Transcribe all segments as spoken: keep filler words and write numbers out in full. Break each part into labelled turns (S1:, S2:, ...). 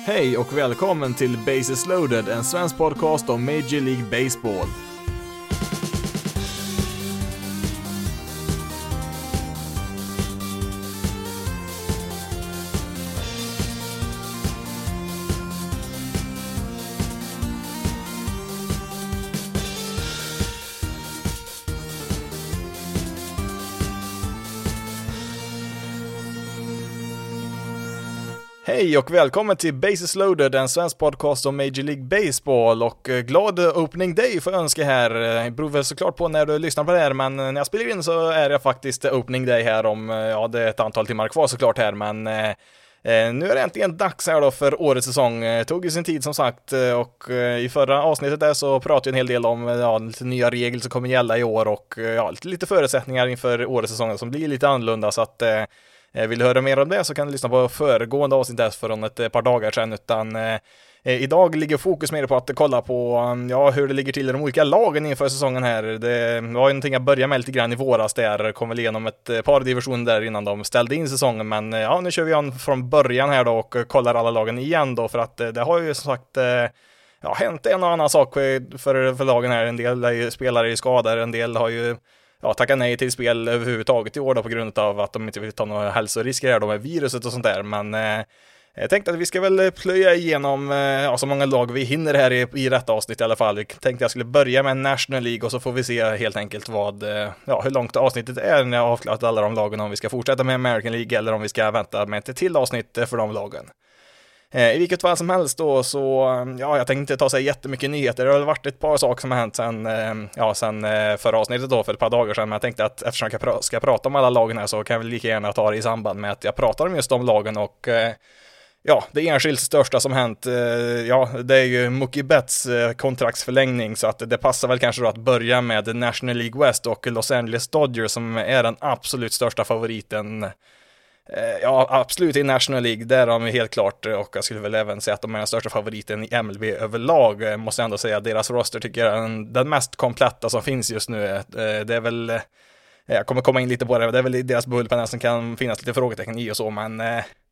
S1: Hej och välkommen till Bases Loaded, en svensk podcast om Major League Baseball. Hej och välkommen till Bases Loaded, en svensk podcast om Major League Baseball, och glad opening day får jag önska här. Det beror väl såklart på när du lyssnar på det här, men när jag spelar in så är det faktiskt opening day här om, ja, det är ett antal timmar kvar såklart här, men eh, nu är det äntligen dags här då för årets säsong. Det tog ju sin tid som sagt, och i förra avsnittet där så pratade jag en hel del om, ja, lite nya regler som kommer gälla i år och ja, lite förutsättningar inför årets säsong som blir lite annorlunda, så att eh, vill du höra mer om det så kan du lyssna på föregående avsnitt där från ett par dagar sedan, utan eh, idag ligger fokus mer på att kolla på, ja, hur det ligger till i de olika lagen inför säsongen här. Det var ju någonting att börja med lite grann i våras där, kom väl igenom ett par divisioner där innan de ställde in säsongen, men ja, nu kör vi an från början här då och kollar alla lagen igen då, för att det har ju som sagt ja, hänt en och annan sak för, för lagen här. En del är ju spelare i skador, en del har ju ja, tacka nej till spel överhuvudtaget i år då, på grund av att de inte vill ta några hälsorisker här då med viruset och sånt där. Men eh, jag tänkte att vi ska väl plöja igenom eh, ja, så många lag vi hinner här i, i rätt avsnitt i alla fall. Vi tänkte att jag skulle börja med National League och så får vi se helt enkelt vad, eh, ja, hur långt avsnittet är när jag har avklarat alla de lagen, om vi ska fortsätta med American League eller om vi ska vänta med ett till avsnitt för de lagen. I vilket fall som helst då, så ja, jag tänkte inte ta sig jättemycket nyheter. Det har varit ett par saker som har hänt sen, ja, sen förra avsnittet då, för ett par dagar sedan. Men jag tänkte att eftersom jag ska prata om alla lagen här så kan jag väl lika gärna ta det i samband med att jag pratar om just de lagen. Och ja, det enskilt största som hänt, ja, det är ju Mookie Betts kontraktsförlängning. Så att det passar väl kanske då att börja med National League West och Los Angeles Dodgers som är den absolut största favoriten. Ja, absolut i National League, där är de helt klart, och jag skulle väl även säga att de är den största favoriten i M L B överlag. Måste jag ändå säga att deras roster tycker jag är den, den mest kompletta som finns just nu. Det är väl, jag kommer komma in lite på det, det är väl deras bullpen som kan finnas lite frågetecken i och så, men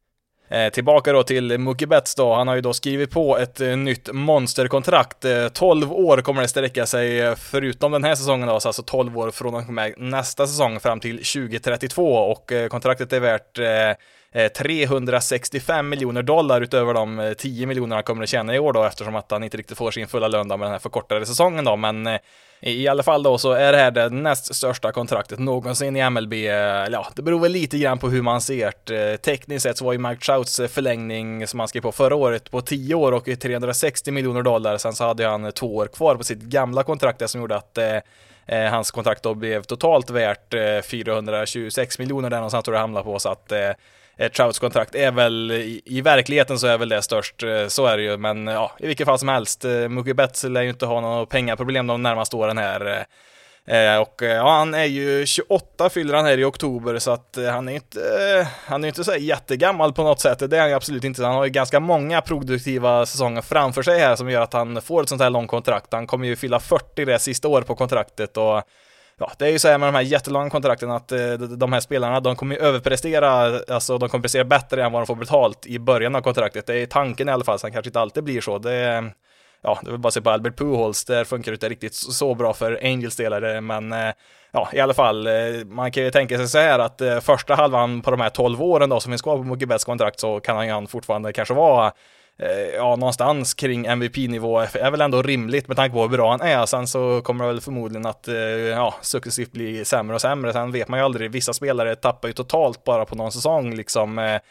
S1: Eh, tillbaka då till Mookie Betts då. Han har ju då skrivit på ett eh, nytt monsterkontrakt. Eh, tolv år kommer det sträcka sig eh, förutom den här säsongen då, så alltså tolv år från och med nästa säsong fram till tjugo trettiotvå, och eh, kontraktet är värt eh, trehundrasextiofem miljoner dollar utöver de eh, tio miljoner han kommer att tjäna i år då, eftersom att han inte riktigt får sin fulla lön då med den här förkortade säsongen då, men eh, i alla fall då så är det här det näst största kontraktet någonsin i M L B. Ja, det beror väl lite grann på hur man ser det. Tekniskt sett så var ju Mike Trouts förlängning som han skrev på förra året på tio år och trehundrasextio miljoner dollar. Sen så hade han två år kvar på sitt gamla kontrakt som gjorde att eh, hans kontrakt då blev totalt värt eh, fyrahundratjugosex miljoner där någonstans tror jag hamnar på, så att eh, ett Trouts kontrakt är väl, i, i verkligheten så är väl det störst, så är det ju, men ja, i vilket fall som helst, Mookie Betts lär ju inte ha några pengaproblem de närmaste åren här, eh, och ja, han är ju tjugoåtta, fyller han här i oktober, så att han är inte, eh, han är inte så jättegammal på något sätt, det är han absolut inte. Han har ju ganska många produktiva säsonger framför sig här som gör att han får ett sånt här långt kontrakt. Han kommer ju fylla fyrtio det sista året på kontraktet, och ja, det är ju så här med de här jättelånga kontrakten att eh, de här spelarna, de kommer ju överprestera, alltså de kommer prestera bättre än vad de får betalt i början av kontraktet. Det är tanken i alla fall, så kanske inte alltid blir så. Det är, ja, det vill bara se på Albert Pujols, där funkar det inte riktigt så bra för Angels-delare, men eh, ja, i alla fall, eh, man kan ju tänka sig så här att eh, första halvan på de här tolv åren då som finns kvar på Mookie Betts kontrakt, så kan han ju fortfarande kanske vara ja, någonstans kring M V P-nivå är väl ändå rimligt med tanke på hur bra han är. Sen så kommer det väl förmodligen att ja, successivt bli sämre och sämre. Sen vet man ju aldrig, vissa spelare tappar ju totalt bara på någon säsong liksom.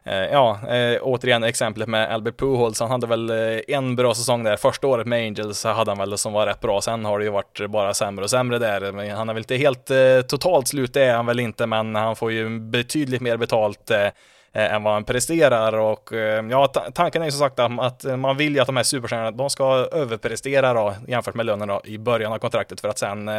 S1: Ja, återigen exemplet med Albert Pujols, han hade väl en bra säsong där första året med Angels, hade han väl, som var rätt bra. Sen har det ju varit bara sämre och sämre där. Men han har väl inte helt totalt slut, det är han väl inte, men han får ju betydligt mer betalt än vad han presterar, och ja, t- tanken är ju som sagt att man vill ju att de här superstjärnorna, de ska överprestera då, jämfört med lönen då, i början av kontraktet, för att sen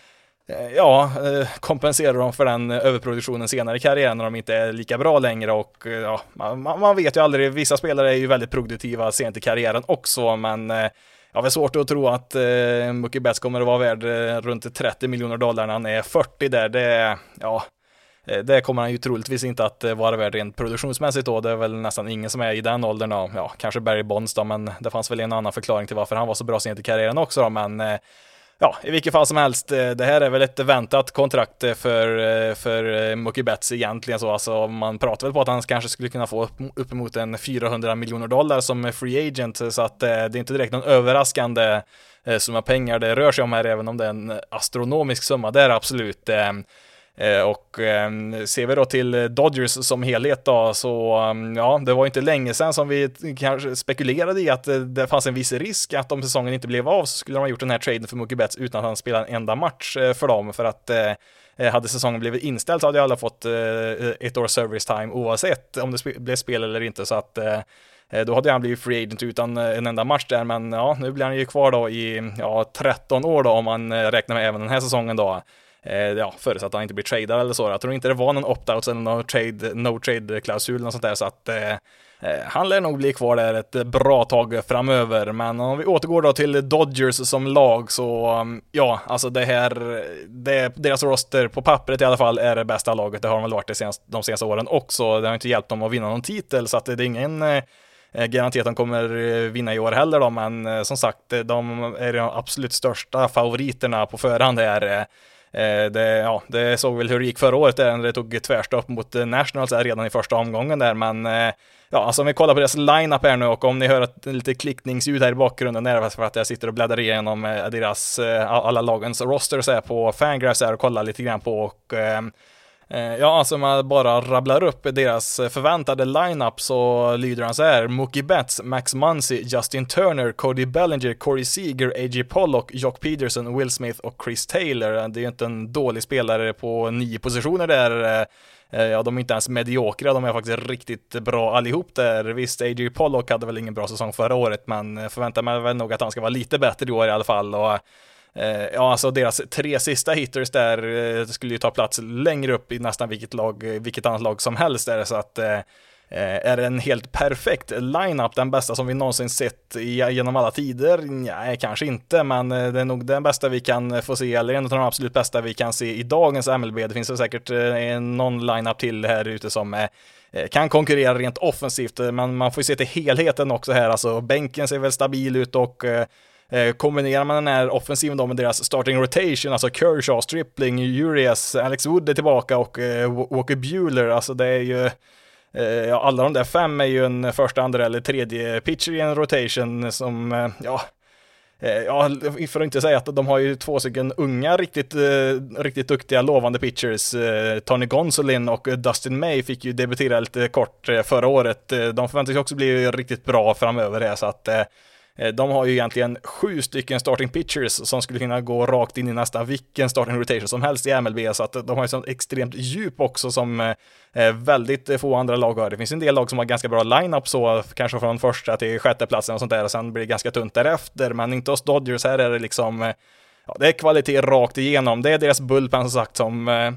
S1: ja, kompensera dem för den överproduktionen senare i karriären när de inte är lika bra längre. Och ja, man, man vet ju aldrig, vissa spelare är ju väldigt produktiva sent i karriären också, men jag har svårt att tro att eh, Mookie Betts kommer att vara värd runt trettio miljoner dollar när han är fyrtio där. Det är, ja, Det kommer han ju troligtvis inte att vara värd rent produktionsmässigt då. Det är väl nästan ingen som är i den åldern då. Ja, kanske Barry Bonds då, men det fanns väl en annan förklaring till varför han var så bra sent i karriären också då, men ja, i vilket fall som helst, det här är väl ett väntat kontrakt för, för Mookie Betts egentligen så. Alltså, man pratar väl på att han kanske skulle kunna få upp, uppemot en fyrahundra miljoner dollar som free agent, så att det är inte direkt någon överraskande summa pengar det rör sig om här, även om det är en astronomisk summa, det är absolut. Och ser vi då till Dodgers som helhet då, så ja, det var inte länge sedan som vi kanske spekulerade i att det fanns en viss risk att om säsongen inte blev av så skulle de ha gjort den här traden för Mookie Betts utan att han spelade en enda match för dem, för att hade säsongen blivit inställd så hade alla fått ett år service time oavsett om det blev spel eller inte, så att då hade han blivit free agent utan en enda match där, men ja, nu blir han ju kvar då i ja, tretton år då, om man räknar med även den här säsongen då. Ja, förutsatt att han inte blir tradad eller så. Jag tror inte det var någon opt-out eller någon trade, no trade-klausul och sånt där, så att eh, han lär nog bli kvar där ett bra tag framöver. Men om vi återgår då till Dodgers som lag, så ja, alltså det här, det, deras roster på pappret i alla fall är det bästa laget. Det har de väl varit det senaste, de senaste åren också. Det har inte hjälpt dem att vinna någon titel, så att det är ingen eh, garanti att de kommer vinna i år heller då, men eh, som sagt, de är de absolut största favoriterna på förhand här. Eh, det, ja, det såg väl hur det gick förra året där det tog tvärstopp mot Nationals redan i första omgången där, men eh, ja, alltså om vi kollar på deras lineup här nu, och om ni hör ett lite klickningsljud här i bakgrunden, är det för att jag sitter och bläddrar igenom eh, deras eh, alla lagens rosters här på Fangraphs här och kollar lite grann på, och eh, ja, alltså man bara rabblar upp deras förväntade lineup, så lyder han så här: Mookie Betts, Max Muncy, Justin Turner, Cody Bellinger, Corey Seager, A J Pollock, Jock Peterson, Will Smith och Chris Taylor. Det är ju inte en dålig spelare på nio positioner där. Ja, de är inte ens mediokra, de är faktiskt riktigt bra allihop där. Visst, A J Pollock hade väl ingen bra säsong förra året, men förväntar mig väl nog att han ska vara lite bättre i år i alla fall. Och ja, alltså deras tre sista hitters där skulle ju ta plats längre upp i nästan vilket lag, vilket annat lag som helst där, så att eh, är det en helt perfekt lineup, den bästa som vi någonsin sett genom alla tider? Nej, kanske inte, men det är nog den bästa vi kan få se, eller en av de absolut bästa vi kan se i dagens M L B. Det finns väl säkert någon lineup till här ute som eh, kan konkurrera rent offensivt, men man får ju se till helheten också här. Alltså bänken ser väl stabil ut, och eh, Eh, kombinerar man den här offensiven då med deras starting rotation, alltså Kershaw, Stripling, Urias, Alex Wood är tillbaka och eh, Walker Buehler, alltså det är ju eh, ja, alla de där fem är ju en första, andra eller tredje pitcher i en rotation som, eh, ja eh, ja, för att inte säga att de har ju två stycken unga, riktigt, eh, riktigt duktiga, lovande pitchers. eh, Tony Gonsolin och Dustin May fick ju debutera lite kort eh, förra året. eh, de förväntas ju också bli riktigt bra framöver här, så att eh, de har ju egentligen sju stycken starting pitchers som skulle kunna gå rakt in i nästan vilken starting rotation som helst i M L B, så att de har ju sånt extremt djup också som eh, väldigt få andra lag har. Det finns en del lag som har ganska bra lineup, så kanske från första till sjätte platsen och sånt där, och sen blir det ganska tunt därefter, men inte hos Dodgers. Här är det liksom, ja, det är kvalitet rakt igenom. Det är deras bullpen som sagt som eh,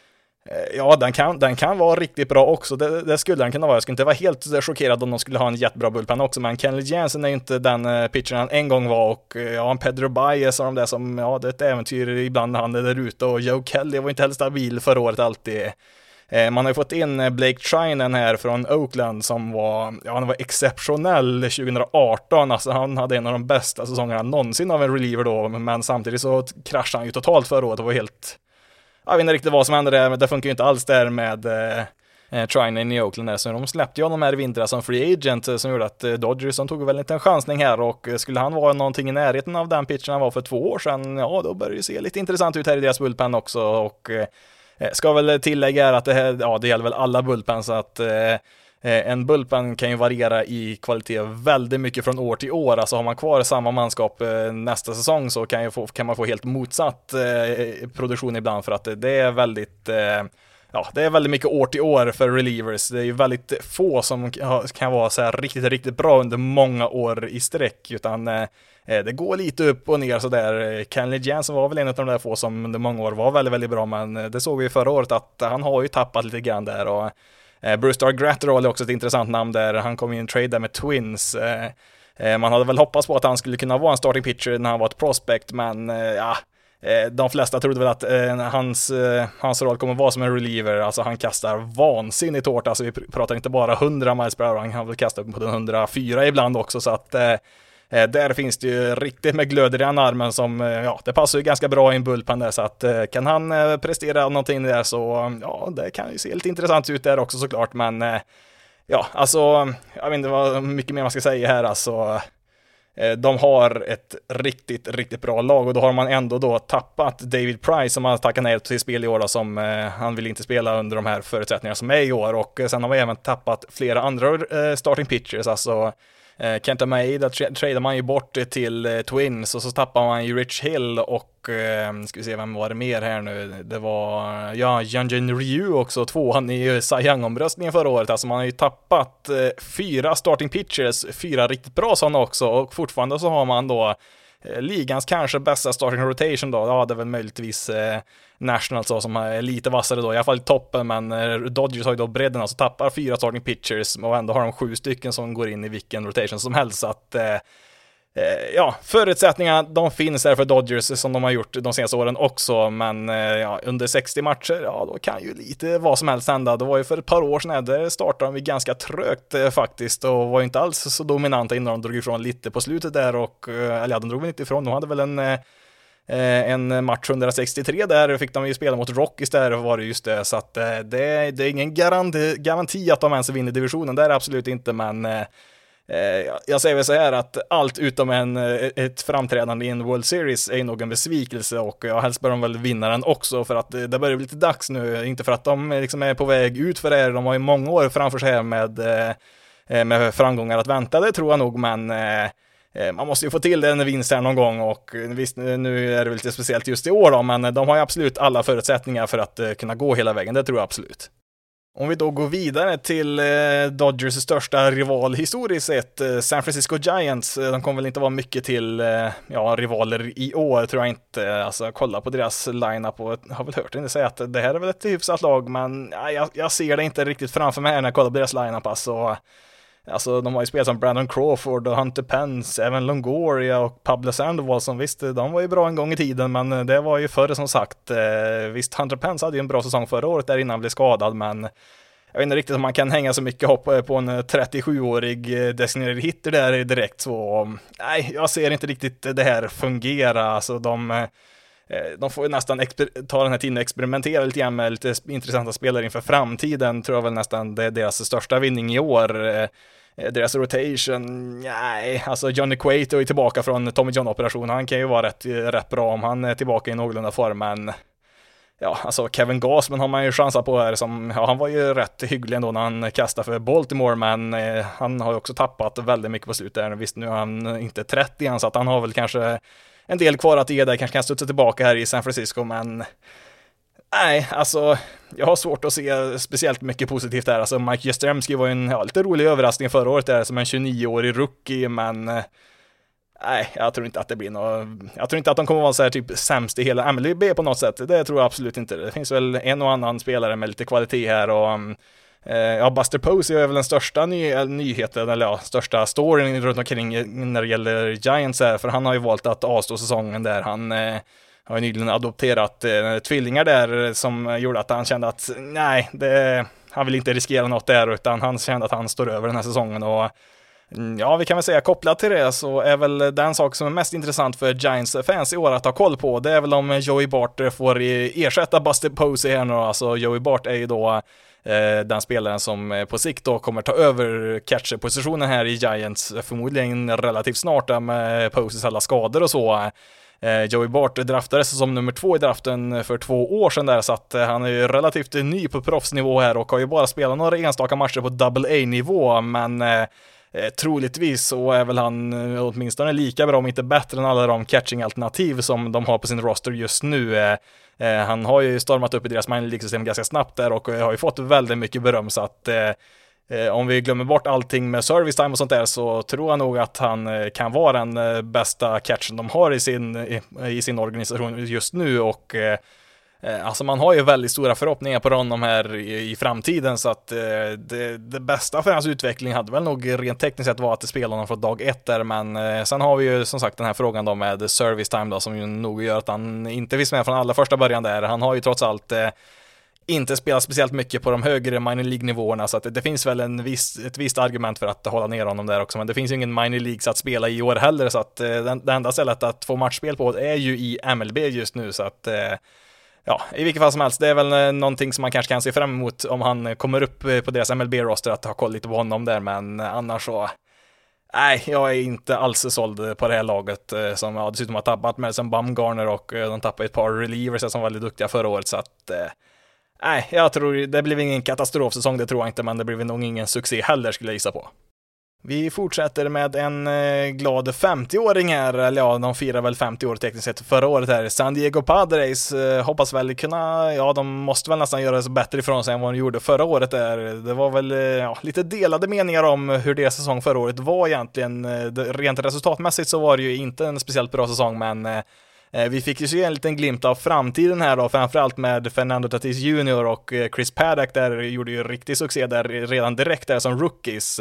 S1: ja, den kan, den kan vara riktigt bra också. Det, det skulle den kunna vara. Jag skulle inte vara helt chockerad om de skulle ha en jättebra bullpen också, men Kenley Jansen är ju inte den uh, pitchern han en gång var, och uh, ja, en Pedro Baez och de där som, ja, det är ett äventyr ibland när han är där ute, och Joe Kelly var inte heller stabil förra året alltid. Uh, man har ju fått in Blake Treinen här från Oakland som var, ja, han var exceptionell tjugo arton, alltså han hade en av de bästa säsongerna någonsin av en reliever då, men samtidigt så kraschade han ju totalt förra året och var helt, jag vet inte riktigt vad som hände där, men det funkar ju inte alls där med eh, Treinen i Oakland där, så de släppte ju honom här i vintras som free agent, som gjorde att eh, Dodgers som tog väl inte en chansning här, och skulle han vara någonting i närheten av den pitchen han var för två år sedan, ja, då börjar det se lite intressant ut här i deras bullpen också. Och eh, ska väl tillägga att det här, ja, det gäller väl alla bullpen, så att eh, en bullpen kan ju variera i kvalitet väldigt mycket från år till år. Alltså har man kvar samma manskap nästa säsong så kan, ju få, kan man få helt motsatt eh, produktion ibland, för att det är väldigt eh, ja, det är väldigt mycket år till år för relievers. Det är ju väldigt få som kan vara så här riktigt, riktigt bra under många år i sträck, utan eh, det går lite upp och ner så där. Kenley Jansen var väl en av de där få som under många år var väldigt, väldigt bra, men det såg vi förra året att han har ju tappat lite grann där. Och Brusdar Graterol är också ett intressant namn där. Han kom in i en trade där med Twins. Man hade väl hoppats på att han skulle kunna vara en starting pitcher när han var ett prospect, men ja, De flesta trodde väl att eh, hans, eh, hans roll kommer vara som en reliever, alltså han kastar vansinnigt hårt, alltså vi pratar inte bara hundra miles per hour, han har väl kastat på den hundrafyra ibland också, så att eh, där finns det ju riktigt med glöd i den armen som, eh, ja, det passar ju ganska bra i en bullpen där, så att eh, kan han eh, prestera någonting där så, ja, det kan ju se lite intressant ut där också såklart, men eh, ja, alltså, jag vet inte vad mycket mer man ska säga här, alltså. De har ett riktigt, riktigt bra lag och då har man ändå då tappat David Price som har tackat nej till spel i år då, som eh, han vill inte spela under de här förutsättningarna som är i år, och eh, sen har man även tappat flera andra eh, starting pitchers, alltså eh, Kenta Maeda tra- tradar man ju bort till eh, Twins, och så tappar man ju Rich Hill och eh, ska vi se vem var det mer här nu, det var ja, Hyunjin Ryu också, tvåan i Cy Young-omröstningen förra året, alltså man har ju tappat eh, fyra starting pitchers, fyra riktigt bra sådana också, och fortfarande så har man då eh, ligans kanske bästa starting rotation då, ja det är väl möjligtvis eh, Nationals så, som är lite vassare då, i alla fall i toppen, men eh, Dodgers har ju då bredden, alltså tappar fyra starting pitchers och ändå har de sju stycken som går in i vilken rotation som helst, så att eh, ja, förutsättningarna de finns här för Dodgers som de har gjort de senaste åren också, men ja, under sextio matcher, ja då kan ju lite vad som helst hända. Det var ju för ett par år sedan, där startade de ganska trögt faktiskt och var inte alls så dominanta innan de drog ifrån lite på slutet där, och eller ja, de drog väl inte ifrån, de hade väl en en match hundrasextiotre där fick de ju spela mot Rockies där, var det just det, så att det, det är ingen garanti, garanti att de ens vinner divisionen, det är absolut inte, men jag säger väl så här att allt utom en, ett framträdande i en World Series är nog en besvikelse, och jag helst bör de väl vinna den också, för att det börjar bli lite dags nu, inte för att de liksom är på väg ut för det här, de har ju många år framför sig här med, med framgångar att vänta, det tror jag nog, men man måste ju få till en vinst här någon gång, och visst nu är det väl lite speciellt just i år då, men de har ju absolut alla förutsättningar för att kunna gå hela vägen, det tror jag absolut. Om vi då går vidare till eh, Dodgers största rival historiskt sett, eh, San Francisco Giants, eh, de kommer väl inte vara mycket till eh, ja, rivaler i år, tror jag inte. Alltså kolla på deras lineup och jag har väl hört inte säga att det här är väl ett hyfsat lag, men ja, jag, jag ser det inte riktigt framför mig när jag kollar på deras lineup. Alltså, alltså de har ju spelat som Brandon Crawford och Hunter Pence, även Longoria och Pablo Sandoval, som visst, de var ju bra en gång i tiden, men det var ju förr som sagt. Eh, visst, Hunter Pence hade ju en bra säsong förra året där innan han blev skadad, men jag vet inte riktigt om man kan hänga så mycket hopp på en trettiosjuårig designerad hitter där direkt, så nej, jag ser inte riktigt det här fungera. Alltså de, de får ju nästan exper- ta den här tiden och experimentera lite grann med lite intressanta spelare inför framtiden, tror jag väl nästan det är deras största vinning i år. Deras rotation, nej, alltså Johnny Cueto är tillbaka från Tommy John-operationen, han kan ju vara rätt, rätt bra om han är tillbaka i någorlunda form, men ja, alltså Kevin Gausman har man ju chansat på här, som, ja, han var ju rätt hygglig ändå när han kastade för Baltimore, men eh, han har ju också tappat väldigt mycket på slutet där. Visst, nu är han inte trettio än, så att han har väl kanske en del kvar att ge där, kanske kan studsa tillbaka här i San Francisco, men nej, alltså jag har svårt att se speciellt mycket positivt där. Alltså Mike Jastrzemski var ju en ja, lite rolig överraskning förra året där som en tjugonioårig rookie, men nej, jag tror inte att det blir något. Jag tror inte att de kommer vara så här typ sämst i hela M L B på något sätt. Det tror jag absolut inte. Det finns väl en och annan spelare med lite kvalitet här, och eh, ja, Buster Posey är väl den största ny- nyheten, eller ja, största storyn runt omkring när det gäller Giants här, för han har ju valt att avstå säsongen där. Han eh, har ju nyligen adopterat eh, tvillingar där, som gjorde att han kände att nej, det, han vill inte riskera något där, utan han kände att han står över den här säsongen. Och ja, vi kan väl säga kopplat till det så är väl den sak som är mest intressant för Giants fans i år att ha koll på, det är väl om Joey Bart får ersätta Buster Posey här nu. Alltså Joey Bart är ju då eh, den spelaren som på sikt då kommer ta över catcher-positionen här i Giants, förmodligen relativt snart där med Poseys alla skador och så. Eh, Joey Bart draftades som nummer två i draften för två år sedan där, så att eh, han är ju relativt ny på proffsnivå här och har ju bara spelat några enstaka matcher på double A-nivå, men eh, Eh, troligtvis så är väl han eh, åtminstone lika bra om inte bättre än alla de catching-alternativ som de har på sin roster just nu. Eh, eh, han har ju stormat upp i deras minor league-system ganska snabbt där och eh, har ju fått väldigt mycket beröm, så att eh, eh, om vi glömmer bort allting med service time och sånt där, så tror jag nog att han eh, kan vara den eh, bästa catchen de har i sin, i, i sin organisation just nu. Och eh, Alltså man har ju väldigt stora förhoppningar på honom här i, i framtiden, så att det, det bästa för hans utveckling hade väl nog rent tekniskt sett var att spela honom från dag ett där, men sen har vi ju som sagt den här frågan då med service time då, som ju nog gör att han inte finns med från allra första början där. Han har ju trots allt eh, inte spelat speciellt mycket på de högre minor League-nivåerna, så att det, det finns väl en viss, ett visst argument för att hålla ner honom där också, men det finns ju ingen minor Leagues att spela i år heller, så att eh, det enda stället att få matchspel på är ju i M L B just nu, så att eh, ja, i vilket fall som helst, det är väl någonting som man kanske kan se fram emot om han kommer upp på deras M L B-roster, att ha koll lite på honom där, men annars så nej, jag är inte alls såld på det här laget som ja, dessutom har tappat Madison Bumgarner, och de tappade ett par relievers som var väldigt duktiga förra året, så att nej, jag tror det blir ingen katastrofsäsong, det tror jag inte, men det blir nog ingen succé heller skulle jag gissa på. Vi fortsätter med en eh, glad femtio-åring här, eller ja, de firar väl femtio år tekniskt sett förra året här. San Diego Padres eh, hoppas väl kunna, ja de måste väl nästan göra så bättre ifrån sig än vad de gjorde förra året där. Det var väl eh, ja, lite delade meningar om hur deras säsong förra året var egentligen. Det, rent resultatmässigt så var det ju inte en speciellt bra säsong, men eh, vi fick ju se en liten glimt av framtiden här då, framförallt med Fernando Tatis junior och Chris Paddock där gjorde ju riktig succé där redan direkt där som rookies.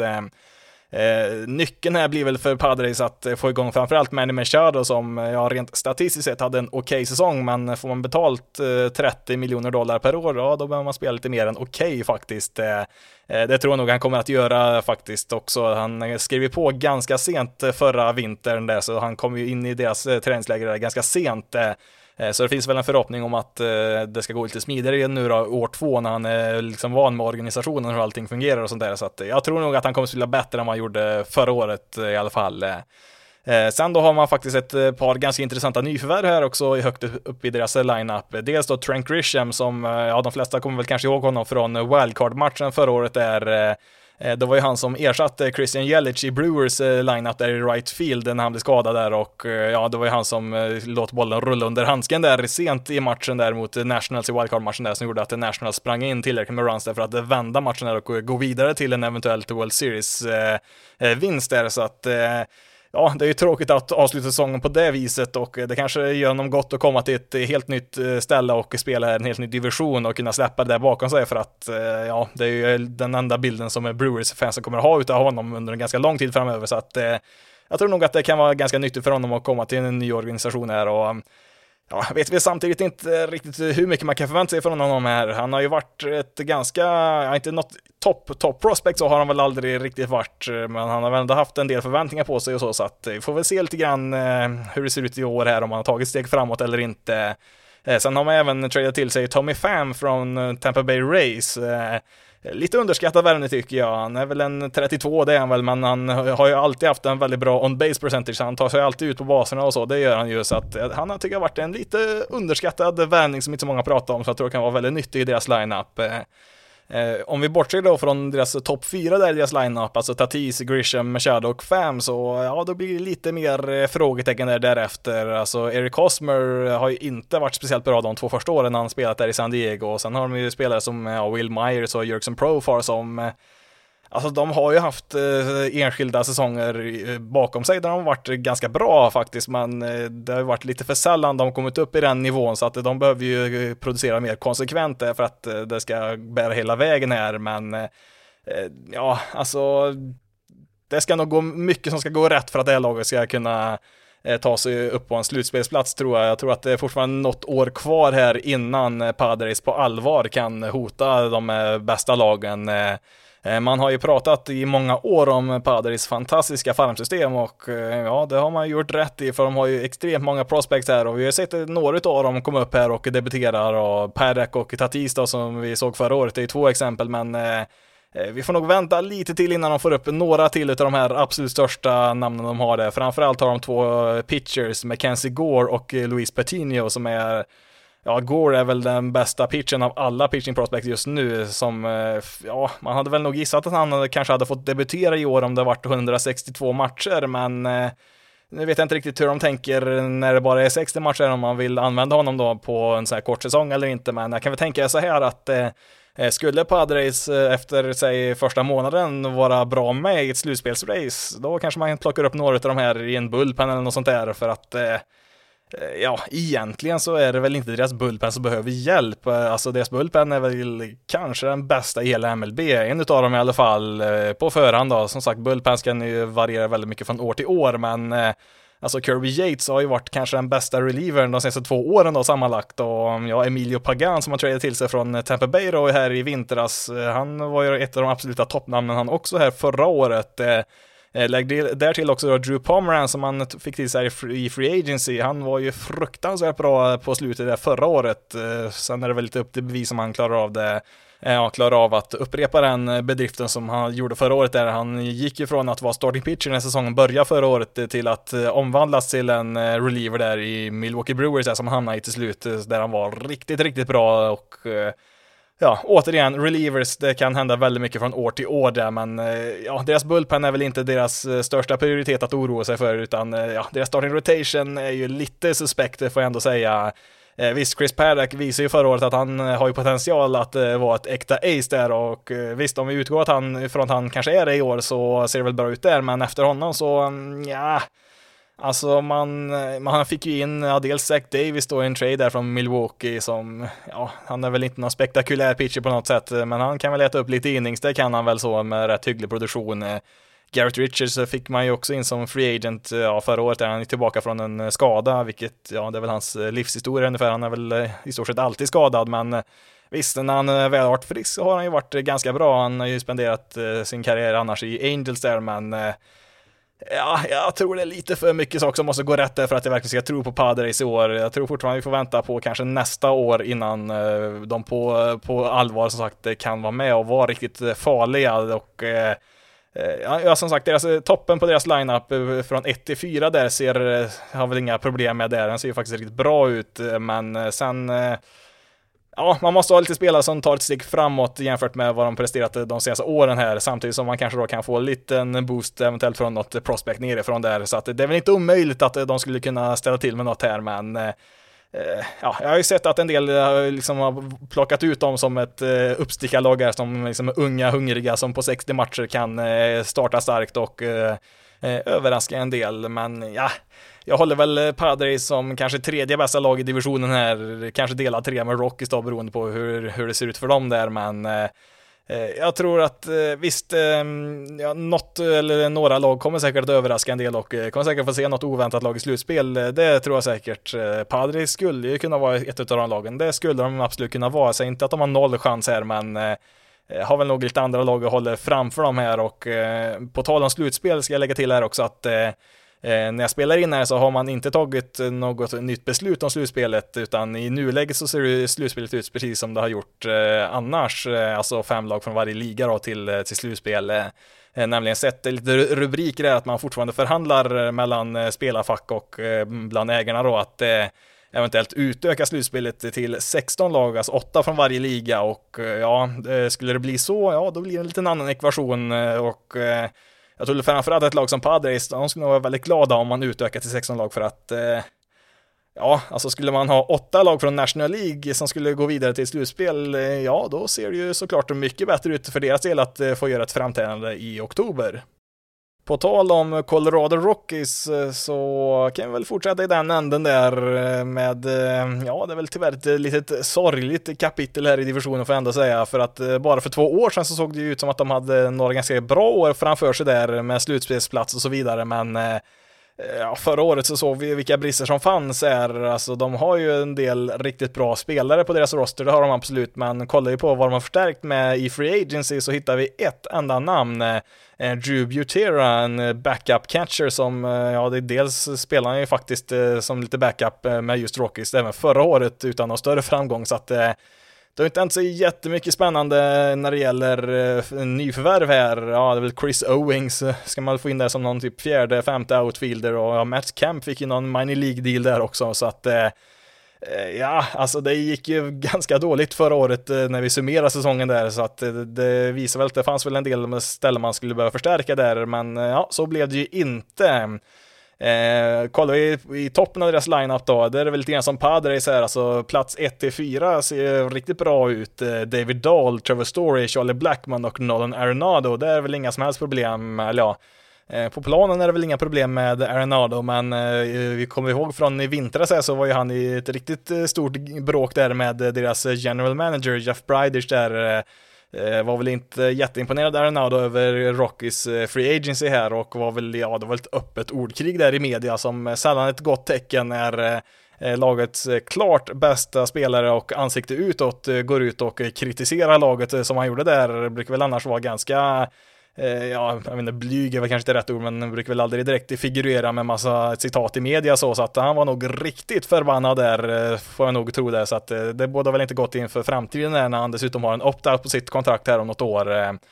S1: Eh, nyckeln här blir väl för Padres att få igång framförallt Manny Machado som ja, rent statistiskt sett hade en okej okay säsong, men får man betalt eh, trettio miljoner dollar per år, ja, då behöver man spela lite mer än okej okay, faktiskt. Eh, det tror jag nog han kommer att göra faktiskt också. Han skrev på ganska sent förra vintern där, så han kom ju in i deras eh, träningsläger ganska sent. Eh, Så det finns väl en förhoppning om att eh, det ska gå lite smidigare igen nu då, år två, när han är liksom van med organisationen och hur allting fungerar och sånt där. Så att jag tror nog att han kommer att spela bättre än vad han gjorde förra året i alla fall. Eh, sen då har man faktiskt ett par ganska intressanta nyförvärv här också högt upp i deras lineup. Dels då Trent Grisham som, ja de flesta kommer väl kanske ihåg honom från wildcard-matchen förra året där. Eh, Det var ju han som ersatte Christian Yelich i Brewers lineup där i right field när han blev skadad där, och ja, det var ju han som låt bollen rulla under handsken där sent i matchen där mot Nationals i wildcard-matchen där, som gjorde att Nationals sprang in tillräckligt med runs där för att vända matchen där och gå vidare till en eventuellt World Series-vinst där, så att ja, det är ju tråkigt att avsluta säsongen på det viset, och det kanske gör honom gott att komma till ett helt nytt ställe och spela en helt ny division och kunna släppa det där bakom sig, för att ja, det är ju den enda bilden som Brewers-fansen kommer att ha utav honom under en ganska lång tid framöver, så att jag tror nog att det kan vara ganska nyttigt för honom att komma till en ny organisation här, och ja, vet vi samtidigt inte riktigt hur mycket man kan förvänta sig från honom här. Han har ju varit ett ganska, ja, inte något topp top prospect så har han väl aldrig riktigt varit, men han har väl ändå haft en del förväntningar på sig och så, så att vi får väl se lite grann eh, hur det ser ut i år här, om han har tagit steg framåt eller inte. Eh, sen har man även tradat till sig Tommy Pham från Tampa Bay Rays. Eh, Lite underskattad värvning tycker jag. Han är väl en trettiotvå, det är han väl, men han har ju alltid haft en väldigt bra on-base percentage. Han tar sig alltid ut på baserna och så, det gör han ju. Så att han har tycker jag varit en lite underskattad värvning som inte så många pratar om, så jag tror det kan vara väldigt nyttig i deras lineup. Eh, om vi bortser då från deras topp fyra där i deras lineup, alltså Tatis, Grisham, Machado och Pham, så ja, då blir det lite mer frågetecken där därefter. Alltså Eric Hosmer har ju inte varit speciellt bra de två första åren när han spelat där i San Diego, och sen har de ju spelare som ja, Will Myers och Jurickson Profar som alltså de har ju haft eh, enskilda säsonger eh, bakom sig där de har varit ganska bra faktiskt, men eh, det har varit lite för sällan de kommit upp i den nivån, så att eh, de behöver ju producera mer konsekvent för att eh, det ska bära hela vägen här, men eh, ja, alltså det ska nog gå mycket som ska gå rätt för att det här laget ska kunna eh, ta sig upp på en slutspelsplats, tror jag. Jag tror att det är fortfarande något år kvar här innan Padres på allvar kan hota de eh, bästa lagen. eh, Man har ju pratat i många år om Padres fantastiska farmsystem, och ja, det har man gjort rätt i, för de har ju extremt många prospects här, och vi har sett några av dem komma upp här och debuterar, och Paddock och Tatis då, som vi såg förra året, det är två exempel, men eh, vi får nog vänta lite till innan de får upp några till av de här absolut största namnen de har där. Framförallt har de två pitchers, Mackenzie Gore och Luis Patino, som är ja, Gore är väl den bästa pitchen av alla pitching prospects just nu, som, ja, man hade väl nog gissat att han kanske hade fått debutera i år om det varit hundrasextiotvå matcher, men nu vet jag inte riktigt hur de tänker när det bara är sextio matcher, om man vill använda honom då på en sån här kort säsong eller inte, men jag kan väl tänka så här att eh, skulle Padres efter sig första månaden vara bra med i ett slutspelsrace, då kanske man plockar upp några av de här i en bullpen eller något sånt där, för att eh, Ja, egentligen så är det väl inte deras bullpen som behöver hjälp. Alltså deras bullpen är väl kanske den bästa i hela M L B. En utav dem i alla fall på förhand då. Som sagt, bullpen kan ju variera väldigt mycket från år till år, men alltså Kirby Yates har ju varit kanske den bästa relievern de senaste två åren då sammanlagt. Och ja, Emilio Pagan som har tradat till sig från Tampa Bay då här i vintras, han var ju ett av de absoluta toppnamnen han också här förra året. Lägg där till också då Drew Pomeranz som han fick till sig i free agency. Han var ju fruktansvärt bra på slutet där förra året. Sen är det väl lite upp till bevis om han klarar av det. Ja, klarar av att upprepa den bedriften som han gjorde förra året där. Han gick ju från att vara starting pitcher när säsongen började förra året till att omvandlas till en reliever där i Milwaukee Brewers där som han hamnade i till slut, där han var riktigt, riktigt bra. Och ja, återigen, relievers, det kan hända väldigt mycket från år till år där, men ja, deras bullpen är väl inte deras största prioritet att oroa sig för, utan ja, deras starting rotation är ju lite suspekt, får jag ändå säga. Eh, visst, Chris Paddock visar ju förra året att han har ju potential att eh, vara ett äkta ace där, och eh, visst, om vi utgår att han, från att han kanske är det i år, så ser det väl bra ut där, men efter honom så, mm, ja, alltså man, man fick ju in ja, dels Zach Davis då i en trade där från Milwaukee som, ja, han är väl inte någon spektakulär pitcher på något sätt, men han kan väl äta upp lite innings, det kan han väl så med rätt hygglig produktion. Garrett Richards fick man ju också in som free agent ja, förra året, där han är tillbaka från en skada, vilket, ja, det är väl hans livshistoria ungefär, han är väl i stort sett alltid skadad, men visst, när han väl har varit frisk så har han ju varit ganska bra. Han har ju spenderat sin karriär annars i Angels där, men ja, jag tror det är lite för mycket saker som måste gå rätt där för att jag verkligen ska tro på Padres i år. Jag tror fortfarande vi får vänta på kanske nästa år innan de på, på allvar som sagt kan vara med och vara riktigt farliga. Och ja, som sagt, deras, toppen på deras lineup från ett till fyra där ser, har väl inga problem med där. Den ser ju faktiskt riktigt bra ut, men sen ja, man måste ha lite spelare som tar ett steg framåt jämfört med vad de presterat de senaste åren här, samtidigt som man kanske då kan få en liten boost eventuellt från något prospect nerifrån där, så att det är väl inte omöjligt att de skulle kunna ställa till med något här, men eh, ja, jag har ju sett att en del liksom har plockat ut dem som ett eh, uppstickarlag här, som liksom unga, hungriga som på sextio matcher kan eh, starta starkt och eh, överraska en del, men ja, jag håller väl Padres som kanske tredje bästa lag i divisionen här, kanske delar tre med Rockies då, beroende på hur, hur det ser ut för dem där, men eh, jag tror att eh, visst, eh, ja, något eller några lag kommer säkert att överraska en del och eh, kommer säkert få se något oväntat lag i slutspel, det tror jag säkert. eh, Padres skulle ju kunna vara ett av de lagen, det skulle de absolut kunna vara, så inte att de har noll chans här, men eh, har väl nog lite andra lag att hålla framför dem här, och eh, på tal om slutspel ska jag lägga till här också att eh, Eh, när jag spelar in här så har man inte tagit något nytt beslut om slutspelet, utan i nuläget så ser det slutspelet ut precis som det har gjort eh, annars, eh, alltså fem lag från varje liga då till, till slutspel, eh, nämligen sett lite rubriker är att man fortfarande förhandlar mellan eh, spelarfack och eh, bland ägarna då att eh, eventuellt utöka slutspelet till sexton lag, alltså åtta från varje liga, och eh, ja, skulle det bli så, ja, då blir det en liten annan ekvation, eh, och eh, jag tror framförallt ett lag som Padres, de skulle nog vara väldigt glada om man utökar till sexton lag, för att eh, ja, alltså skulle man ha åtta lag från National League som skulle gå vidare till slutspel, eh, ja, då ser det ju såklart mycket bättre ut för deras del att eh, få göra ett framträdande i oktober. På tal om Colorado Rockies så kan vi väl fortsätta i den änden där med, ja, det är väl tyvärr ett litet sorgligt kapitel här i divisionen får jag ändå säga, för att bara för två år sedan så såg det ju ut som att de hade några ganska bra år framför sig där med slutspelsplats och så vidare, men ja, förra året så såg vi vilka brister som fanns här. Alltså de har ju en del riktigt bra spelare på deras roster, det har de absolut, men kollar vi på vad de har förstärkt med i free agency så hittar vi ett enda namn, eh, Drew Butera, en backup catcher som, eh, ja, det är dels spelar han ju faktiskt eh, som lite backup eh, med just Rockies även förra året utan någon större framgång, så att eh, det har inte hänt så jättemycket spännande när det gäller uh, nyförvärv här. Ja, det är väl Chris Owings ska man få in där som någon typ fjärde, femte outfielder, och ja, Matt Kemp fick ju någon minor league deal där också, så att uh, ja, alltså det gick ju ganska dåligt förra året uh, när vi summerade säsongen där, så att uh, det visar väl att det fanns väl en del ställen man skulle behöva förstärka där, men uh, ja, så blev det ju inte. Eh, kollar vi i, i toppen av deras lineup då, det är väl lite grann som Padres här, alltså plats ett till fyra ser riktigt bra ut. eh, David Dahl, Trevor Story, Charlie Blackmon och Nolan Arenado, det är väl inga som helst problem, eller ja, På planen är det väl inga problem med Arenado, men vi kommer ihåg från i vintras här så var ju han i ett riktigt stort bråk där med deras general manager Jeff Bridich där. Var väl inte jätteimponerad Arenado över Rockies free agency här och var väl, ja, det var ett öppet ordkrig där i media som sällan ett gott tecken när lagets klart bästa spelare och ansikte utåt går ut och kritiserar laget som han gjorde där. Det brukar väl annars vara ganska, ja, jag vet inte, blyg är väl kanske inte rätt ord, men brukar väl aldrig direkt figurera med massa citat i media så, så att han var nog riktigt förbannad där, får jag nog tro det, så att det båda väl inte gått inför framtiden när han dessutom har en opt-out på sitt kontrakt här om något år.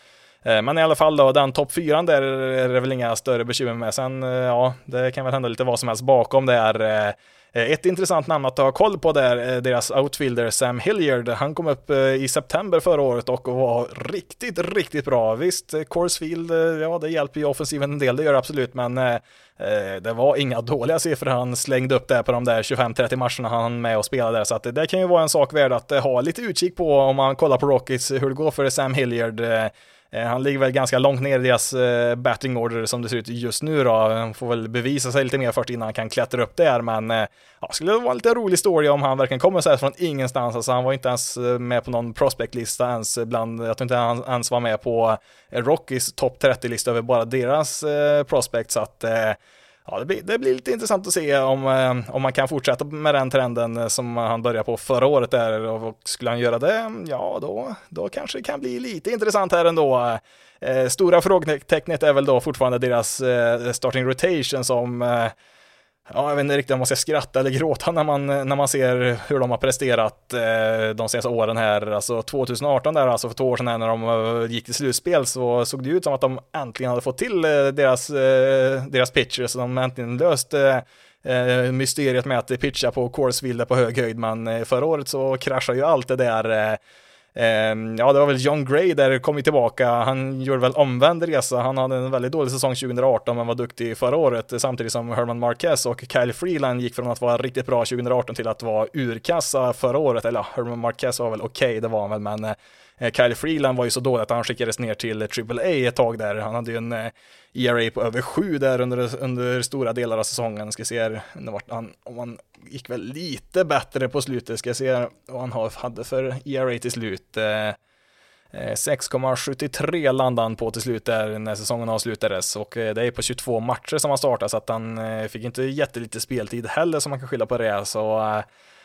S1: Men i alla fall då, den topp fyran där är det väl inga större bekymmer med. Sen, ja, det kan väl hända lite vad som helst bakom det här. Ett intressant namn att ha koll på där, deras outfielder Sam Hilliard. Han kom upp i september förra året och var riktigt, riktigt bra. Visst, Coors Field, ja, det hjälper ju offensiven en del, det gör det absolut, men eh, det var inga dåliga siffror han slängde upp där på de där tjugofem trettio matcherna han med och spelade där, så att det, det kan ju vara en sak värd att ha lite utkik på om man kollar på Rockies, hur det går för Sam Hilliard. Han ligger väl ganska långt ner i deras batting order som det ser ut just nu då. Han får väl bevisa sig lite mer först innan han kan klättra upp där, men ja, skulle det vara en lite rolig story om han verkligen kommer så här från ingenstans. Alltså han var inte ens med på någon prospectlista ens bland, jag tror inte han ens var med på Rockies topp trettio-lista över bara deras eh, prospects, så att eh, ja, det blir, det blir lite intressant att se om, om man kan fortsätta med den trenden som han började på förra året där, och skulle han göra det, ja då, då kanske det kan bli lite intressant här ändå. Eh, stora frågetecknet är väl då fortfarande deras eh, starting rotation som, eh, ja, jag vet inte riktigt om man ska skratta eller gråta när man, när man ser hur de har presterat eh, de senaste åren här. Alltså tjugo arton där, alltså för två år sedan här, när de uh, gick till slutspel, så såg det ut som att de äntligen hade fått till uh, deras, uh, deras pitchers, så de äntligen löst uh, mysteriet med att pitcha på Coors Field på hög höjd, men uh, förra året så kraschade ju allt det där. Uh, Um, ja, det var väl John Gray där kom ju tillbaka. Han gjorde väl omvänd resa. Han hade en väldigt dålig säsong tjugo arton men var duktig förra året, samtidigt som Herman Marquez och Kyle Freeland gick från att vara riktigt bra tjugo arton till att vara urkassa förra året. Eller ja, Herman Marquez var väl okej, okay, det var han väl, men eh, Kyle Freeland var ju så dålig att han skickades ner till triple A ett tag där. Han hade ju en eh, E R A på över sju där under, under stora delar av säsongen. Ska se han, om han gick väl lite bättre på slutet. Ska se vad han hade för E R A till slut. Eh, sex komma sjuttiotre landade han på till slut där när säsongen avslutades, och eh, det är på tjugotvå matcher som han startade, så att han eh, fick inte jättelite speltid heller som man kan skylla på det. Så eh,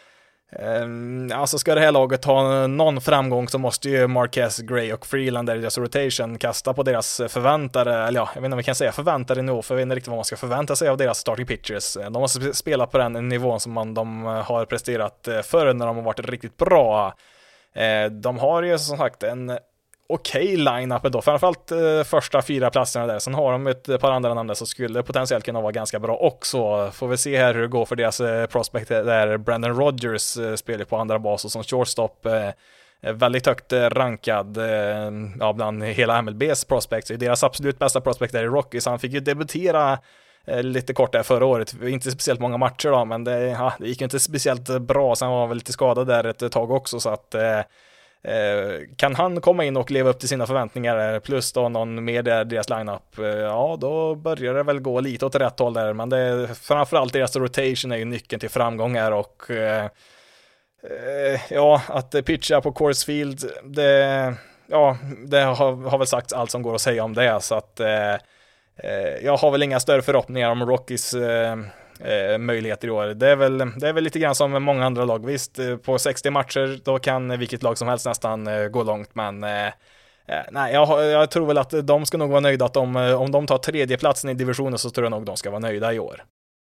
S1: alltså ska det här laget ha någon framgång så måste ju Marquez, Gray och Freeland där i deras rotation kasta på deras förväntare, eller ja, jag vet inte om vi kan säga förväntare nivå, för jag vet inte riktigt vad man ska förvänta sig av deras starting pitchers. De måste spela på den nivån som man, de har presterat förr när de har varit riktigt bra. De har ju som sagt en okej okay line-up då, framförallt eh, första fyra platserna där. Sen har de ett par andra namn där som skulle potentiellt kunna vara ganska bra också. Får vi se här hur det går för deras eh, prospect där Brandon Rogers eh, spelar på andra bas och som shortstop eh, väldigt högt eh, rankad eh, ja, bland hela M L B's prospects. Deras absolut bästa prospect där i Rockies. Han fick ju debutera eh, lite kort där förra året. Inte speciellt många matcher då, men det, ja, det gick inte speciellt bra. Sen var han väl lite skadad där ett tag också, så att eh, kan han komma in och leva upp till sina förväntningar plus då någon mer där deras lineup, ja då börjar det väl gå lite åt rätt håll där, men det, framförallt deras rotation är ju nyckeln till framgång här, och eh, ja, att pitcha på Coors Field, det, ja, det har, har väl sagt allt som går att säga om det, så att eh, jag har väl inga större förhoppningar om Rockies eh, Eh, möjligheter i år. Det är, väl, det är väl lite grann som många andra lag. Visst, på sextio matcher då kan vilket lag som helst nästan eh, gå långt, men eh, nej, jag, jag tror väl att de ska nog vara nöjda att de, om de tar tredje platsen i divisionen, så tror jag nog de ska vara nöjda i år.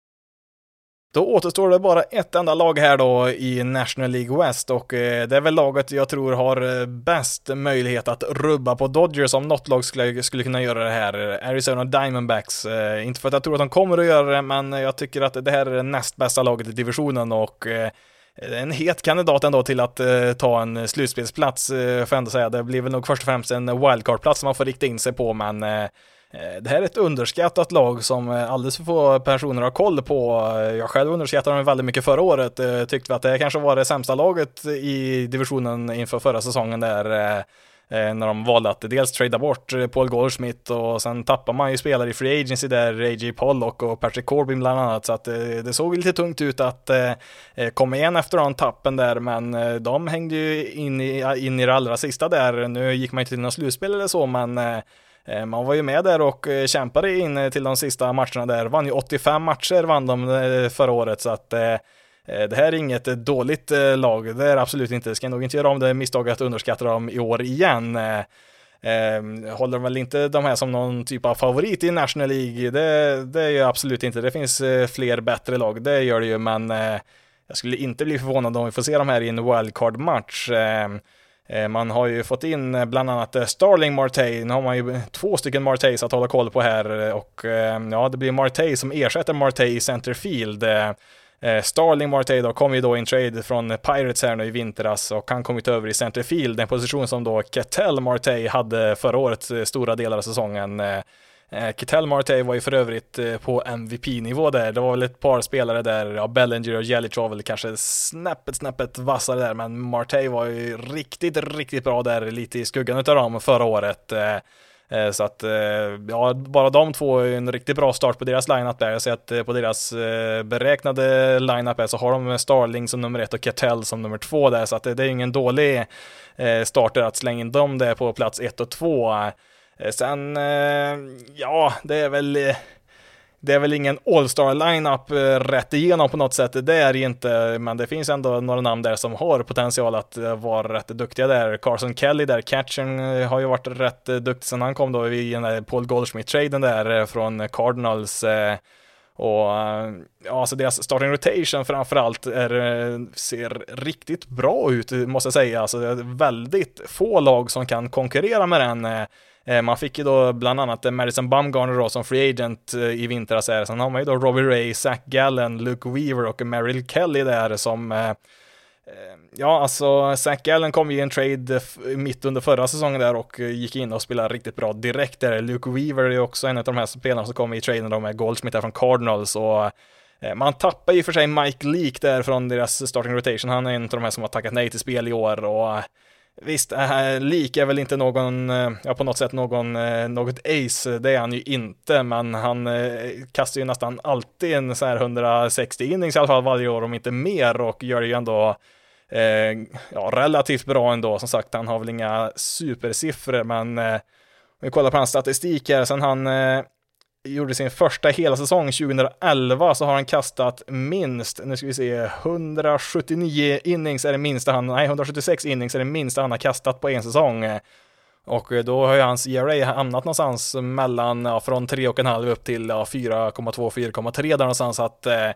S1: Då återstår det bara ett enda lag här då i National League West, och det är väl laget jag tror har bäst möjlighet att rubba på Dodgers om något lag skulle, skulle kunna göra det här. Arizona Diamondbacks. Inte för att jag tror att de kommer att göra det, men jag tycker att det här är det näst bästa laget i divisionen, och en het kandidat ändå till att ta en slutspelsplats, får jag ändå säga. Det blir väl nog först och främst en wildcard-plats som man får rikta in sig på, men det här är ett underskattat lag som alldeles för få personer har koll på. Jag själv underskattade dem väldigt mycket förra året. Tyckte att det kanske var det sämsta laget i divisionen inför förra säsongen där. när de valde att dels trada bort Paul Goldschmidt, och sen tappar man ju spelare i free agency där, A J Pollock och Patrick Corbin bland annat, så att det, det såg lite tungt ut att eh, komma igen efter den tappen där, men eh, de hängde ju in i, in i det allra sista där. Nu gick man inte till någon slutspel eller så, men eh, man var ju med där och eh, kämpade in till de sista matcherna där, vann ju åttiofem matcher vann de eh, förra året, så att eh, det här är inget dåligt lag, det är absolut inte. Ska nog inte göra om det misstaget att underskatta dem i år igen. Eh, håller väl inte de här som någon typ av favorit i National League, det, det är ju absolut inte. Det finns fler bättre lag, det gör det ju, men eh, jag skulle inte bli förvånad om vi får se de här i en wildcard-match. Eh, man har ju fått in bland annat Starling Marte. Nu har man ju två stycken Martes att hålla koll på här, och eh, ja, det blir Marte som ersätter Marte i centerfield. Eh, Starling Marte då kom ju då in trade från Pirates här nu i vintras, och han kommit över i centerfield, den position som då Ketel Marte hade förra året stora delar av säsongen. Ketel Marte var ju för övrigt på M V P-nivå där. Det var väl ett par spelare där, ja, Bellinger och Jelic var väl kanske snäppet, snäppet vassare där, men Marte var ju riktigt, riktigt bra där, lite i skuggan utav dem förra året. Så att, ja, bara de två är en riktigt bra start på deras lineup där. Jag ser att på deras beräknade lineup så har de Starling som nummer ett och Ketel som nummer två där, så att det är ingen dålig starter att slänga in dem där på plats ett och två. Sen, ja, det är väl det är väl ingen all-star lineup rätt igenom på något sätt, det är det inte, men det finns ändå några namn där som har potential att vara rätt duktiga där. Carson Kelly där, catchern, har ju varit rätt duktig sen han kom då i den där Paul Goldschmidt-traden där från Cardinals, och ja, så deras starting rotation framförallt är, ser riktigt bra ut, måste jag säga. Alltså, det är väldigt få lag som kan konkurrera med den. Man fick ju då bland annat Madison Bumgarner då som free agent i vintras här. Sen har man ju då Robbie Ray, Zach Gallen, Luke Weaver och Merrill Kelly där som, ja, alltså Zach Gallen kom ju i en trade mitt under förra säsongen där och gick in och spelade riktigt bra direkt där. Luke Weaver är också en av de här spelarna som kom i traden då med Goldschmidt där från Cardinals, och man tappar ju för sig Mike Leake där från deras starting rotation. Han är en av de här som har tackat nej till spel i år, och visst, äh, Leake är väl inte någon, ja, på något sätt någon, äh, något ace, det är han ju inte, men han äh, kastar ju nästan alltid en så här hundrasextio innings i alla fall varje år, om inte mer, och gör det ju ändå äh, ja, relativt bra ändå. Som sagt, han har väl inga supersiffror, men äh, om vi kollar på hans statistik här, sen han äh, gjorde sin första hela säsong tjugoelva, så har han kastat minst, nu ska vi se, hundrasjuttionio innings är det minsta han, nej hundrasjuttiosex innings är det minsta han har kastat på en säsong, och då har ju hans E R A hamnat någonstans mellan, ja, från tre komma fem upp till ja, fyra komma två fyra komma tre där någonstans, att eh,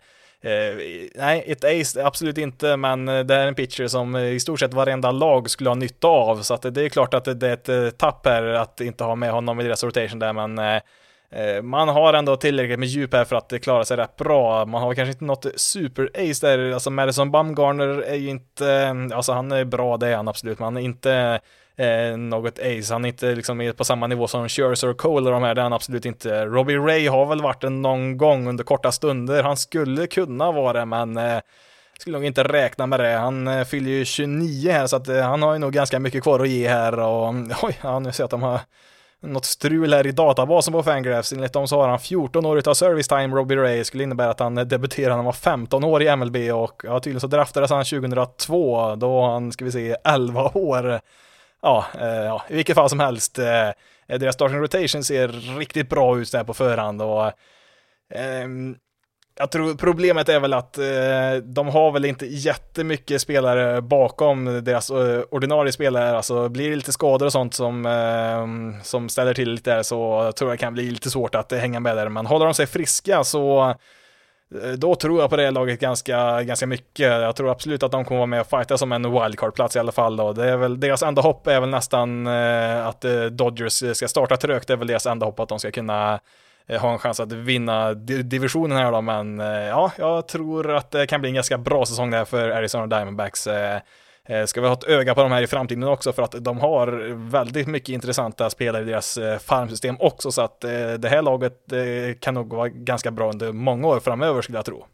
S1: nej, ett ace absolut inte, men det är en pitcher som i stort sett varenda lag skulle ha nytta av, så att det är klart att det är ett tapp här att inte ha med honom i deras rotation där, men eh, man har ändå tillräckligt med djup här för att det klarar sig rätt bra. Man har kanske inte något super-ace där. Alltså Madison Bumgarner är ju inte, alltså han är bra, det är han absolut, men han är inte eh, något ace. Han är inte liksom på samma nivå som Scherzer och Cole och de här, det är han absolut inte. Robbie Ray har väl varit en någon gång under korta stunder. Han skulle kunna vara det, men eh, skulle nog inte räkna med det. Han eh, fyller ju tjugonio här, så att eh, han har ju nog ganska mycket kvar att ge här, och oj, ja, nu ser jag att de har något strul här i databasen på Fangraphs. Enligt dem så har han fjorton år utav service time. Robbie Ray skulle innebära att han debuterade när han var femton år i M L B, och ja, tydligen så draftades han tjugohundratvå, då han, ska vi se, elva år. Ja, eh, ja, i vilket fall som helst, eh, deras starting rotation ser riktigt bra ut där på förhand, och eh, jag tror problemet är väl att eh, de har väl inte jättemycket spelare bakom deras eh, ordinarie spelare. Alltså blir det lite skador och sånt som, eh, som ställer till lite där, så tror jag det kan bli lite svårt att eh, hänga med där. Men håller de sig friska så eh, då tror jag på det laget ganska, ganska mycket. Jag tror absolut att de kommer vara med och fighta som en wildcard-plats i alla fall. Då. Det är väl, deras enda hopp är väl nästan eh, att eh, Dodgers ska starta trögt. Det är väl deras enda hopp att de ska kunna ha en chans att vinna divisionen här då, men ja, jag tror att det kan bli en ganska bra säsong där för Arizona Diamondbacks. Ska vi ha ett öga på de här i framtiden också, för att de har väldigt mycket intressanta spelare i deras farmsystem också, så att det här laget kan nog vara ganska bra under många år framöver, skulle jag tro.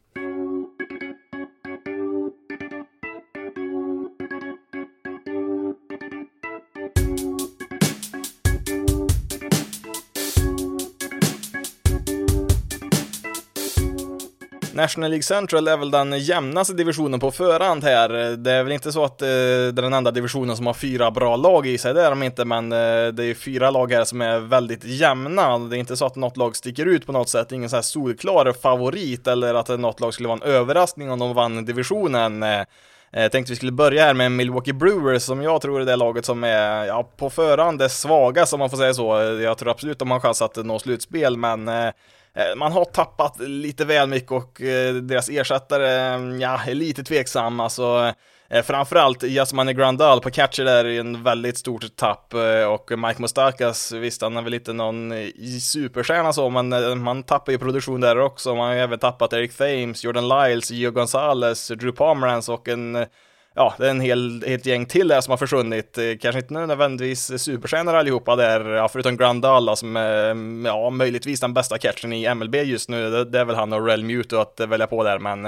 S1: National League Central är väl den jämnaste divisionen på förhand här. Det är väl inte så att eh, det är den enda divisionen som har fyra bra lag i sig, det är de inte, men eh, det är fyra lag här som är väldigt jämna. Det är inte så att något lag sticker ut på något sätt, ingen så här solklar favorit eller att något lag skulle vara en överraskning om de vann divisionen. Eh, Jag tänkte vi skulle börja här med Milwaukee Brewers, som jag tror är det laget som är ja, på förhand det svaga, som man får säga så. Jag tror absolut de har chans att nå slutspel, men eh, man har tappat lite väl mycket och eh, deras ersättare ja, är lite tveksam. Alltså, eh, framförallt Yasmani Grandal på catcher där är en väldigt stort tapp, eh, och Mike Moustakas, visst han är väl inte någon superstjärna så, men eh, man tappar ju produktion där också. Man har ju även tappat Eric Thames, Jordan Lyles, Gio Gonzalez, Drew Pomeranz och en ja, det är en hel, ett gäng till där som har försvunnit. Kanske inte nödvändigtvis superstjärnor allihopa där, ja, förutom Grandal som är ja, möjligtvis den bästa catchen i M L B just nu. Det, det är väl han och Rel Muto att välja på där, men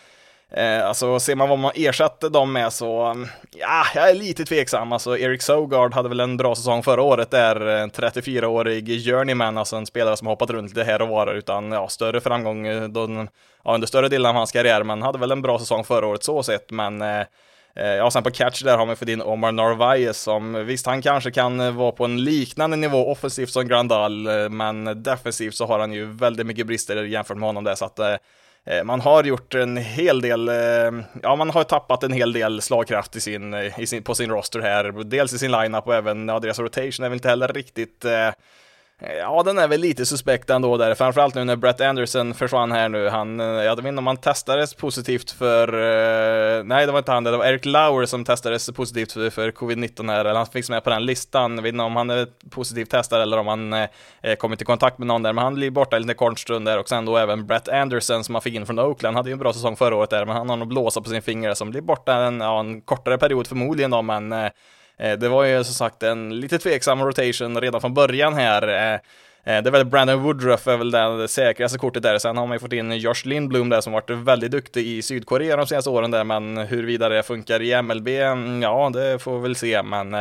S1: eh, alltså ser man vad man ersatte dem med så ja, jag är lite tveksam. Alltså Eric Sogard hade väl en bra säsong förra året där, en trettiofyraårig journeyman, alltså en spelare som hoppat runt lite här och var utan ja, större framgång då, ja, under större delen av hans karriär, men hade väl en bra säsong förra året så sett, men eh, ja, sen på catch där har man fått in Omar Narvaez som visst han kanske kan vara på en liknande nivå offensivt som Grandal, men defensivt så har han ju väldigt mycket brister jämfört med honom där, så att eh, man har gjort en hel del eh, ja man har tappat en hel del slagkraft i sin, i sin, på sin roster här, dels i sin lineup och även ja, deras rotation är väl inte heller riktigt eh, ja, den är väl lite suspekt ändå där, framförallt nu när Brett Anderson försvann här nu. Han, jag vet inte om han testades positivt för uh, nej det var inte han, det var Eric Lauer som testades positivt för, för covid nitton här, eller han fick med på den listan. Jag vet inte om han är positivt testad eller om han uh, kommit i kontakt med någon där, men han blir borta lite kort stund där. Och sen då även Brett Anderson som man fick in från Oakland, hade ju en bra säsong förra året där, men han har nog blåsa på sin finger som blir borta en, ja, en kortare period förmodligen då, men uh, det var ju som sagt en lite tveksam rotation redan från början här. Det är väl Brandon Woodruff är väl det säkraste kortet där. Sen har man ju fått in Josh Lindblom där som varit väldigt duktig i Sydkorea de senaste åren där, men huruvida det funkar i M L B, ja det får vi väl se, men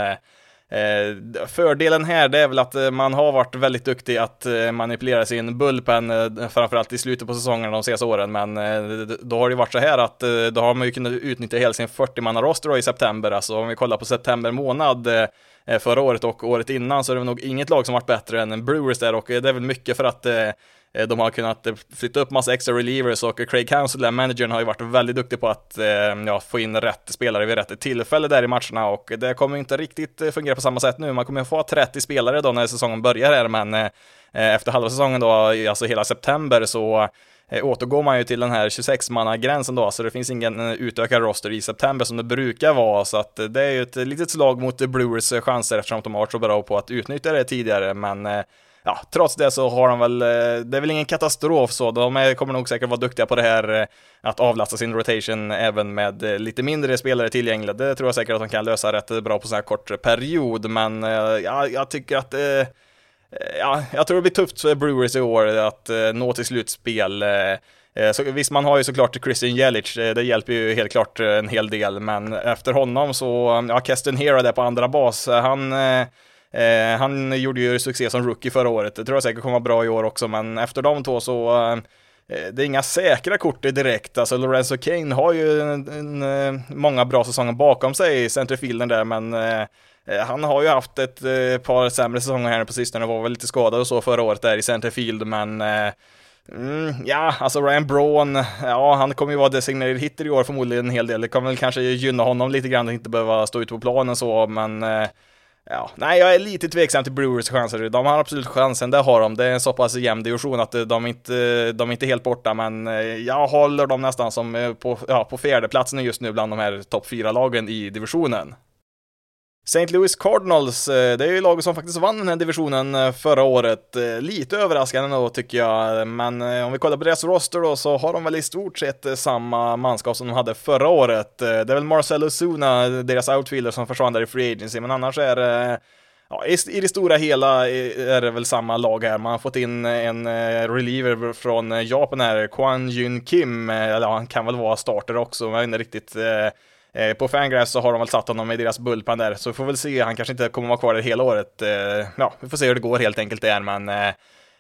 S1: Eh, fördelen här det är väl att man har varit väldigt duktig att eh, manipulera sin bullpen eh, framförallt i slutet på säsongen de senaste åren, men eh, då har det varit så här att eh, då har man ju kunnat utnyttja hela sin fyrtio-manna roster i september. Alltså om vi kollar på september månad eh, förra året och året innan, så är det nog inget lag som varit bättre än Brewers där, och det är väl mycket för att eh, de har kunnat flytta upp massa extra relievers, och Craig Counsell, managern, har ju varit väldigt duktig på att eh, ja, få in rätt spelare vid rätt tillfälle där i matcherna, och det kommer inte riktigt fungera på samma sätt nu. Man kommer få trettio spelare då när säsongen börjar här, men eh, efter halva säsongen då, alltså hela september, så eh, återgår man ju till den här tjugosex-manna-gränsen då, så det finns ingen utökad roster i september som det brukar vara, så att det är ju ett litet slag mot Brewers chanser eftersom de har varit så bra på att utnyttja det tidigare, men eh, ja, trots det så har de väl, det är väl ingen katastrof så, de är, kommer nog säkert vara duktiga på det här att avlasta sin rotation även med lite mindre spelare tillgängliga. Det tror jag säkert att de kan lösa rätt bra på så här kort period, men ja, jag tycker att ja, jag tror det blir tufft för Brewers i år att nå till slutspel. Så visst, man har ju såklart Christian Yelich, det hjälper ju helt klart en hel del, men efter honom så, ja, Keston Hiura där på andra bas, han Eh, han gjorde ju succé som rookie förra året. Det tror jag säkert kommer vara bra i år också, men efter de två så eh, det är inga säkra kort direkt. Alltså Lorenzo Cain har ju en, en, många bra säsonger bakom sig i centerfielden där, men eh, han har ju haft ett eh, par sämre säsonger här på sistone och var väl lite skadad och så förra året där i centerfield, men eh, Mm, ja, alltså Ryan Braun, ja, han kommer ju vara designerad hitter i år förmodligen en hel del. Det kommer väl kanske gynna honom lite grann att inte behöva stå ute på planen så, men eh, ja, nej, jag är lite tveksam till Brewers chanser. De har absolut chansen, det har de. Det är en så pass jämn division att de inte, de är inte helt borta, men jag håller dem nästan som på, ja, på fjärdeplatsen just nu bland de här topp fyra lagen i divisionen. Saint Louis Cardinals, det är ju laget som faktiskt vann den här divisionen förra året. Lite överraskande då tycker jag, men om vi kollar på deras roster då, så har de väl i stort sett samma manskap som de hade förra året. Det är väl Marcell Ozuna, deras outfielder, som försvann där i free agency, men annars är det, ja, i det stora hela är det väl samma lag här. Man har fått in en reliever från Japan här, Kwon Jun Kim, eller han kan väl vara starter också, men jag vet inte riktigt. På Fangraphs så har de väl satt honom i deras bullpen där, så vi får väl se, han kanske inte kommer vara kvar där hela året. Ja, vi får se hur det går helt enkelt där, men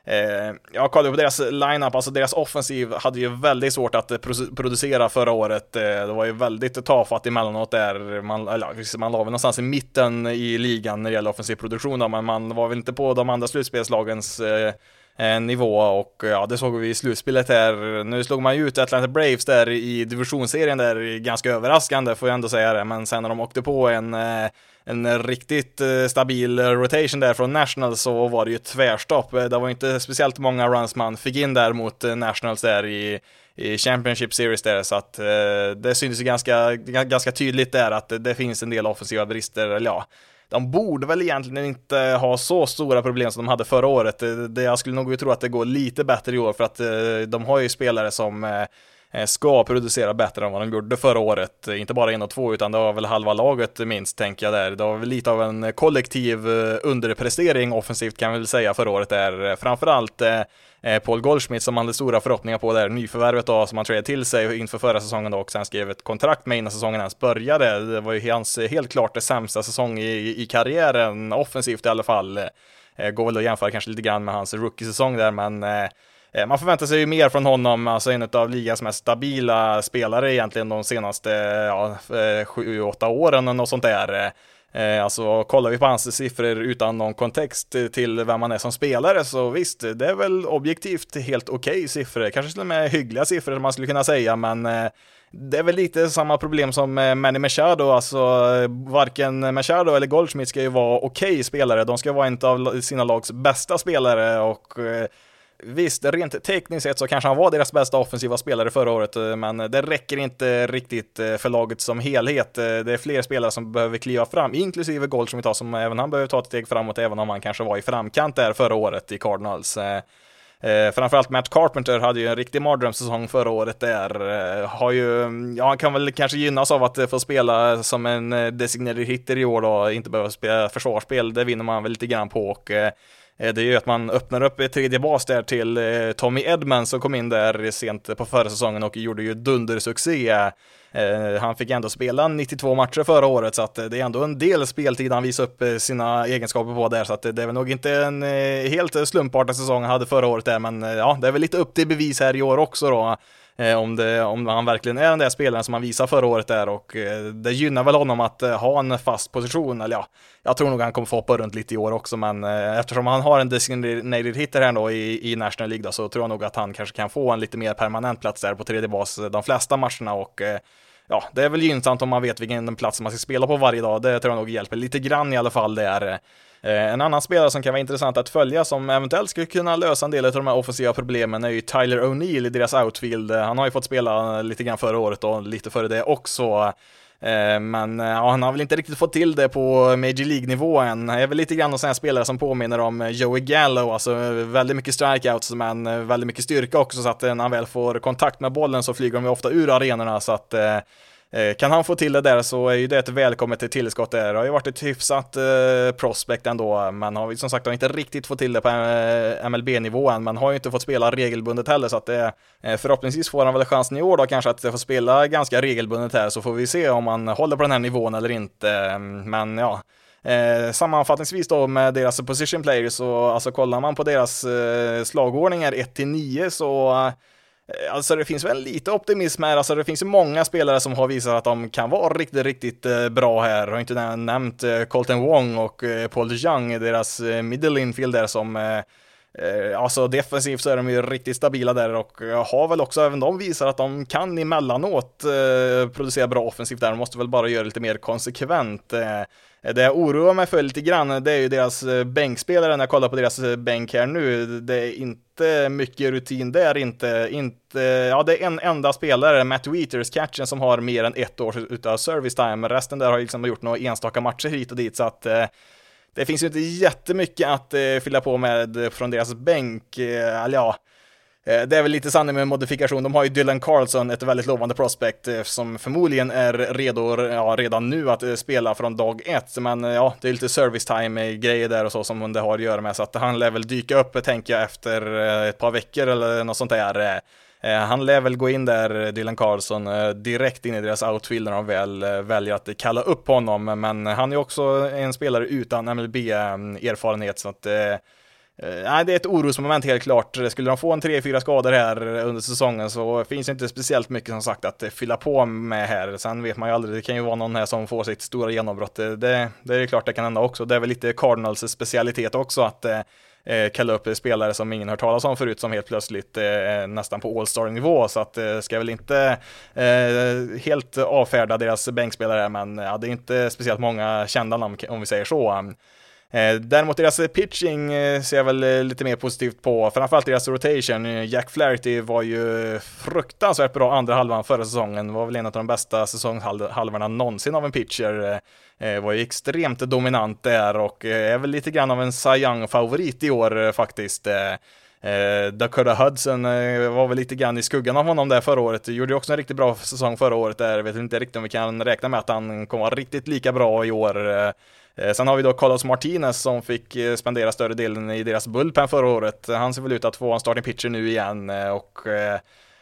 S1: Jag kollade på deras lineup, alltså deras offensiv hade ju väldigt svårt att producera förra året. Det var ju väldigt tafatt emellanåt där. Man, eller, man la väl någonstans i mitten i ligan när det gäller offensiv produktion då, men man var väl inte på de andra slutspelslagens eh, nivå, och ja, det såg vi i slutspelet här. Nu slog man ju ut Atlanta Braves där i divisionsserien där, ganska överraskande får jag ändå säga det, men sen när de åkte på en eh, en riktigt stabil rotation där från Nationals så var det ju tvärstopp. Det var inte speciellt många runs man fick in där mot Nationals där i, i Championship Series där, så att det syntes ju ganska, ganska tydligt där att det finns en del offensiva brister. Eller ja, de borde väl egentligen inte ha så stora problem som de hade förra året. Det, jag skulle nog tro att det går lite bättre i år, för att de har ju spelare som ska producera bättre än vad de gjorde förra året. Inte bara en och två, utan det var väl halva laget minst, tänker jag där. Det var väl lite av en kollektiv underprestering offensivt kan vi väl säga förra året där. Framförallt eh, Paul Goldschmidt som hade stora förhoppningar på där, nyförvärvet då, som han tradade till sig inför förra säsongen då, och sen skrev ett kontrakt med innan säsongen ens började. Det var ju hans helt klart det sämsta säsong i, i karriären, offensivt i alla fall. Eh, går väl att jämföra kanske lite grann med hans rookie-säsong där, men eh, man förväntar sig ju mer från honom, alltså en av ligas mest stabila spelare egentligen de senaste ja, sju åtta åren och något sånt där. Alltså kollar vi på hans siffror utan någon kontext till vem man är som spelare, så visst, det är väl objektivt helt okej okay siffror, kanske till och med hyggliga siffror man skulle kunna säga, men det är väl lite samma problem som Manny Machado, alltså varken Machado eller Goldschmidt ska ju vara okej okay spelare, de ska vara en av sina lags bästa spelare, och visst, rent tekniskt sett så kanske han var deras bästa offensiva spelare förra året, men det räcker inte riktigt för laget som helhet. Det är fler spelare som behöver kliva fram, inklusive Goldschmidt som även han behöver ta ett steg framåt, även om han kanske var i framkant där förra året i Cardinals. Eh, framförallt Matt Carpenter hade ju en riktig mardrömssäsong förra året där. Eh, har ju, ja, han kan väl kanske gynnas av att få spela som en designated hitter i år då, inte behöva spela försvarsspel, det vinner man väl lite grann på, och eh, det är ju att man öppnar upp ett tredje bas där till eh, Tommy Edman som kom in där sent på förra säsongen och gjorde ju dundersuccé. Eh, han fick ändå spela nittiotvå matcher förra året, så att det är ändå en del speltid han visar upp eh, sina egenskaper på där, så att det är väl nog inte en eh, helt slumpartad säsong han hade förra året där, men eh, ja, det är väl lite upp till bevis här i år också då. Eh, om, det, om han verkligen är den där spelaren som han visade förra året där, och eh, det gynnar väl honom att eh, ha en fast position, eller ja, jag tror nog han kommer få hoppa runt lite i år också, men eh, eftersom han har en designated hitter här då i, i National League då, så tror jag nog att han kanske kan få en lite mer permanent plats där på tredje bas de flesta matcherna, och eh, ja, det är väl gynnsamt om man vet vilken plats man ska spela på varje dag, det tror jag nog hjälper lite grann i alla fall där. En annan spelare som kan vara intressant att följa, som eventuellt skulle kunna lösa en del av de här offensiva problemen, är ju Tyler O'Neill i deras outfield. Han har ju fått spela lite grann förra året och lite före det också. Men ja, han har väl inte riktigt fått till det på Major League-nivå än. Han är väl lite grann en sån här spelare som påminner om Joey Gallo, alltså väldigt mycket strikeouts men väldigt mycket styrka också, så att när han väl får kontakt med bollen så flyger de ju ofta ur arenorna, så att kan han få till det där så är ju det ett välkommet tillskott där. Det har ju varit ett hyfsat eh, prospect ändå, men har vi som sagt inte riktigt fått till det på eh, M L B-nivån, men har ju inte fått spela regelbundet heller, så att det, eh, förhoppningsvis får han väl chansen i år då kanske att få spela ganska regelbundet här, så får vi se om han håller på den här nivån eller inte. Men ja, Eh, sammanfattningsvis då med deras position players, så alltså kollar man på deras eh, slagordningar ett till nio så alltså det finns väl lite optimism här, alltså det finns ju många spelare som har visat att de kan vara riktigt, riktigt eh, bra här. Jag har inte nämnt eh, Colton Wong och eh, Paul DeJong, deras eh, middle infield där som eh, eh, alltså defensivt så är de ju riktigt stabila där, och eh, har väl också även de visat att de kan emellanåt eh, producera bra offensivt där. De måste väl bara göra lite mer konsekvent. Eh, Det jag oroar mig för lite grann, det är ju deras bänkspelare. När jag kollar på deras bänk här nu, det är inte mycket rutin, det är inte, inte ja, det är en enda spelare, Matt Wieters, catchen, som har mer än ett år utav service time. Resten där har liksom gjort några enstaka matcher hit och dit, så att eh, det finns ju inte jättemycket att eh, fylla på med från deras bänk, eh, eller ja, det är väl lite sanning med modifikation. De har ju Dylan Carlson, ett väldigt lovande prospect som förmodligen är redo ja, redan nu att spela från dag ett. Men ja, det är lite service time grejer där och så som det har att göra med. Så att han lär väl dyka upp, tänker jag, efter ett par veckor eller något sånt där. Han lär väl gå in där, Dylan Carlson, direkt in i deras outfield när de väl väljer att kalla upp honom. Men han är också en spelare utan M L B-erfarenhet, så att Nej, det är ett orosmoment helt klart. Skulle de få en tre fyra skador här under säsongen så finns det inte speciellt mycket som sagt att fylla på med här. Sen vet man ju aldrig, det kan ju vara någon här som får sitt stora genombrott. Det, det är klart det kan hända också. Det är väl lite Cardinals specialitet också att eh, kalla upp spelare som ingen hört talas om förut som helt plötsligt eh, nästan på All-Star-nivå. Så att eh, ska väl inte eh, helt avfärda deras bänkspelare, men ja, det är inte speciellt många kända namn om vi säger så. Däremot deras pitching ser jag väl lite mer positivt på, framförallt deras rotation. Jack Flaherty var ju fruktansvärt bra andra halvan förra säsongen, var väl en av de bästa säsongshalvorna någonsin av en pitcher. Var ju extremt dominant där och är väl lite grann av en Cy Young-favorit i år faktiskt. Eh, Dakota Hudson eh, var väl lite grann i skuggan av honom där förra året. Gjorde också en riktigt bra säsong förra året där. Vet inte riktigt om vi kan räkna med att han kommer vara riktigt lika bra i år. Eh, sen har vi då Carlos Martinez som fick eh, spendera större delen i deras bullpen förra året. Han ser väl ut att få en starting pitcher nu igen eh, och eh,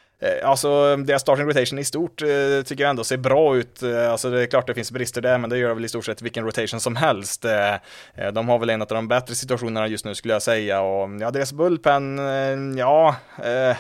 S1: alltså deras starting rotation i stort eh, tycker jag ändå ser bra ut. Alltså det är klart det finns brister där, men det gör väl i stort sett vilken rotation som helst. Eh, de har väl en av de bättre situationerna just nu skulle jag säga. Och ja, deras bullpen, eh, ja eh,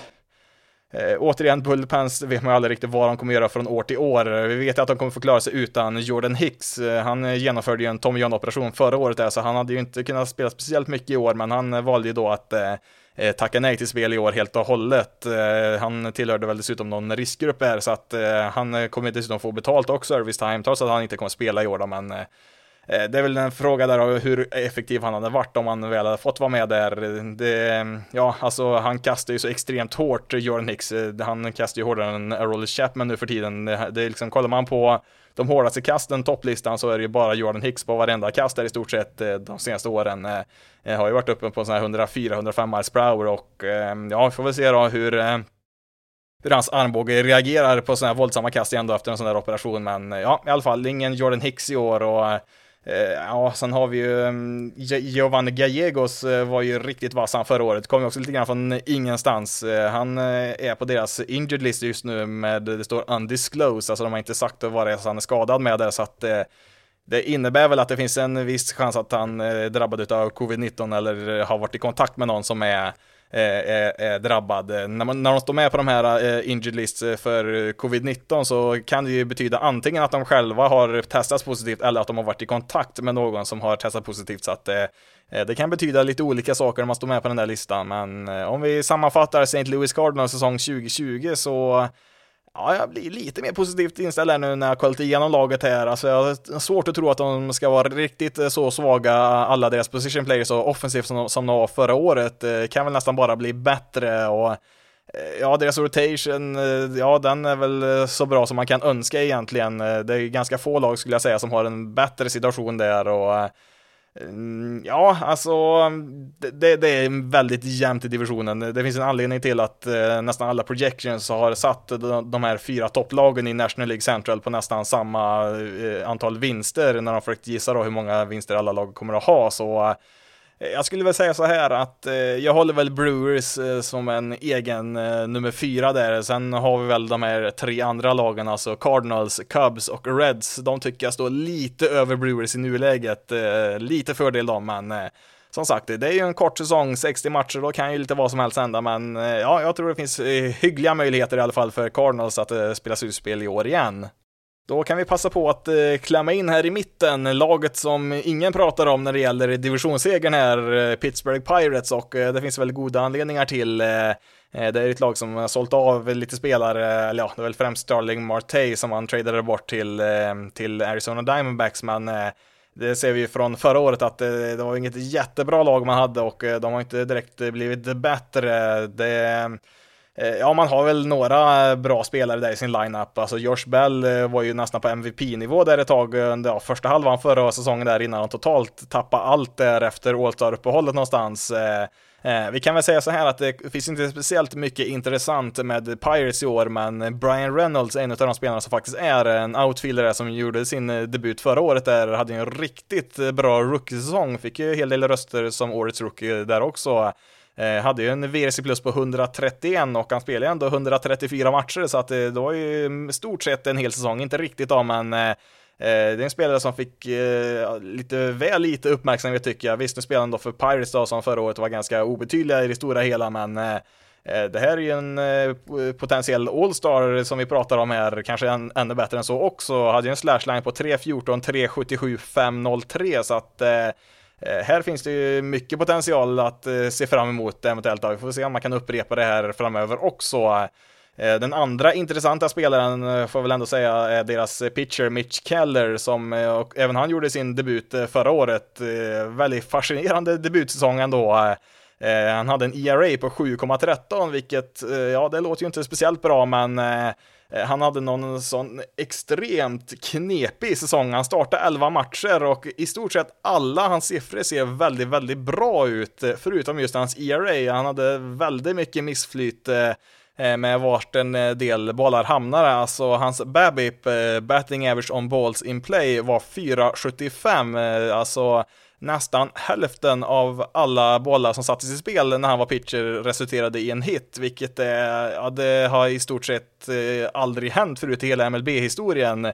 S1: Eh, återigen, bullpens vet man aldrig riktigt vad de kommer göra från år till år. Vi vet att de kommer få klara sig utan Jordan Hicks. Eh, han genomförde ju en Tommy John-operation förra året där, så han hade ju inte kunnat spela speciellt mycket i år, men han valde ju då att eh, tacka nej till spel i år helt och hållet. Eh, han tillhörde väl dessutom någon riskgrupp här, så att eh, han kommer dessutom få betalt och service time trots att han inte kommer spela i år då, men eh, det är väl en fråga där av hur effektiv han hade varit om han väl hade fått vara med där. Det, ja, alltså han kastar ju så extremt hårt, Jordan Hicks. Han kastar ju hårdare än Aroldis Chapman nu för tiden. Det, det är liksom, kollar man på de hårdaste kasten, topplistan, så är det ju bara Jordan Hicks på varenda kast där i stort sett de senaste åren. Eh, har ju varit uppe på sån här hundrafyra till hundrafem miles per hour och eh, ja, vi får väl se då hur eh, hur hans armbåge reagerar på såna här våldsamma kast ändå efter en sån här operation. Men ja, i alla fall ingen Jordan Hicks i år. Och ja, sen har vi ju um, Giovanni Gallegos uh, var ju riktigt vass han förra året. Kom ju också lite grann från ingenstans. Uh, han uh, är på deras injured list just nu med, det står undisclosed, alltså de har inte sagt vad det är han är skadad med där, så att uh, det innebär väl att det finns en viss chans att han är drabbad av covid nitton eller har varit i kontakt med någon som är Är, är drabbad. När, man, när de står med på de här eh, injured lists för covid nitton så kan det ju betyda antingen att de själva har testats positivt eller att de har varit i kontakt med någon som har testat positivt, så att eh, det kan betyda lite olika saker när man står med på den där listan. Men eh, om vi sammanfattar Saint Louis Cardinals säsong tjugo tjugo så ja, jag blir lite mer positivt inställd här nu när jag kollat igenom laget här. Alltså jag har svårt att tro att de ska vara riktigt så svaga, alla deras position players och offensivt som, som de var förra året. Kan väl nästan bara bli bättre och ja, deras rotation, ja, den är väl så bra som man kan önska egentligen. Det är ganska få lag skulle jag säga som har en bättre situation där och ja, alltså det, det är väldigt jämnt i divisionen. Det finns en anledning till att eh, nästan alla projections har satt de, de här fyra topplagen i National League Central på nästan samma eh, antal vinster när de försökt gissa då hur många vinster alla lag kommer att ha. Så eh, jag skulle väl säga så här att eh, jag håller väl Brewers eh, som en egen eh, nummer fyra där. Sen har vi väl de här tre andra lagen, alltså Cardinals, Cubs och Reds. De tycker jag står lite över Brewers i nuläget. Eh, lite fördel dem, men eh, som sagt, det är ju en kort säsong, sextio matcher, då kan ju lite vad som helst hända. Men eh, ja, jag tror det finns eh, hyggliga möjligheter i alla fall för Cardinals att eh, spela slutspel i år igen. Då kan vi passa på att eh, klämma in här i mitten laget som ingen pratar om när det gäller divisionssegern här, eh, Pittsburgh Pirates, och eh, det finns väl goda anledningar till. Eh, det är ett lag som har sålt av lite spelare, eller ja, det är väl främst Starling Marte som man tradade bort till, eh, till Arizona Diamondbacks, men eh, det ser vi ju från förra året att eh, det var inget jättebra lag man hade och eh, de har inte direkt blivit bättre. Det Ja, man har väl några bra spelare där i sin lineup. Alltså Josh Bell var ju nästan på M V P-nivå där ett tag under ja, första halvan förra säsongen där innan han totalt tappade allt där efter All-Star-uppehållet någonstans. Eh, vi kan väl säga så här att det finns inte speciellt mycket intressant med Pirates i år, men Brian Reynolds är en av de spelarna som faktiskt är en outfielder som gjorde sin debut förra året där, hade en riktigt bra rookie-säsong, fick ju en hel del röster som årets rookie där också. Eh, hade ju en V R C plus på hundratrettioen och han spelade ändå hundratrettiofyra matcher, så att det, det var ju stort sett en hel säsong, inte riktigt då, men eh, Det är en spelare som fick eh, lite väl lite uppmärksamhet tycker jag. Visst, nu spelar han då för Pirates då, som förra året var ganska obetydliga i det stora hela, men eh, det här är ju en eh, potentiell all-star som vi pratar om här, kanske en, ännu bättre än så också. Hade ju en slashline på tre fjorton, tre sjuttiosju, fem noll tre, så att eh, här finns det ju mycket potential att eh, se fram emot eventuellt. Vi får se om man kan upprepa det här framöver också. Den andra intressanta spelaren får jag väl ändå säga är deras pitcher Mitch Keller, som och även han gjorde sin debut förra året. Väldigt fascinerande debutsäsong ändå. Han hade en E R A på sju komma tretton, vilket, ja, det låter ju inte speciellt bra, men han hade någon sån extremt knepig säsong. Han startade elva matcher och i stort sett alla hans siffror ser väldigt, väldigt bra ut, förutom just hans E R A. Han hade väldigt mycket missflyt med vart en del bollar hamnar. Alltså hans B A B I P, batting average on balls in play, var fyra sjuttiofem. Alltså nästan hälften av alla bollar som sattes i spel när han var pitcher resulterade i en hit, vilket är, ja, det har i stort sett aldrig hänt förut i hela M L B-historien.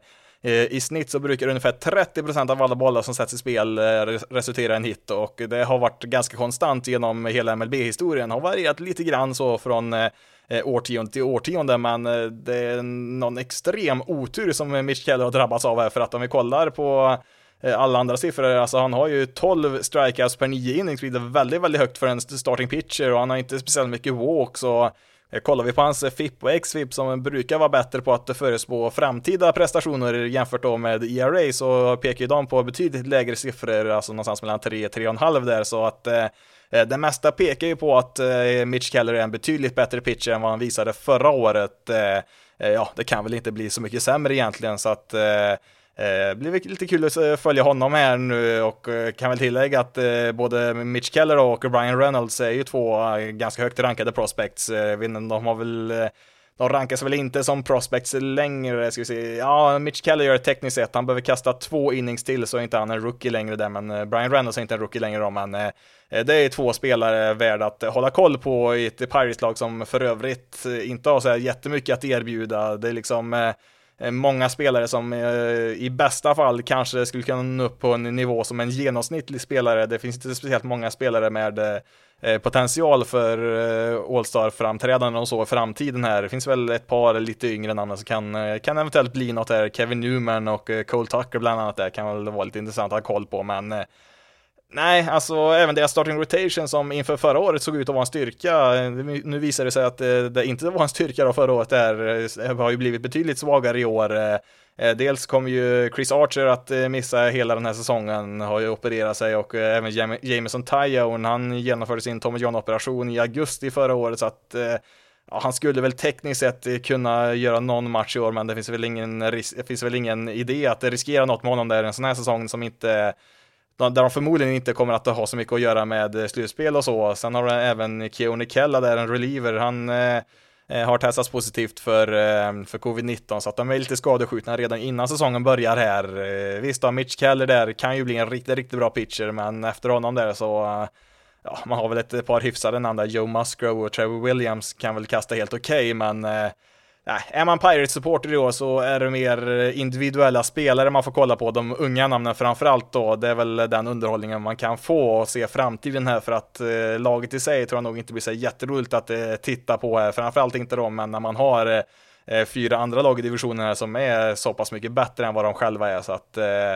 S1: I snitt så brukar ungefär trettio procent av alla bollar som sätts i spel resultera i en hit, och det har varit ganska konstant genom hela M L B-historien. Har varierat lite grann så från årtionde till årtionde, men det är någon extrem otur som Mitch Keller har drabbats av här, för att om vi kollar på alla andra siffror, alltså han har ju tolv strikeouts per nio innings, vilket är väldigt, väldigt högt för en starting pitcher, och han har inte speciellt mycket walks, och kollar vi på hans F I P och X F I P som brukar vara bättre på att förespå framtida prestationer jämfört då med E R A, så pekar ju de på betydligt lägre siffror, alltså någonstans mellan tre till tre komma fem där, så att eh, det mesta pekar ju på att eh, Mitch Keller är en betydligt bättre pitcher än vad han visade förra året. Eh, ja, det kan väl inte bli så mycket sämre egentligen, så att eh, det blir lite kul att följa honom här nu, och kan väl tillägga att eh, både Mitch Keller och Brian Reynolds är ju två ganska högt rankade prospects. De har väl, de rankas väl inte som prospects längre, ska vi se. Ja, Mitch Keller gör tekniskt sett, han behöver kasta två innings till, så är inte han en rookie längre där, men Brian Reynolds är inte en rookie längre då, men eh, det är två spelare värda att hålla koll på i ett Pirates-lag som för övrigt inte har så här jättemycket att erbjuda. Det är liksom eh, många spelare som eh, i bästa fall kanske skulle kunna nå upp på en nivå som en genomsnittlig spelare. Det finns inte speciellt många spelare med eh, potential för eh, All-Star-framträdanden och så i framtiden här. Det finns väl ett par lite yngre namn som kan, kan eventuellt bli något här. Kevin Newman och eh, Cole Tucker bland annat där kan väl vara lite intressant att ha koll på, men eh, nej, alltså även deras starting rotation som inför förra året såg ut att vara en styrka. Nu visar det sig att det, det inte var en styrka då förra året. Där har ju blivit betydligt svagare i år. Dels kommer ju Chris Archer att missa hela den här säsongen, har ju opererat sig, och även Jameson Taillon, han genomförde sin Tommy John-operation i augusti förra året, så att ja, han skulle väl tekniskt sett kunna göra någon match i år, men det finns väl ingen, risk, det finns väl ingen idé att riskera något med honom där en sån här säsong som inte, där de förmodligen inte kommer att ha så mycket att göra med slutspel och så. Sen har de även Keone Kella där, en reliever, han eh, har testats positivt för, eh, för covid nitton, så att de är lite skadeskjutna redan innan säsongen börjar här. Eh, visst då, Mitch Keller där kan ju bli en riktigt, riktigt bra pitcher, men efter honom där så eh, ja, man har väl ett par hyfsade namn där. Joe Musgrove och Trevor Williams kan väl kasta helt okej, okay, men eh, nej, är man Pirates-supporter i år så är det mer individuella spelare man får kolla på, de unga namnen framförallt då. Det är väl den underhållningen man kan få och se framtiden här, för att eh, laget i sig tror jag nog inte blir så jätteroligt att eh, titta på här, framförallt inte de, men när man har eh, fyra andra lag i divisionen här som är så pass mycket bättre än vad de själva är, så att eh,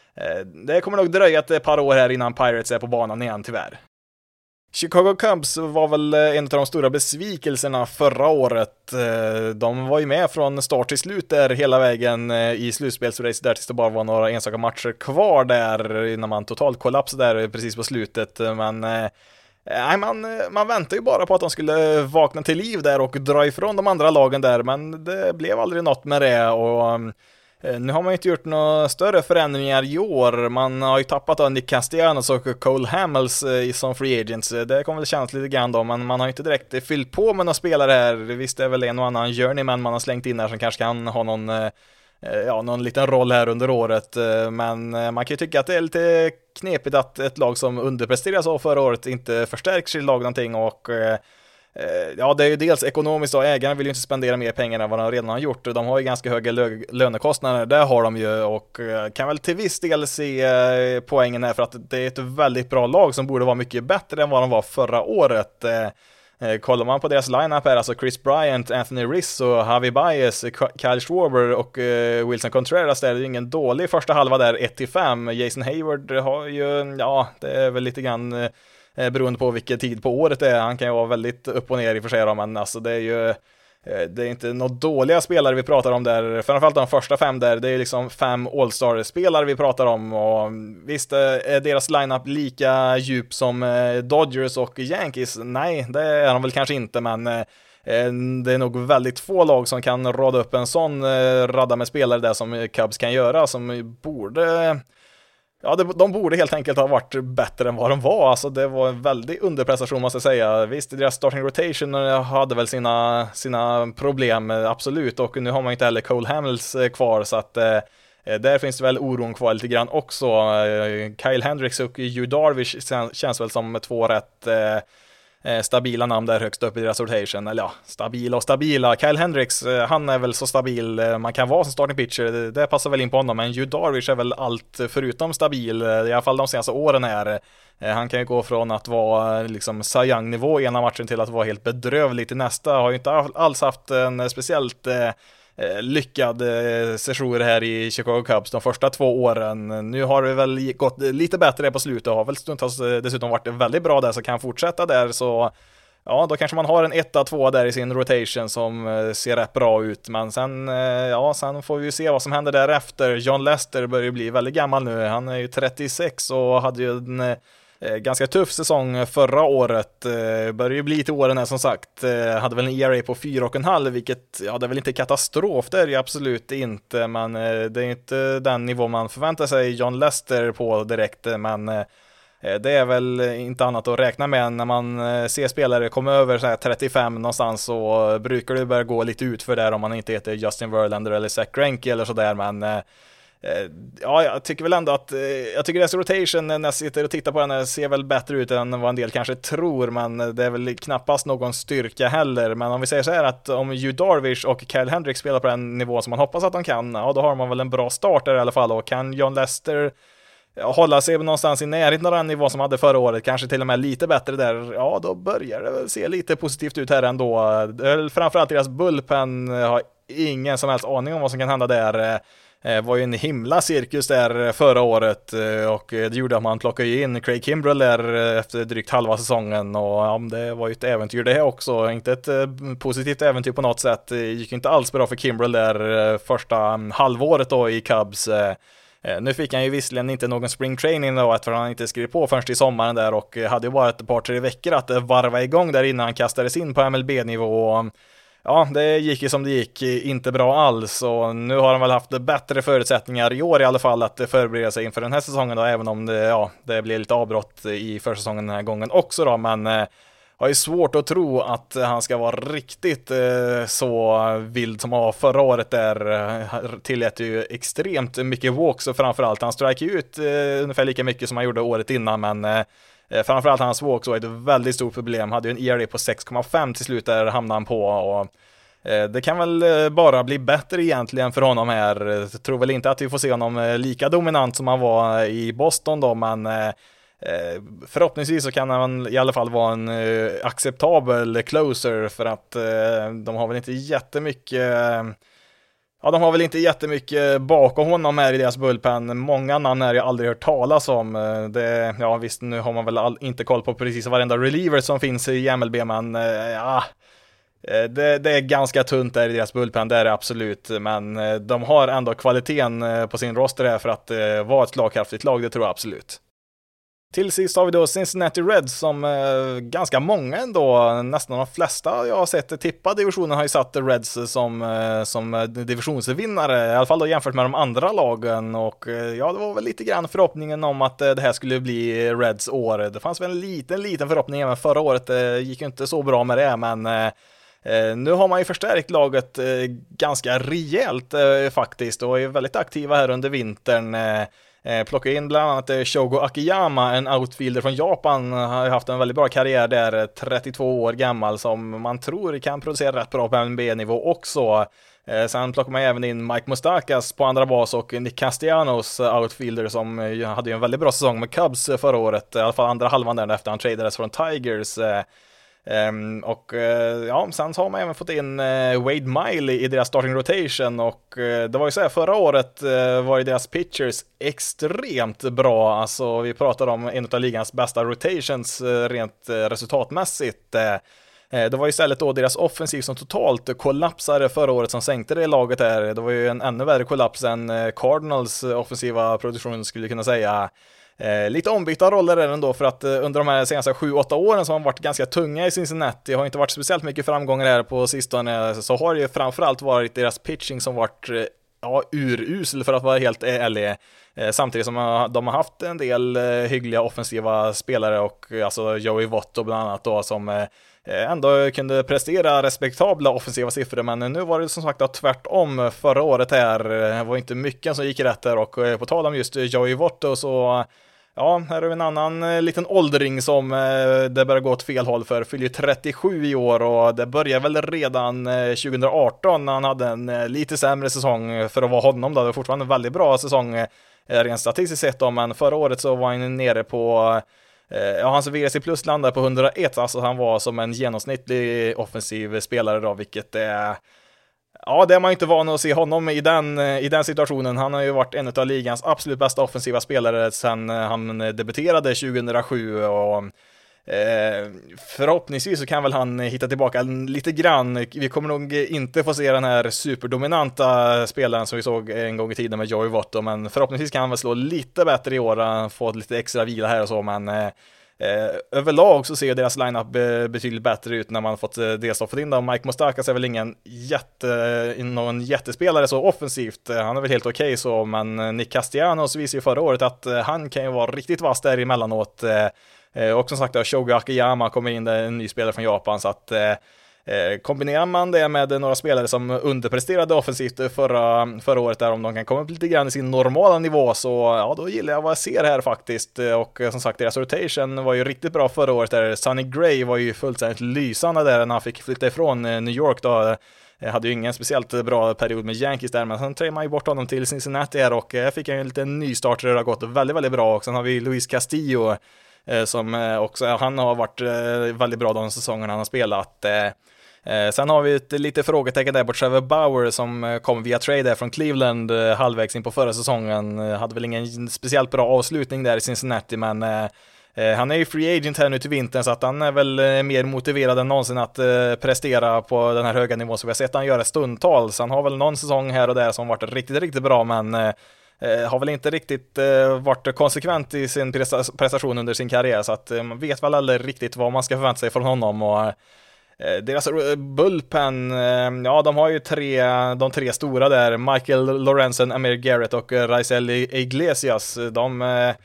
S1: det kommer nog dröja ett par år här innan Pirates är på banan igen, tyvärr. Chicago Cubs var väl en av de stora besvikelserna förra året. De var ju med från start till slut där hela vägen i slutspelsrace där tills det bara var några enstaka matcher kvar där innan man totalt kollapsade där precis på slutet. Men nej, man, man väntade ju bara på att de skulle vakna till liv där och dra ifrån de andra lagen där, men det blev aldrig något med det, och nu har man ju inte gjort några större förändringar i år. Man har ju tappat av Nick Castellanos och Cole Hamels eh, som free agents. Det kommer väl kännas lite grann då, men man har inte direkt fyllt på med några spelare här. Visst är väl en och annan journeyman man har slängt in här som kanske kan ha någon, eh, ja, någon liten roll här under året. Men man kan ju tycka att det är lite knepigt att ett lag som underpresterar så förra året inte förstärker sitt lag någonting, och eh, Ja, det är ju dels ekonomiskt och ägarna vill ju inte spendera mer pengar än vad de redan har gjort. De har ju ganska höga lö- lönekostnader, det har de ju, och kan väl till viss del se poängen här för att det är ett väldigt bra lag som borde vara mycket bättre än vad de var förra året. Kollar man på deras lineup här, alltså Chris Bryant, Anthony Rizzo, Javi Baez, Kyle Schwarber och Wilson Contreras, där är det ingen dålig första halva där, ett till fem. Jason Hayward har ju, ja, det är väl lite grann beroende på vilken tid på året det är. Han kan ju vara väldigt upp och ner i och för sig, men alltså det är ju det är inte några dåliga spelare vi pratar om där. Framförallt de första fem där, det är liksom fem All-Star-spelare vi pratar om, och visst är deras lineup lika djup som Dodgers och Yankees? Nej, det är de väl kanske inte, men det är nog väldigt få lag som kan rada upp en sån radda med spelare där som Cubs kan göra, som borde... Ja, det, de borde helt enkelt ha varit bättre än vad de var. Alltså det var en väldig underprestation, måste jag säga. Visst, deras starting rotation hade väl sina, sina problem, absolut. Och nu har man inte heller Cole Hamels kvar, så att eh, där finns det väl oron kvar lite grann också. Eh, Kyle Hendricks och Yu Darvish känns väl som två rätt eh, stabila namn där högst upp i deras rotation. Eller ja, stabila och stabila. Kyle Hendricks, han är väl så stabil man kan vara som starting pitcher. Det, det passar väl in på honom. Men Yu Darvish är väl allt förutom stabil, i alla fall de senaste åren här. Han kan ju gå från att vara liksom Cy Young-nivå i ena matchen till att vara helt bedrövligt i nästa. Har ju inte alls haft en speciellt lyckad session här i Chicago Cubs de första två åren. Nu har det väl gått lite bättre på slutet, har väl stundtals dessutom varit väldigt bra där, så kan fortsätta där, så ja, då kanske man har en etta, två där i sin rotation som ser rätt bra ut. Men sen, ja, sen får vi ju se vad som händer därefter. John Lester börjar ju bli väldigt gammal nu, han är ju trettiosex och hade ju en ganska tuff säsong förra året. Börjar ju bli till åren här, som sagt. Hade väl en E R A på fyra och en halv, vilket, ja, det är väl inte katastrof, det är det absolut inte, men det är inte den nivå man förväntar sig John Lester på direkt, men det är väl inte annat att räkna med. När man ser spelare komma över så här trettiofem någonstans, så brukar det börja gå lite ut för där om man inte heter Justin Verlander eller Zach Greinke eller sådär, men ja, jag tycker väl ändå att jag tycker deras rotation när jag sitter och tittar på den ser väl bättre ut än vad en del kanske tror, men det är väl knappast någon styrka heller. Men om vi säger så här, att om Yu Darvish och Kyle Hendricks spelar på den nivå som man hoppas att de kan, ja, då har man väl en bra start där i alla fall. Och kan John Lester hålla sig någonstans i närheten av den nivå som hade förra året, kanske till och med lite bättre där, ja, då börjar det väl se lite positivt ut här ändå. Framförallt deras bullpen har ingen som helst aning om vad som kan hända där. Det var ju en himla cirkus där förra året, och det gjorde att man plockade in Craig Kimbrell där efter drygt halva säsongen, och ja, det var ju ett äventyr det här också, inte ett positivt äventyr på något sätt. Det gick inte alls bra för Kimbrell där första halvåret då i Cubs. Nu fick han ju visserligen inte någon spring training då, eftersom han inte skrev på först i sommaren där, och hade ju bara ett par tre veckor att varva igång där innan han kastades in på M L B-nivå. Ja, det gick ju som det gick, inte bra alls, och nu har han väl haft bättre förutsättningar i år i alla fall att förbereda sig inför den här säsongen då, även om det, ja, det blir lite avbrott i försäsongen den här gången också då, men eh, har ju svårt att tro att han ska vara riktigt eh, så vild som han var förra året där. Eh, tillät ju extremt mycket walks, och framförallt han strike ut eh, ungefär lika mycket som han gjorde året innan, men eh, framförallt hans walks var ett väldigt stort problem. Hade ju en E R A på sex komma fem till slut där hamnade han på, och eh, det kan väl bara bli bättre egentligen för honom här. Jag tror väl inte att vi får se honom lika dominant som han var i Boston då, men eh, förhoppningsvis så kan han i alla fall vara en eh, acceptabel closer, för att eh, de har väl inte jättemycket eh, Ja, de har väl inte jättemycket bakom honom här i deras bullpen. Många namn har jag aldrig hört talas om. Det, ja visst, nu har man väl all, inte koll på precis varenda reliever som finns i M L B, men ja, det, det är ganska tunt där i deras bullpen, det är det absolut. Men de har ändå kvaliteten på sin roster här för att vara ett slagkraftigt lag, det tror jag absolut. Till sist har vi då Cincinnati Reds som eh, ganska många ändå, nästan de flesta jag har sett tippa divisionen har ju satt Reds som, eh, som divisionsvinnare, i alla fall då jämfört med de andra lagen, och eh, ja, det var väl lite grann förhoppningen om att eh, det här skulle bli Reds år. Det fanns väl en liten, liten förhoppning även förra året, det eh, gick ju inte så bra med det, men eh, Eh, nu har man ju förstärkt laget eh, ganska rejält eh, faktiskt, och är väldigt aktiva här under vintern. Eh, Eh, plocka in bland annat eh, Shogo Akiyama, en outfielder från Japan, har haft en väldigt bra karriär där, trettiotvå år gammal, som man tror kan producera rätt bra på N B A-nivå också. Eh, sen plockar man även in Mike Moustakas på andra bas och Nick Castellanos outfielder som eh, hade ju en väldigt bra säsong med Cubs förra året, i alla fall andra halvan där efter han tradades från Tigers. Eh, Um, och uh, ja, sen så har man även fått in uh, Wade Miley i deras starting rotation, och uh, det var ju så här, förra året uh, var ju deras pitchers extremt bra. Alltså vi pratar om en av ligans bästa rotations uh, rent uh, resultatmässigt. Uh, Det var ju istället då deras offensiv som totalt kollapsade förra året som sänkte det laget här. Det var ju en ännu värre kollaps än Cardinals offensiva produktion skulle jag kunna säga. Eh, lite ombytta roller är det ändå, för att eh, under de här senaste sju åtta åren så har de varit ganska tunga i Cincinnati. Det har inte varit speciellt mycket framgångar här på sistone, så har det ju framförallt varit deras pitching som varit eh, ja, urusel för att vara helt ärlig. Eh, samtidigt som uh, de har haft en del uh, hyggliga offensiva spelare, och uh, alltså Joey Votto bland annat då, som uh, ändå kunde prestera respektabla offensiva siffror. Men nu var det som sagt då, tvärtom förra året här. Det var inte mycket som gick rätt där, och uh, på tal om just Joey Votto så uh, ja, här är en annan uh, liten åldring som uh, det börjar gå åt fel håll för. Fyller trettiosju i år, och det började väl redan uh, tjugo arton när han hade en uh, lite sämre säsong för att vara honom då. Det var fortfarande en väldigt bra säsong uh, rent statistiskt sett då, men förra året så var han nere på uh, ja, hans V S I plus landade på hundraett, alltså han var som en genomsnittlig offensiv spelare då, vilket är uh, ja, det är man inte van att se honom i den, i den situationen. Han har ju varit en av ligans absolut bästa offensiva spelare sedan han debuterade tjugohundrasju, och eh, förhoppningsvis så kan väl han hitta tillbaka lite grann. Vi kommer nog inte få se den här superdominanta spelaren som vi såg en gång i tiden med Joey Votto, men förhoppningsvis kan han väl slå lite bättre i år, få lite extra vila här och så, men eh, Eh, överlag så ser deras lineup be- betydligt bättre ut när man fått eh, dels fått in då. Mike Moustakas är väl ingen jätte, någon jättespelare så offensivt, eh, han är väl helt okej okay, så, men eh, Nick Castellanos visade ju förra året att eh, han kan ju vara riktigt vass där emellanåt, eh, eh, och som sagt då, Shogo Akiyama kommer in, en ny spelare från Japan, så att eh, Eh, kombinerar man det med några spelare som underpresterade offensivt förra, förra året där, om de kan komma upp lite grann i sin normala nivå, så ja, då gillar jag vad jag ser här faktiskt. Och som sagt, deras rotation var ju riktigt bra förra året där. Sonny Gray var ju fullständigt lysande där när han fick flytta ifrån New York då. Jag hade ju ingen speciellt bra period med Yankees där, men sen trade man ju bort honom till Cincinnati här, och jag fick en liten nystart där det har gått väldigt, väldigt bra. Och sen har vi Luis Castillo som också, han har varit väldigt bra de säsongerna han har spelat. Eh, sen har vi ett lite frågetecken där på Trevor Bauer som kom via trade från Cleveland eh, halvvägs in på förra säsongen. Eh, hade väl ingen speciellt bra avslutning där i Cincinnati, men eh, eh, han är ju free agent här nu till vintern, så att han är väl eh, mer motiverad än någonsin att eh, prestera på den här höga nivån, så vi har sett han göra stundtals. Han har väl någon säsong här och där som varit riktigt, riktigt bra, men eh, har väl inte riktigt eh, varit konsekvent i sin prestation under sin karriär, så att eh, man vet väl aldrig riktigt vad man ska förvänta sig från honom. Och deras bullpen, ja, de har ju tre, de tre stora där, Michael Lorenzen, Amir Garrett och Raisel Iglesias. De,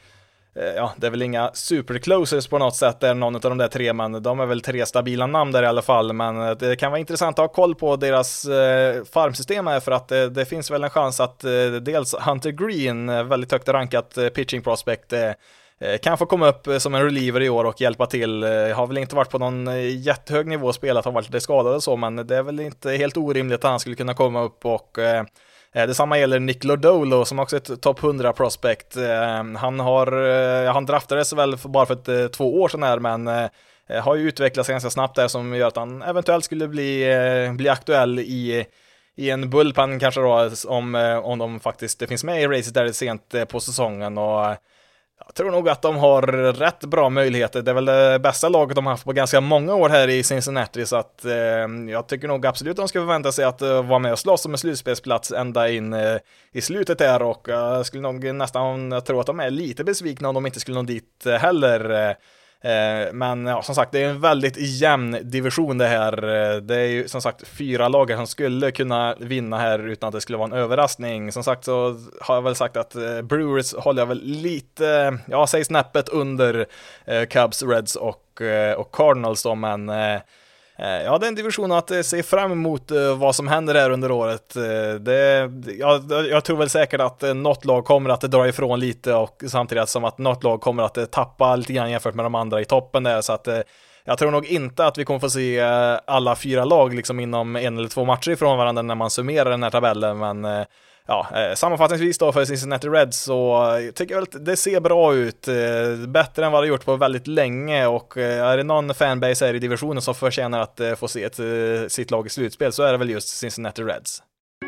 S1: ja, det är väl inga superclosers på något sätt där, någon av de där tre, men de är väl tre stabila namn där i alla fall. Men det kan vara intressant att ha koll på deras farmsystem här, för att det, det finns väl en chans att dels Hunter Green, väldigt högt rankat pitching prospect, kan få komma upp som en reliever i år och hjälpa till. Har väl inte varit på någon jättehög nivå spelat, har varit lite skadad och så, men det är väl inte helt orimligt att han skulle kunna komma upp. Och eh, detsamma gäller Nick Lodolo som också är ett topp hundra prospect. Eh, han har eh, han draftades väl för, bara för ett, eh, två år sedan här, men eh, har ju utvecklats ganska snabbt där, som gör att han eventuellt skulle bli, eh, bli aktuell i i en bullpen kanske då, om, om de faktiskt det finns med i racet där sent på säsongen. Och jag tror nog att de har rätt bra möjligheter. Det är väl det bästa laget de har haft på ganska många år här i Cincinnati, så att eh, jag tycker nog absolut att de ska förvänta sig att uh, vara med och slåss om en slutspelsplats ända in uh, i slutet där, och jag uh, skulle nog nästan jag tror att de är lite besvikna om de inte skulle nå dit uh, heller. Uh, Men ja, som sagt, det är en väldigt jämn division det här. Det är ju som sagt fyra lag som skulle kunna vinna här utan att det skulle vara en överraskning. Som sagt så har jag väl sagt att Brewers håller jag väl lite, ja, säg snäppet under Cubs, Reds och, och Cardinals då, men Ja, det är en division att se fram emot vad som händer här under året. Det, jag, jag tror väl säkert att något lag kommer att dra ifrån lite, och samtidigt som att något lag kommer att tappa lite grann jämfört med de andra i toppen där, så att jag tror nog inte att vi kommer få se alla fyra lag liksom inom en eller två matcher ifrån varandra när man summerar den här tabellen, men ja, sammanfattningsvis då för Cincinnati Reds så tycker jag väl att det ser bra ut, bättre än vad det gjort på väldigt länge, och är det någon fanbase här i divisionen som förtjänar att få se ett, sitt lag i slutspel, så är det väl just Cincinnati Reds.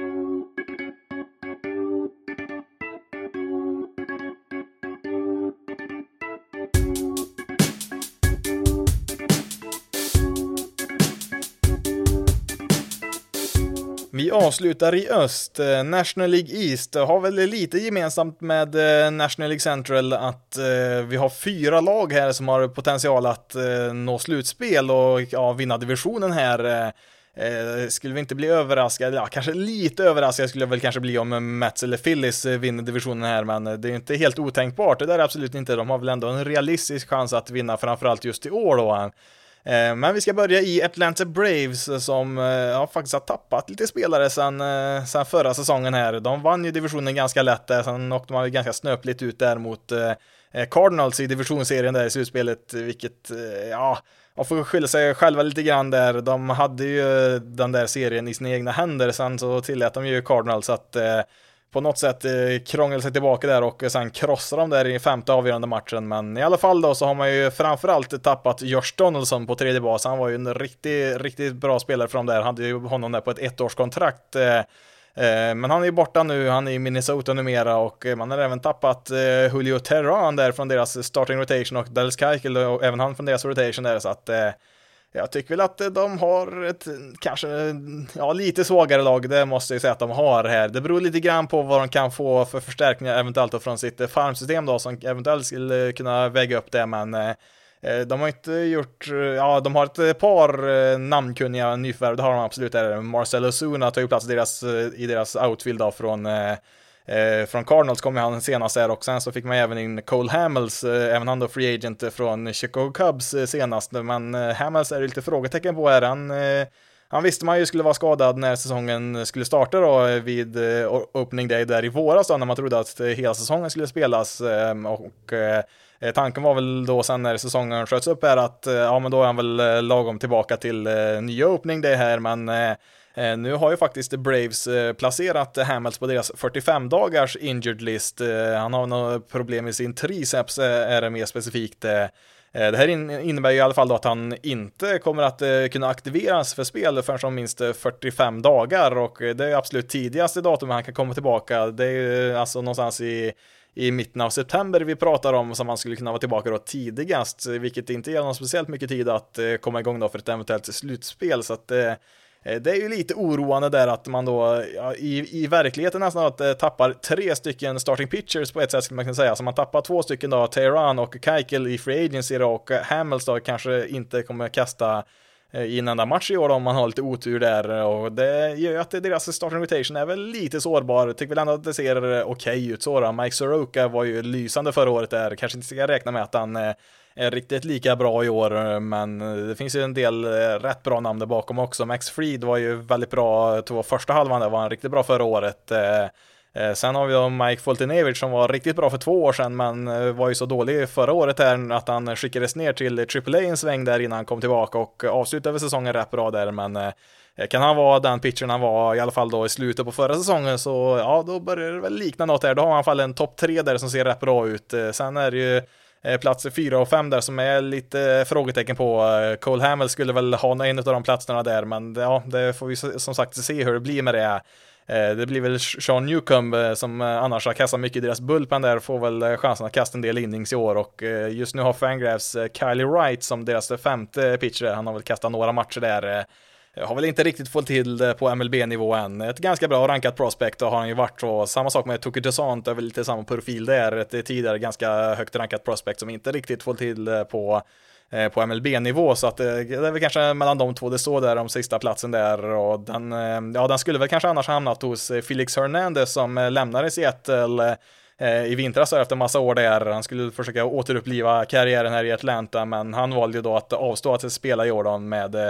S1: Vi avslutar i öst. National League East har väl lite gemensamt med National League Central att vi har fyra lag här som har potential att nå slutspel och ja, vinna divisionen här. Skulle vi inte bli överraskade, ja, kanske lite överraskade skulle jag väl kanske bli om Mets eller Phillies vinner divisionen här, men det är inte helt otänkbart, det där är absolut inte. De har väl ändå en realistisk chans att vinna, framförallt just i år då. Men vi ska börja i Atlanta Braves som ja, faktiskt har tappat lite spelare sen, sen förra säsongen här. De vann ju divisionen ganska lätt där, sen åkte man ganska snöpligt ut där mot eh, Cardinals i divisionsserien där i slutspelet, vilket ja, man får skylla sig själva lite grann där. De hade ju den där serien i sina egna händer, sen så tillät de ju Cardinals att eh, på något sätt eh, krångla sig tillbaka där och sen krossa dem där i femte avgörande matchen. Men i alla fall då så har man ju framförallt tappat Josh Donaldson på tredje bas. Han var ju en riktigt, riktigt bra spelare för dem där. Hade ju honom där på ett ettårskontrakt. Eh, eh, men han är ju borta nu, han är i Minnesota numera, och man har även tappat eh, Julio Teheran där från deras starting rotation, och Dallas Keuchel och även han från deras rotation där, så att eh, jag tycker väl att de har ett kanske ja, lite svagare lag, det måste jag säga att de har här. Det beror lite grann på vad de kan få för förstärkningar eventuellt från sitt farmsystem då, som eventuellt skulle kunna väga upp det, men eh, de har inte gjort, ja, de har ett par namnkunniga nyförvärv, det har de absolut där. Marcell Ozuna tar ju plats i deras, i deras outfield då från eh, Eh, från Cardinals kom han senast här, och sen så fick man även in Cole Hamels, eh, även han då free agent från Chicago Cubs eh, senast, men eh, Hamels är lite frågetecken på här. Han, eh, han visste man ju skulle vara skadad när säsongen skulle starta då vid eh, opening day där i våras då, när man trodde att eh, hela säsongen skulle spelas, eh, och eh, tanken var väl då sen när säsongen sköts upp här att eh, ja, men då är han väl eh, lagom tillbaka till eh, nya opening day här, men eh, Eh, nu har ju faktiskt Braves eh, placerat Hamels på deras fyrtiofem dagars injured list. Eh, han har något problem med sin triceps, eh, är det mer specifikt. Eh, det här in- innebär ju i alla fall då att han inte kommer att eh, kunna aktiveras för spel förrän som minst fyrtiofem dagar, och det är absolut tidigaste datum han kan komma tillbaka. Det är ju alltså någonstans i i mitten av september vi pratar om som man skulle kunna vara tillbaka då tidigast, vilket inte ger någon speciellt mycket tid att eh, komma igång då för ett eventuellt slutspel, så att eh, det är ju lite oroande där att man då ja, i, i verkligheten nästan att, eh, tappar tre stycken starting pitchers på ett sätt, skulle man kunna säga. Så man tappar två stycken då, Teheran och Keuchel i free agency då, och Hamels då kanske inte kommer kasta eh, i en enda match i år om man har lite otur där, och det gör ju att deras starting rotation är väl lite sårbar. Tycker väl ändå att det ser okej okay ut så då. Mike Soroka var ju lysande förra året där, kanske inte ska räkna med att han eh, är riktigt lika bra i år, men det finns ju en del rätt bra namn där bakom också. Max Fried var ju väldigt bra, tog första halvan där var han riktigt bra förra året. Eh, sen har vi då Mike Foltynewicz som var riktigt bra för två år sedan, men var ju så dålig förra året här att han skickades ner till triple A en sväng där innan han kom tillbaka och avslutade säsongen rätt bra där, men eh, kan han vara den pitchen han var i alla fall då i slutet på förra säsongen, så ja, då börjar det väl likna något där. Då har han i alla fall en topp tre där som ser rätt bra ut. Sen är det ju plats fyra och fem där som är lite frågetecken på. Cole Hamels skulle väl ha en av de platserna där, men ja, det får vi som sagt se hur det blir med det. Det blir väl Sean Newcomb som annars har kastat mycket i deras bullpen där, får väl chansen att kasta en del innings i år, och just nu har Fangraphs Kylie Wright som deras femte pitcher. Han har väl kastat några matcher där. Har väl inte riktigt fått till på M L B-nivå än. Ett ganska bra rankat prospect har han ju varit, och samma sak med Tuki Toussaint är väl lite samma profil där. Ett tidigare ganska högt rankat prospect som inte riktigt fått till på, på M L B-nivå, så att det är väl kanske mellan de två det står där om sista platsen där, och den, ja, den skulle väl kanske annars hamnat hos Felix Hernandez som lämnade Seattle i vintras efter massa år där. Han skulle försöka återuppliva karriären här i Atlanta, men han valde ju då att avstå att spela i år då med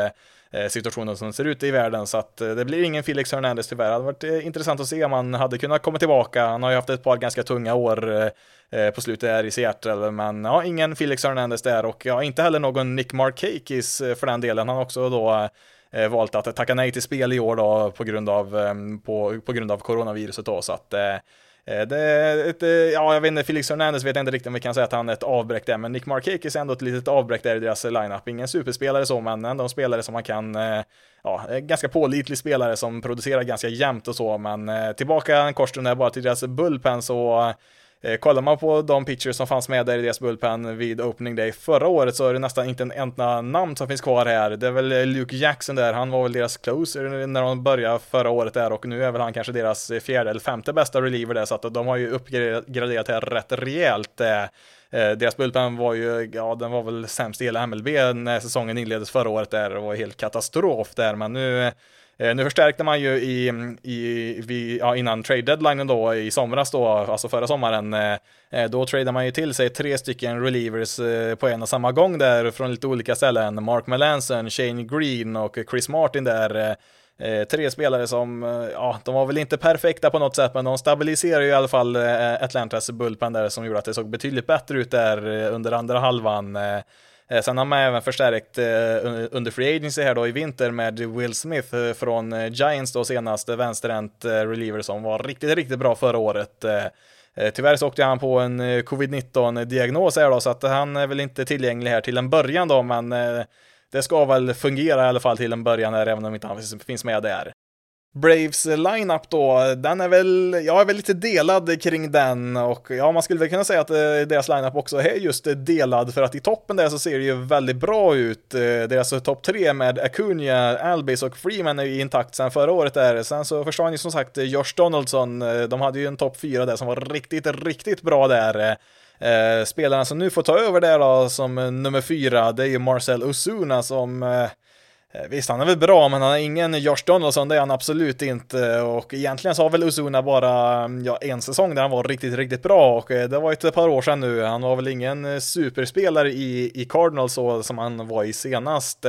S1: situationen som ser ut i världen, så att det blir ingen Felix Hernandez tyvärr. Det hade varit intressant att se om han hade kunnat komma tillbaka. Han har ju haft ett par ganska tunga år på slutet här i Seattle, men ja, ingen Felix Hernandez där, och ja, inte heller någon Nick Markakis för den delen. Han har också då eh, valt att tacka nej till spel i år då på grund av, eh, på, på grund av coronaviruset då, så att eh, det är ett, ja, jag vet inte, Felix Hernandez vet jag inte riktigt om vi kan säga att han är ett avbräck där, men Nick Markakis är ändå ett litet avbräck där i deras lineup. Ingen superspelare så, men ändå en spelare som man kan, ja, ganska pålitlig spelare som producerar ganska jämnt och så, men tillbaka en korstund där bara till deras bullpen, så Eh, kollar man på de pitchers som fanns med där i deras bullpen vid opening day förra året, så är det nästan inte en enda namn som finns kvar här. Det är väl Luke Jackson där, han var väl deras closer när de började förra året där, och nu är väl han kanske deras fjärde eller femte bästa reliever där, så att de har ju uppgraderat här rätt rejält. Eh, deras bullpen var ju, ja, den var väl sämst i hela M L B när säsongen inleddes förra året där, och var helt katastrof där, men nu Nu förstärkte man ju i, i, vid, ja, innan trade deadline då i somras då, alltså förra sommaren, då tradade man ju till sig tre stycken relievers på en och samma gång där från lite olika ställen. Mark Melancon, Shane Green och Chris Martin där. Tre spelare som, ja, de var väl inte perfekta på något sätt, men de stabiliserar ju i alla fall Atlantas bullpen där, som gjorde att det såg betydligt bättre ut där under andra halvan. Sen har man även förstärkt under free agency här då i vinter med Will Smith från Giants då, senaste vänsterhänt reliever som var riktigt, riktigt bra förra året. Tyvärr så åkte han på en covid nitton-diagnos här då, så att han är väl inte tillgänglig här till en början då, men det ska väl fungera i alla fall till en början här, även om inte han finns med där. Braves lineup då, den är väl, jag är väl lite delad kring den, och ja, man skulle väl kunna säga att deras lineup också är just delad, för att i toppen där så ser det ju väldigt bra ut. Deras topp tre med Acuna, Albies och Freeman är ju intakt sedan förra året där. Sen så försvann ju som sagt Josh Donaldson, de hade ju en topp fyra där som var riktigt, riktigt bra där. Eh, spelarna som nu får ta över där då som nummer fyra, det är ju Marcell Ozuna som eh, visst, han är väl bra, men han har ingen Josh Donaldson, det är han absolut inte, och egentligen så har väl Ozuna bara, ja, en säsong där han var riktigt, riktigt bra, och det var ett par år sedan nu. Han var väl ingen superspelare i, i Cardinals så, som han var i senast,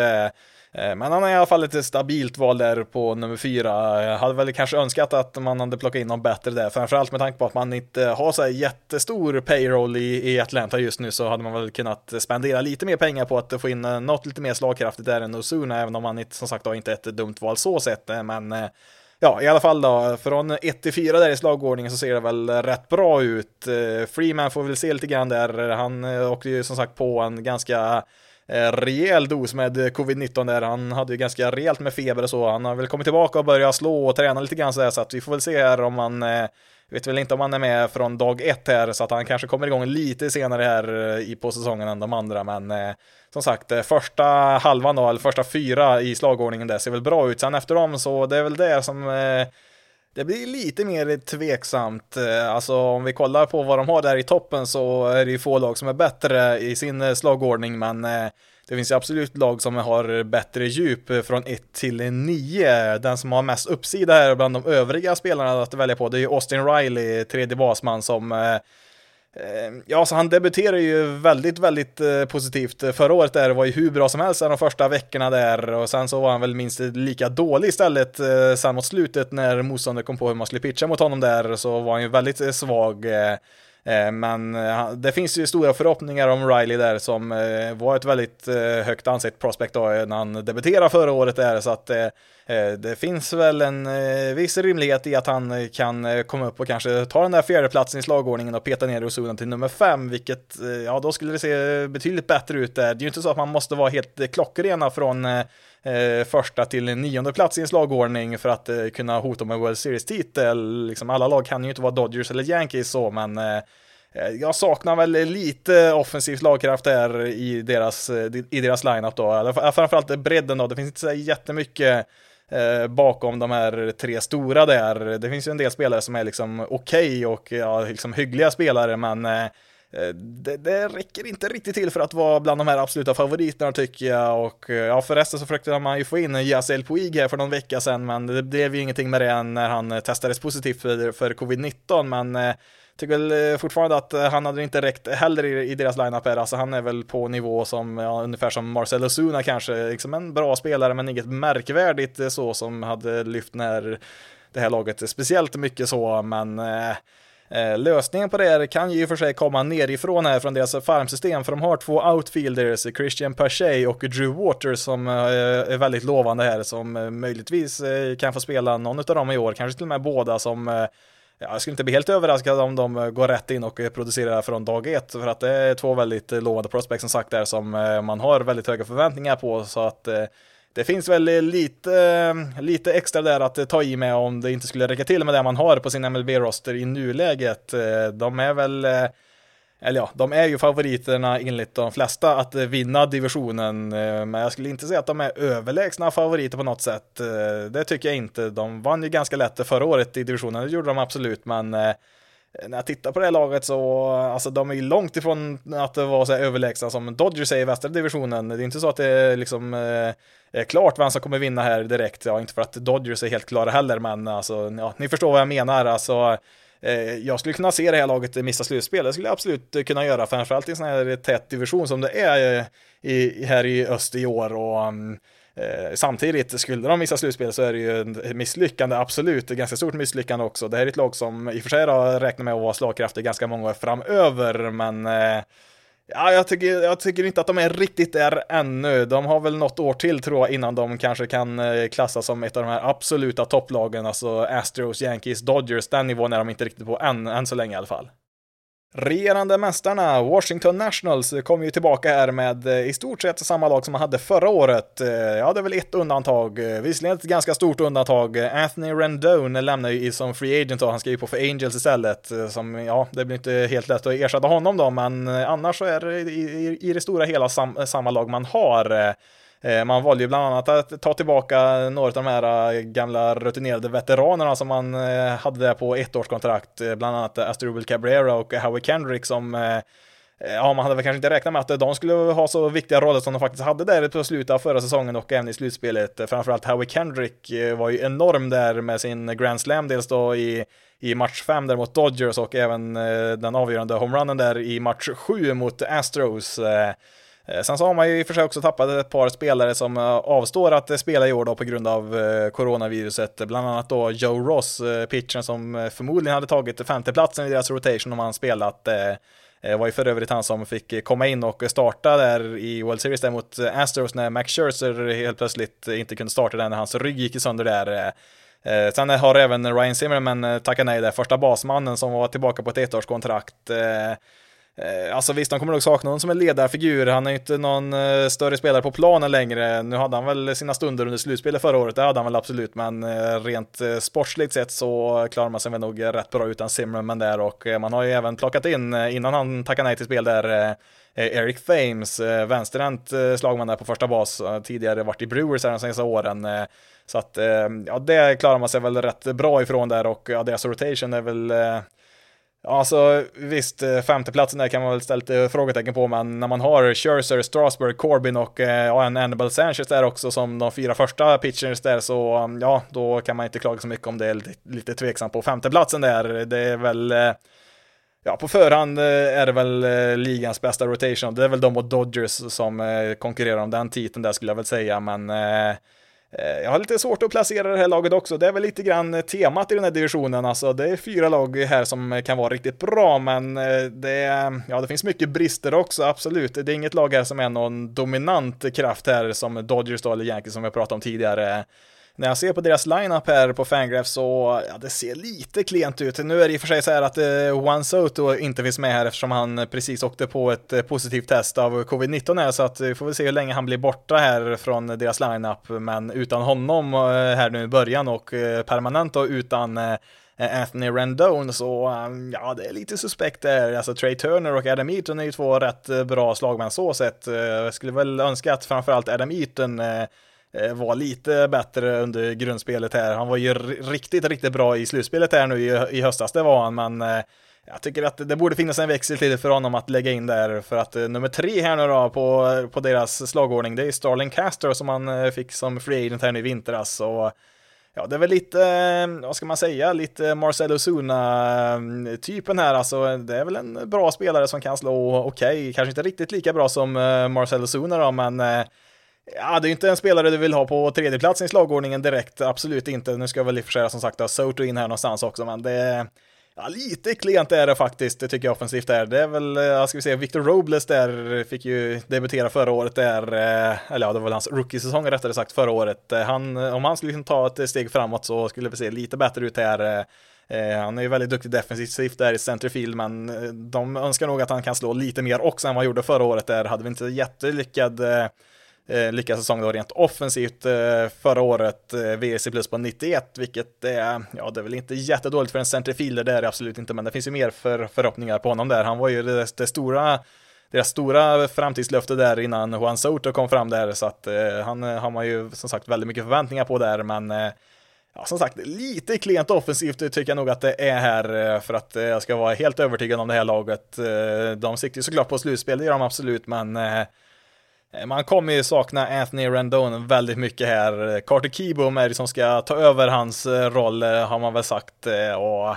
S1: men han är i alla fall ett stabilt val där på nummer fyra. Jag hade väl kanske önskat att man hade plockat in någon bättre där, framförallt med tanke på att man inte har så här jättestor payroll i, i Atlanta just nu, så hade man väl kunnat spendera lite mer pengar på att få in något lite mer slagkraftigt där än Ozuna, även om han inte, som sagt, har inte ett dumt val så sett, men ja, i alla fall då, från ett till fyra där i slagordningen så ser det väl rätt bra ut. Freeman får väl se lite grann där, han åkte ju som sagt på en ganska rejäl dos med covid nitton där. Han hade ju ganska rejält med feber och så. Han har väl kommit tillbaka och börjat slå och träna lite grann så här, så att vi får väl se här om han, vet väl inte om han är med från dag ett här, så att han kanske kommer igång lite senare här i på säsongen än de andra, men som sagt, första halvan då, eller första fyra i slagordningen där ser väl bra ut. Sen efter dem så det är väl det som det blir lite mer tveksamt. Alltså om vi kollar på vad de har där i toppen så är det ju få lag som är bättre i sin slagordning, men det finns ju absolut lag som har bättre djup från ett till nio. Den som har mest uppsida här bland de övriga spelarna att välja på, det är ju Austin Riley, tredje basman, som ja, så han debuterar ju väldigt, väldigt positivt förra året där, var ju hur bra som helst de första veckorna där, och sen så var han väl minst lika dålig istället sen mot slutet när motståndare kom på hur man skulle pitcha mot honom där, så var han ju väldigt svag. Men det finns ju stora förhoppningar om Riley där, som var ett väldigt högt ansett prospect då när han debuterade förra året där, så att det finns väl en viss rimlighet i att han kan komma upp och kanske ta den där fjärde platsen i slagordningen och peta ner Ozuna till nummer fem, vilket, ja, då skulle det se betydligt bättre ut där. Det är ju inte så att man måste vara helt klockrena från första till nionde plats i en slagordning för att kunna hota med World Series-titel. Liksom, alla lag kan ju inte vara Dodgers eller Yankees så, men jag saknar väl lite offensiv slagkraft där i deras, i deras lineup då. Framförallt bredden då, det finns inte så jättemycket eh, bakom de här tre stora där. Det finns ju en del spelare som är liksom okej okay och ja, liksom hyggliga spelare, men eh, det, det räcker inte riktigt till för att vara bland de här absoluta favoriterna, tycker jag. Och ja, förresten så försökte man ju få in Yasiel Puig här för någon vecka sedan, men det blev ju ingenting med det när han testades positivt för, för covid nitton, men eh, tycker väl fortfarande att han hade inte räckt heller i, i deras lineup här. Alltså han är väl på nivå som, ja, ungefär som Marcell Ozuna kanske, liksom en bra spelare men inget märkvärdigt så som hade lyft när det här laget speciellt mycket så, men eh, lösningen på det här kan ju för sig komma nerifrån här från deras farmsystem, för de har två outfielders, Christian Pache och Drew Waters, som är väldigt lovande här, som möjligtvis kan få spela någon av dem i år, kanske till och med båda, som ja, jag skulle inte bli helt överraskad om de går rätt in och producerar från dag ett, för att det är två väldigt lovande prospects som sagt där som man har väldigt höga förväntningar på, så att det finns väl lite, lite extra där att ta i med om det inte skulle räcka till med det man har på sin M L B-roster i nuläget. De är väl, eller ja, de är ju favoriterna enligt de flesta att vinna divisionen, men jag skulle inte säga att de är överlägsna favoriter på något sätt. Det tycker jag inte. De vann ju ganska lätt förra året i divisionen, det gjorde de absolut, men när jag tittar på det här laget så alltså de är ju långt ifrån att det var så här överlägsna som Dodgers är i västra divisionen. Det är inte så att det är liksom eh, klart vem som kommer vinna här direkt. Ja, inte för att Dodgers är helt klara heller, men alltså, ja, ni förstår vad jag menar. Alltså, eh, jag skulle kunna se det här laget missa slutspel. Det skulle jag absolut kunna göra, framförallt i en sån här tät division som det är i, här i öst i år. Och um, Eh, samtidigt, skulle de missa slutspel så är det ju ett misslyckande, absolut, ett ganska stort misslyckande också. Det här är ett lag som i och för sig har räknat med att vara slagkraftig ganska många år framöver, men eh, ja, jag tycker, jag tycker inte att de är riktigt där ännu. De har väl något år till tror jag innan de kanske kan eh, klassas som ett av de här absoluta topplagen, alltså Astros, Yankees, Dodgers, den nivån är de inte riktigt på än, än så länge i alla fall. Regerande mästarna Washington Nationals kom ju tillbaka här med i stort sett samma lag som man hade förra året. Ja, det är väl ett undantag, visserligen ett ganska stort undantag. Anthony Rendon lämnar ju som free agent och han ska ju på för Angels istället, som, ja, det blir inte helt lätt att ersätta honom då, men annars så är det i, i, i det stora hela sam, samma lag man har. Man valde ju bland annat att ta tillbaka några av de här gamla rutinerade veteranerna som man hade där på ettårskontrakt, bland annat Asdrubal Cabrera och Howie Kendrick, som ja, man hade väl kanske inte räknat med att de skulle ha så viktiga roller som de faktiskt hade där på slutet av förra säsongen och även i slutspelet. Framförallt Howie Kendrick var ju enorm där med sin Grand Slam, dels då i, i match fem där mot Dodgers och även den avgörande homerunnen där i match sju mot Astros. Sen så har man ju i och för sig också tappat ett par spelare som avstår att spela i år då på grund av coronaviruset. Bland annat då Joe Ross, pitchern som förmodligen hade tagit femteplatsen i deras rotation om han spelat. Det var ju för övrigt han som fick komma in och starta där i World Series där mot Astros när Max Scherzer helt plötsligt inte kunde starta där när hans rygg gick sönder där. Sen har även Ryan Zimmerman tackat nej där, första basmannen som var tillbaka på ett ettårskontrakt. Alltså visst, de kommer nog sakna någon som är ledarfigur. Han är ju inte någon uh, större spelare på planen längre. Nu hade han väl sina stunder under slutspelet förra året, det hade han väl absolut, men uh, rent uh, sportsligt sett så klarar man sig väl nog rätt bra utan Zimmerman där, och uh, man har ju även plockat in, uh, innan han tackade nej till spel där, uh, Eric Thames, uh, vänsterhänt uh, slagman där på första bas, uh, tidigare varit i Brewers här de senaste åren, uh, så att uh, ja, det klarar man sig väl rätt bra ifrån där, och ja, deras rotation är väl uh, alltså visst, femteplatsen där kan man väl ställa lite frågetecken på, men när man har Scherzer, Strasburg, Corbin och ja, en Anibal Sanchez där också som de fyra första pitchers där, så ja, då kan man inte klaga så mycket om det är lite, lite tveksamt på femteplatsen där. Det är väl, ja, på förhand är det väl ligans bästa rotation. Det är väl de och Dodgers som konkurrerar om den titeln där, skulle jag väl säga, men jag har lite svårt att placera det här laget också. Det är väl lite grann temat i den här divisionen. Alltså, det är fyra lag här som kan vara riktigt bra, men det, ja, det finns mycket brister också, absolut. Det är inget lag här som är någon dominant kraft här som Dodgers eller Yankees som jag pratade om tidigare. När jag ser på deras lineup här på Fangraphs så ja, det ser lite klent ut. Nu är det i och för sig så här att eh, Juan Soto inte finns med här eftersom han precis åkte på ett eh, positivt test av covid nitton här, så att vi får väl se hur länge han blir borta här från deras lineup. Men utan honom eh, här nu i början och eh, permanent och utan eh, Anthony Rendon så um, ja, det är lite suspekt där. Alltså Trey Turner och Adam Eaton är ju två rätt eh, bra slagmän så sett. Eh, jag skulle väl önska att framförallt Adam Eaton eh, var lite bättre under grundspelet här. Han var ju riktigt, riktigt bra i slutspelet här nu i, i höstas, det var han, men eh, jag tycker att det borde finnas en växel till för honom att lägga in där, för att eh, nummer tre här nu då på, på deras slagordning, det är Starlin Castro som han eh, fick som free agent här nu i vintras, och Ja, det är väl lite, vad ska man säga, lite Marcell Ozuna-typen här. Alltså, det är väl en bra spelare som kan slå okej. Okay. Kanske inte riktigt lika bra som Marcell Ozuna då, men ja, det är inte en spelare du vill ha på tredje plats i slagordningen direkt. Absolut inte. Nu ska jag väl i och för sig som sagt ha Soto in här någonstans också, men det är ja, lite klent är det faktiskt, det tycker jag offensivt är. Det är väl, jag ska vi se, Victor Robles där fick ju debutera förra året där, eller ja, det var väl hans rookie-säsong rättare sagt förra året. Han, om han skulle liksom ta ett steg framåt så skulle vi se lite bättre ut här. Han är ju väldigt duktig defensivt där i centerfield, men de önskar nog att han kan slå lite mer också än vad han gjorde förra året där. Hade vi inte jättelyckad Eh, lyckas säsong då rent offensivt eh, förra året, eh, V S C plus på nittioett, vilket är, eh, ja det är väl inte jättedåligt för en centerfielder, det är det absolut inte, men det finns ju mer för förhoppningar på honom där. Han var ju det, det stora deras stora framtidslöfte där innan Juan Soto kom fram där, så att eh, han har man ju som sagt väldigt mycket förväntningar på där, men eh, ja, som sagt, lite klent offensivt tycker jag nog att det är här, för att jag ska vara helt övertygad om det här laget. De siktar ju såklart på slutspel, det gör de absolut, men man kommer ju sakna Anthony Rendon väldigt mycket här. Carter Kieboom är det som ska ta över hans roll, har man väl sagt. Och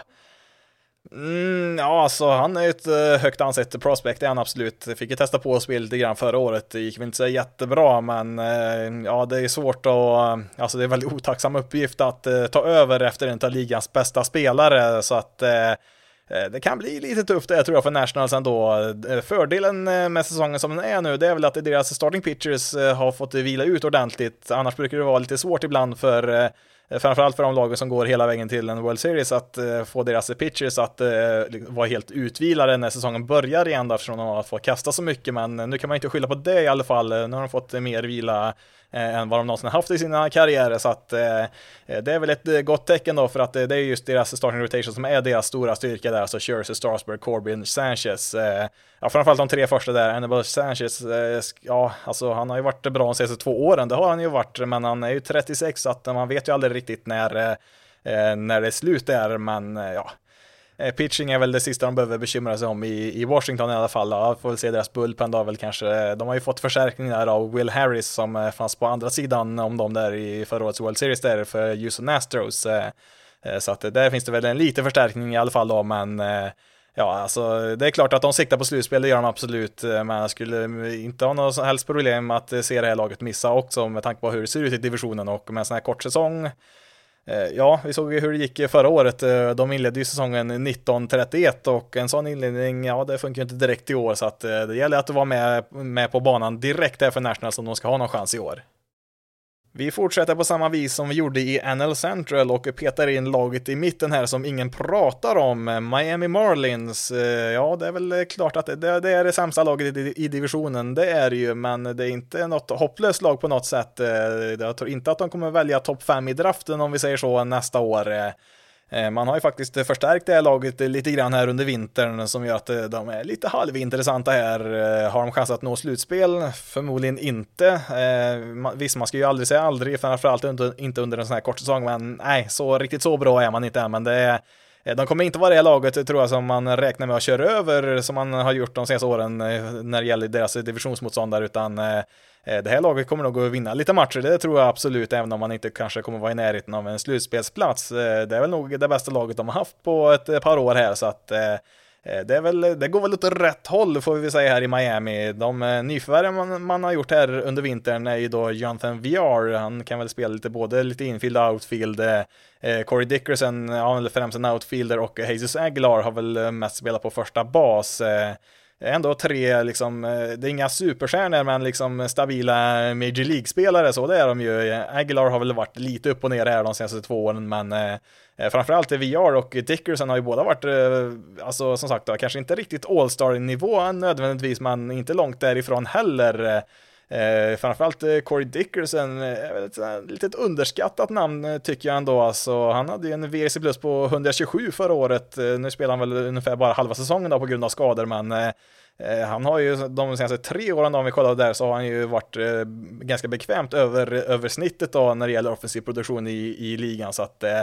S1: mm, ja, alltså han är ju ett högt ansett prospect, det är han absolut. Fick ju testa på att spela lite grann förra året. Det gick väl inte så jättebra, men ja, det är svårt att, alltså det är en väldigt otacksam uppgift att ta över efter en av ligans bästa spelare, så att det kan bli lite tufft det tror jag för Nationals ändå. Fördelen med säsongen som den är nu, det är väl att deras starting pitchers har fått vila ut ordentligt. Annars brukar det vara lite svårt ibland för framförallt för de lagen som går hela vägen till en World Series att få deras pitchers att vara helt utvilade när säsongen börjar igen, eftersom de har fått kasta så mycket. Men nu kan man inte skylla på det i alla fall. Nu har de fått mer vila än vad de någonsin haft i sina karriärer, så att eh, det är väl ett gott tecken då, för att eh, det är just deras starting rotation som är deras stora styrka där, alltså Scherzer, Strasburg, Corbin, Sanchez, eh, ja framförallt de tre första där. Anibal Sanchez, eh, ja alltså han har ju varit bra de senaste två åren, det har han ju varit, men han är ju trettiosex, så att man vet ju aldrig riktigt när, eh, när det är slut där, men eh, ja. Pitching är väl det sista de behöver bekymra sig om i, i Washington i alla fall. Ja, får väl se deras bullpen då väl kanske. De har ju fått förstärkning där av Will Harris som fanns på andra sidan om dem där i förra årets World Series där för Houston Astros. Så att där finns det väl en liten förstärkning i alla fall då, men ja, alltså det är klart att de siktar på slutspel, det gör de absolut, men jag skulle inte ha något som helst problem att se det här laget missa också med tanke på hur det ser ut i divisionen, och med en sån här kort säsong. Ja, vi såg ju hur det gick förra året. De inledde ju säsongen nitton trettioett, och en sån inledning, ja det funkar ju inte direkt i år, så att det gäller att vara med, med på banan direkt där för Nationals om de ska ha någon chans i år. Vi fortsätter på samma vis som vi gjorde i N L Central och petar in laget i mitten här som ingen pratar om, Miami Marlins. Ja, det är väl klart att det, det är det sämsta laget i, i divisionen, det är det ju, men det är inte något hopplöst lag på något sätt. Jag tror inte att de kommer välja topp fem i draften om vi säger så nästa år. Man har ju faktiskt förstärkt det här laget lite grann här under vintern som gör att de är lite halvintressanta här. Har de chans att nå slutspel? Förmodligen inte. Visst, man ska ju aldrig säga aldrig, framförallt inte under en sån här kort säsong, men nej, så riktigt så bra är man inte än, men det är de kommer inte vara det här laget tror jag som man räknar med att köra över som man har gjort de senaste åren när det gäller deras divisionsmotståndare, utan det här laget kommer nog att vinna lite matcher, det tror jag absolut, även om man inte kanske kommer vara i närheten av en slutspelsplats. Det är väl nog det bästa laget de har haft på ett par år här, så att det, är väl, det går väl åt rätt håll får vi säga här i Miami. De nyförvärv man, man har gjort här under vintern är ju då Jonathan V R. Han kan väl spela lite både lite infield och outfield. Eh, Corey Dickerson, ja, eller främst en outfielder, och Jesus Aguilar har väl mest spelat på första bas. Eh, ändå tre, liksom, det är inga superstjärnor, men liksom stabila Major League-spelare, så det är de ju. Aguilar har väl varit lite upp och ner här de senaste två åren, men eh, framförallt V R och Dickerson har ju båda varit, eh, alltså som sagt då, kanske inte riktigt all-star-nivå nödvändigtvis, men inte långt därifrån heller. Eh, framförallt eh, Corey Dickerson är väl ett litet underskattat namn tycker jag ändå. Alltså, han hade ju en V R C plus på etthundratjugosju förra året. Eh, nu spelar han väl ungefär bara halva säsongen då på grund av skador, men eh, han har ju de senaste tre åren om vi kollar där, så har han ju varit eh, ganska bekvämt över, över snittet då när det gäller offensiv produktion i, i ligan, så att eh,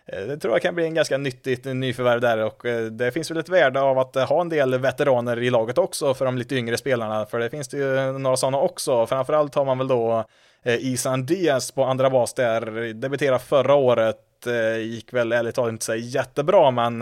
S1: Det tror jag kan bli en ganska nyttigt nyförvärv där, och det finns väl ett värde av att ha en del veteraner i laget också för de lite yngre spelarna, för det finns det ju några sådana också. Framförallt har man väl då Isan Diaz på andra bas där, debuterade förra året, gick väl ärligt talat inte så jättebra, men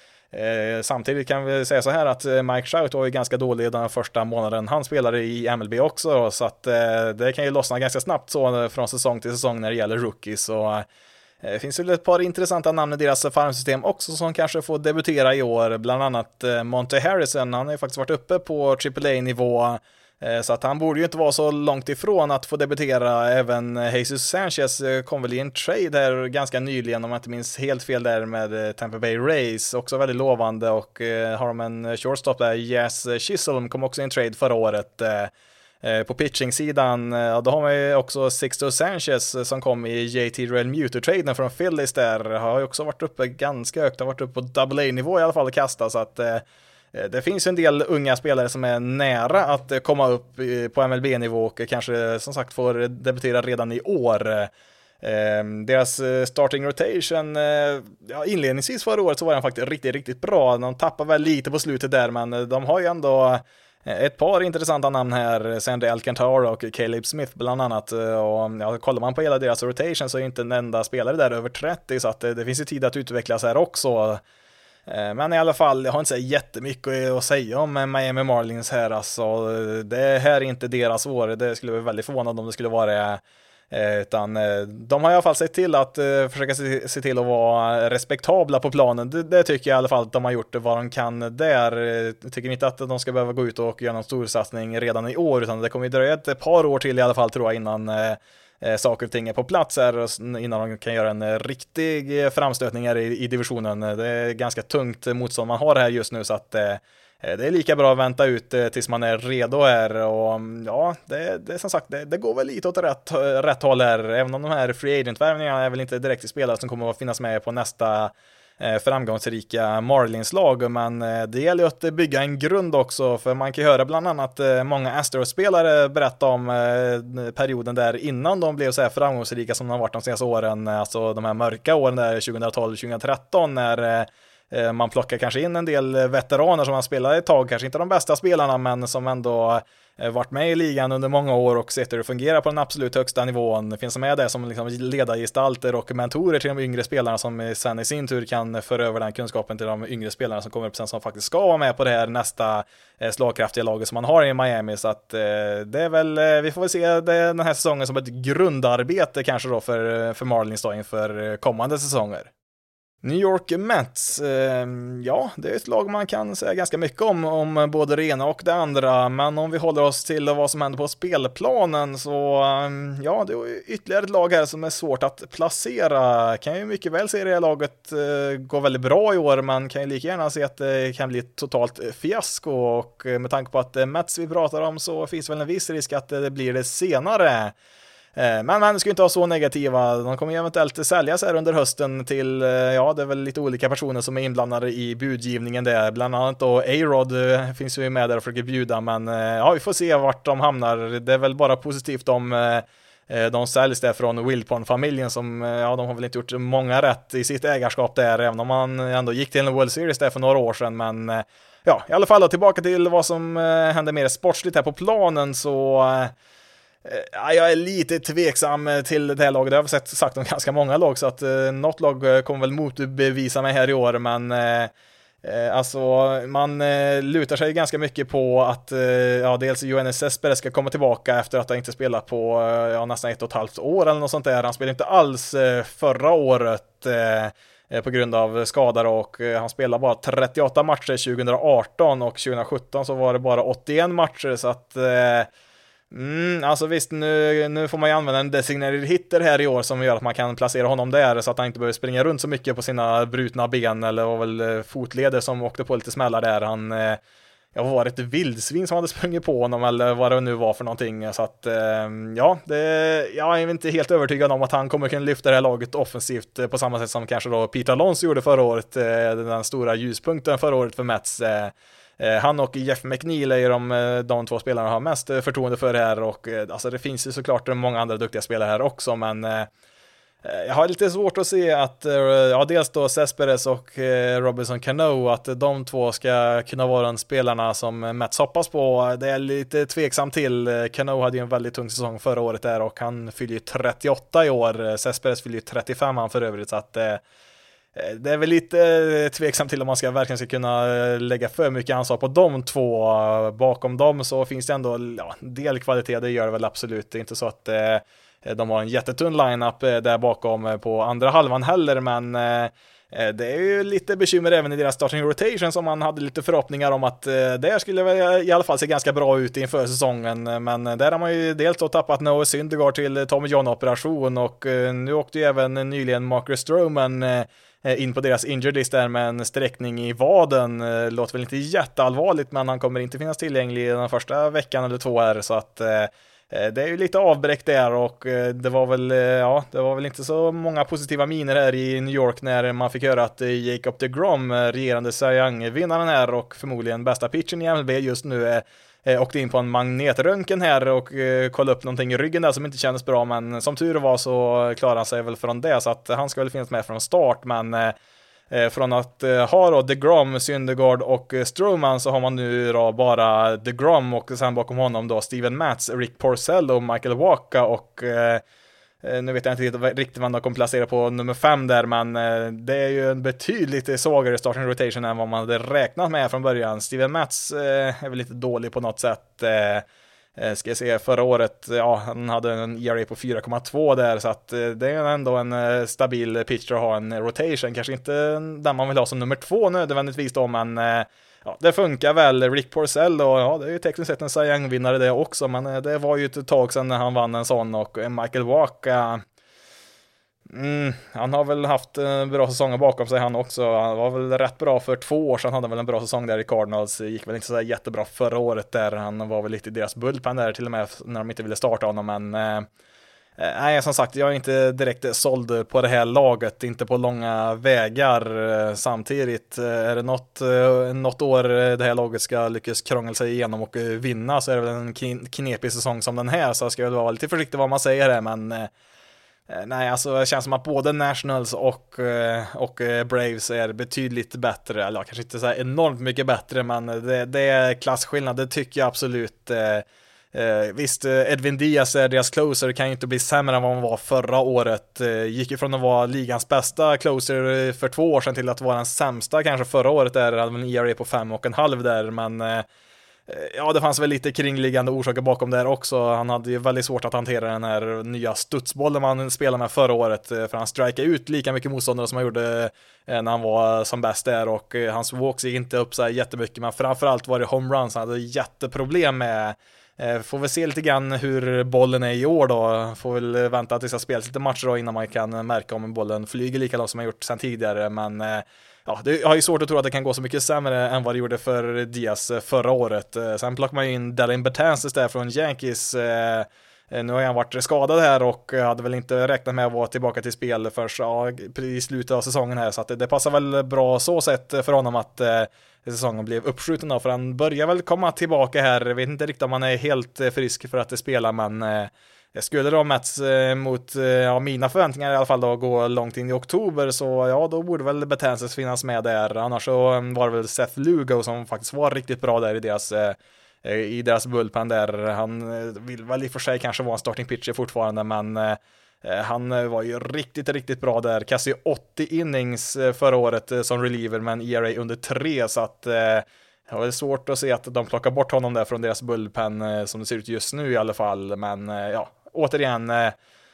S1: eh, samtidigt kan vi säga så här att Mike Trout var ju ganska dålig den första månaden han spelade i M L B också, så att eh, det kan ju lossna ganska snabbt så från säsong till säsong när det gäller rookies. Och det finns ju ett par intressanta namn i deras farmsystem också som kanske får debutera i år, bland annat Monte Harrison. Han har ju faktiskt varit uppe på triple A-nivå, så att han borde ju inte vara så långt ifrån att få debutera. Även Jesus Sanchez kom väl i en trade här ganska nyligen, om jag inte minns helt fel, där med Tampa Bay Rays, också väldigt lovande. Och har de en shortstop där, Jazz Chisholm, kom också i en trade förra året. På pitching-sidan, då har man ju också Sixto Sanchez som kom i J T Realmuto-traden från Phillies där. Har ju också varit uppe ganska högt, har varit uppe på double A-nivå i alla fall att kasta, så att eh, det finns en del unga spelare som är nära att komma upp på M L B-nivå och kanske som sagt får debutera redan i år. Eh, deras starting rotation, eh, ja, inledningsvis förra året så var den faktiskt riktigt, riktigt bra. De tappar väl lite på slutet där, men de har ju ändå ett par intressanta namn här, Sandy Alcantara och Caleb Smith bland annat. Och ja, kollar man på hela deras rotation så är inte en enda spelare där över trettio, så att det, det finns ju tid att utvecklas här också. Men i alla fall, jag har inte så jättemycket att säga om Miami Marlins här. Alltså, det här är inte deras år, det skulle vara väldigt förvånad om det skulle vara. Utan de har i alla fall sett till att uh, försöka se, se till att vara respektabla på planen. Det, det tycker jag i alla fall att de har gjort vad de kan där. Jag tycker inte att de ska behöva gå ut och göra någon stor satsning redan i år, utan det kommer ju dröja ett par år till i alla fall, tror jag, innan uh, saker och ting är på plats här, innan de kan göra en riktig framstötning här i, i divisionen. Det är ganska tungt motstånd man har här just nu, så att uh, det är lika bra att vänta ut tills man är redo här. Och ja, det, det som sagt, det, det går väl lite åt rätt, rätt håll här. Även om de här free agent-värvningarna är väl inte direkt spelare som kommer att finnas med på nästa eh, framgångsrika Marlins-lag. Men eh, det gäller ju att bygga en grund också. För man kan ju höra bland annat eh, många Astros-spelare berätta om eh, perioden där innan de blev så här framgångsrika som de har varit de senaste åren. Alltså de här mörka åren där tjugohundratolv tjugotretton när eh, man plockar kanske in en del veteraner som har spelat ett tag, kanske inte de bästa spelarna, men som ändå varit med i ligan under många år och sett hur det fungerar på den absolut högsta nivån. Det finns med det som liksom ledargestalter och mentorer till de yngre spelarna, som sen i sin tur kan föra över den kunskapen till de yngre spelarna som kommer upp sen, som faktiskt ska vara med på det här nästa slagkraftiga laget som man har i Miami. Så att det är väl, vi får väl se den här säsongen som ett grundarbete kanske då för, för Marlins då inför kommande säsonger. New York Mets, eh, ja, det är ett lag man kan säga ganska mycket om, om både det ena och det andra, men om vi håller oss till vad som händer på spelplanen så, eh, ja, det är ytterligare ett lag här som är svårt att placera. Kan ju mycket väl se det här laget eh, gå väldigt bra i år, men kan ju lika gärna se att det kan bli ett totalt fiasko, och med tanke på att Mets vi pratar om så finns väl en viss risk att det blir det senare. Men man ska ju inte vara så negativa. De kommer eventuellt säljas här under hösten till, ja, det är väl lite olika personer som är inblandade i budgivningen där. Bland annat då A-Rod finns ju med där och försöker bjuda, men ja, vi får se vart de hamnar. Det är väl bara positivt om de säljs där från Wilpon-familjen som, ja, de har väl inte gjort många rätt i sitt ägarskap där, även om man ändå gick till en World Series där för några år sedan. Men ja, i alla fall då, tillbaka till vad som händer mer sportsligt här på planen, så ja, jag är lite tveksam till det här laget. Det har jag sett, sagt om ganska många lag, så att eh, något lag kommer väl motbevisa mig här i år, men eh, alltså man eh, lutar sig ganska mycket på att eh, ja, dels Yoenis Cespedes ska komma tillbaka efter att han inte spelat på eh, ja, nästan ett och ett halvt år eller något sånt där. Han spelade inte alls eh, förra året eh, på grund av skador, och eh, han spelade bara trettioåtta matcher tjugoarton, och tjugosjutton så var det bara åttioen matcher, så att eh, Mm, alltså visst, nu, nu får man ju använda en designated hitter här i år som gör att man kan placera honom där så att han inte behöver springa runt så mycket på sina brutna ben, eller var väl fotleder som åkte på lite smällar där. Han, eh, jag var ett vildsvin som hade sprungit på honom eller vad det nu var för någonting, så att eh, ja, det, jag är inte helt övertygad om att han kommer kunna lyfta det här laget offensivt på samma sätt som kanske då Pete Alonso gjorde förra året, eh, den stora ljuspunkten förra året för Mets. eh, Han och Jeff McNeil är de, de två spelarna har mest förtroende för det här, och alltså det finns ju såklart många andra duktiga spelare här också, men Jag har lite svårt att se att, ja, dels då Cespedes och Robinson Cano, att de två ska kunna vara de spelarna som Mets hoppas på. Det är lite tveksam till. Cano hade ju en väldigt tung säsong förra året där och han fyller ju trettioåtta i år. Cespedes fyller ju trettiofem han för övrigt, så att det är väl lite tveksam till om man ska verkligen ska kunna lägga för mycket ansvar på de två. Bakom dem så finns det ändå, ja, del kvalitet, det gör det väl absolut. Det är inte så att de har en jättetunn lineup där bakom på andra halvan heller, men det är ju lite bekymmer även i deras starting rotation, som man hade lite förhoppningar om att det skulle väl i alla fall se ganska bra ut inför säsongen, men där har man ju dels då tappat Noah Syndergaard till Tommy John-operation, och nu åkte ju även nyligen Marcus Stroman in på deras injured list där med en sträckning i vaden. Låter väl inte jätteallvarligt, men han kommer inte finnas tillgänglig den första veckan eller två här, så att det är ju lite avbräck där, och det var väl, ja, det var väl inte så många positiva miner här i New York när man fick höra att Jacob deGrom, regerande Cy Young-vinnaren här och förmodligen bästa pitchen i M L B just nu, åkte in på en magnetröntgen här och kollade upp någonting i ryggen där som inte kändes bra, men som tur var så klarade han sig väl från det, så att han ska väl finnas med från start. Men från att ha då DeGrom, Syndergaard och Stroman, så har man nu då bara DeGrom och sen bakom honom då Steven Matz, Rick Porcello och Michael Wacha, och eh, nu vet jag inte riktigt vad de kommer placera på nummer fem där, men eh, det är ju en betydligt svagare starting rotation än vad man hade räknat med från början. Steven Matz eh, är väl lite dålig på något sätt. Eh, Ska jag se, förra året, ja, han hade en E R A på fyra komma två där, så att det är ändå en stabil pitcher att ha en rotation, kanske inte den man vill ha som nummer två nödvändigtvis då, men ja, det funkar väl. Rick Porcello, ja, det är ju tekniskt sett en Cy Young-vinnare det också, men det var ju ett tag sedan när han vann en sån, och Michael Wacha, Mm, han har väl haft en bra säsonger bakom sig han också. Han var väl rätt bra för två år sedan, hade väl en bra säsong där i Cardinals. Gick väl inte så jättebra förra året där. Han var väl lite i deras bullpen där till och med när de inte ville starta honom, men eh, nej, som sagt, jag är inte direkt såld på det här laget, inte på långa vägar. Samtidigt är det något, något år det här laget ska lyckas krångla sig igenom och vinna, så är det väl en knepig säsong som den här, så jag ska väl vara lite försiktig vad man säger här, men nej, alltså det känns som att både Nationals och, och Braves är betydligt bättre, eller kanske inte så här enormt mycket bättre, men det, det är klassskillnad, det tycker jag absolut. Eh, visst, Edwin Diaz är deras closer, kan ju inte bli sämre än vad han var förra året. Eh, gick ju från att vara ligans bästa closer för två år sedan till att vara den sämsta kanske förra året, där hade en E R A på fem och en halv där, men eh, ja, det fanns väl lite kringliggande orsaker bakom där också. Han hade ju väldigt svårt att hantera den här nya studsbollen man spelade med förra året, för han strikade ut lika mycket motståndare som han gjorde när han var som bäst där, och hans walks gick inte upp så här jättemycket, men framförallt var det home runs han hade jätteproblem med. Får väl se lite grann hur bollen är i år då. Får väl vänta tills jag spelat lite matcher då innan man kan märka om bollen flyger lika långt som man gjort sedan tidigare, men ja, det har ju svårt att tro att det kan gå så mycket sämre än vad det gjorde för Diaz förra året. Sen plockar man ju in Dellin Betances där från Yankees. Nu har han varit skadad här och hade väl inte räknat med att vara tillbaka till spel först ja, i slutet av säsongen här, så att det, det passar väl bra så sätt för honom att eh, säsongen blev uppskjuten då, för han börjar väl komma tillbaka här. Jag vet inte riktigt om han är helt frisk för att det spelar, men eh, jag skulle då Mets eh, mot eh, ja, mina förväntningar i alla fall då gå långt in i oktober, så ja, då borde väl Betances finnas med där. Annars så var det väl Seth Lugo som faktiskt var riktigt bra där i deras eh, i deras bullpen där. Han vill väl i och för sig kanske vara en starting pitcher fortfarande, men eh, han var ju riktigt, riktigt bra där. Kassi åttio innings förra året som reliever med en E R A under tre, så att eh, det var svårt att se att de plockar bort honom där från deras bullpen eh, som det ser ut just nu i alla fall, men eh, ja, återigen eh,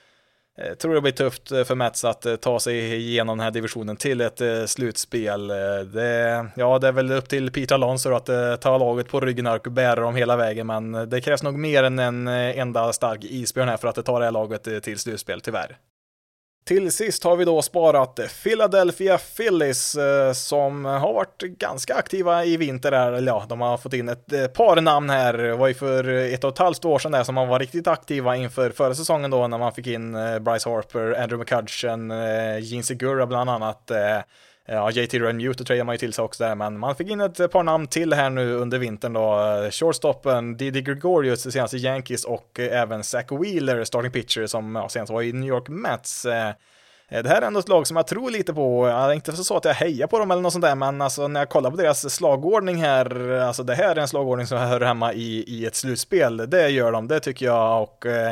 S1: jag tror det blir tufft för Mets att ta sig igenom den här divisionen till ett slutspel. Det, ja, det är väl upp till Pete Alonso att ta laget på ryggen och bära dem hela vägen, men det krävs nog mer än en enda stark isbjörn här för att ta det här laget till slutspel, tyvärr. Till sist har vi då sparat Philadelphia Phillies som har varit ganska aktiva i vinter här. Eller ja, de har fått in ett par namn här. Det var ju för ett och ett halvt år sedan där som man var riktigt aktiva inför förra säsongen då, när man fick in Bryce Harper, Andrew McCutchen, Gene Segura bland annat. Ja, J T Realmuto trade man ju till sig också där, men man fick in ett par namn till här nu under vintern då. Shortstoppen Didi Gregorius, senast i Yankees, och även Zach Wheeler, starting pitcher, som ja, senast var i New York Mets. Det här är ändå ett lag som jag tror lite på. Jag är inte så att jag hejar på dem eller något sånt där, men alltså när jag kollar på deras slagordning här, alltså det här är en slagordning som hör hemma i, i ett slutspel. Det gör de, det tycker jag. Och eh,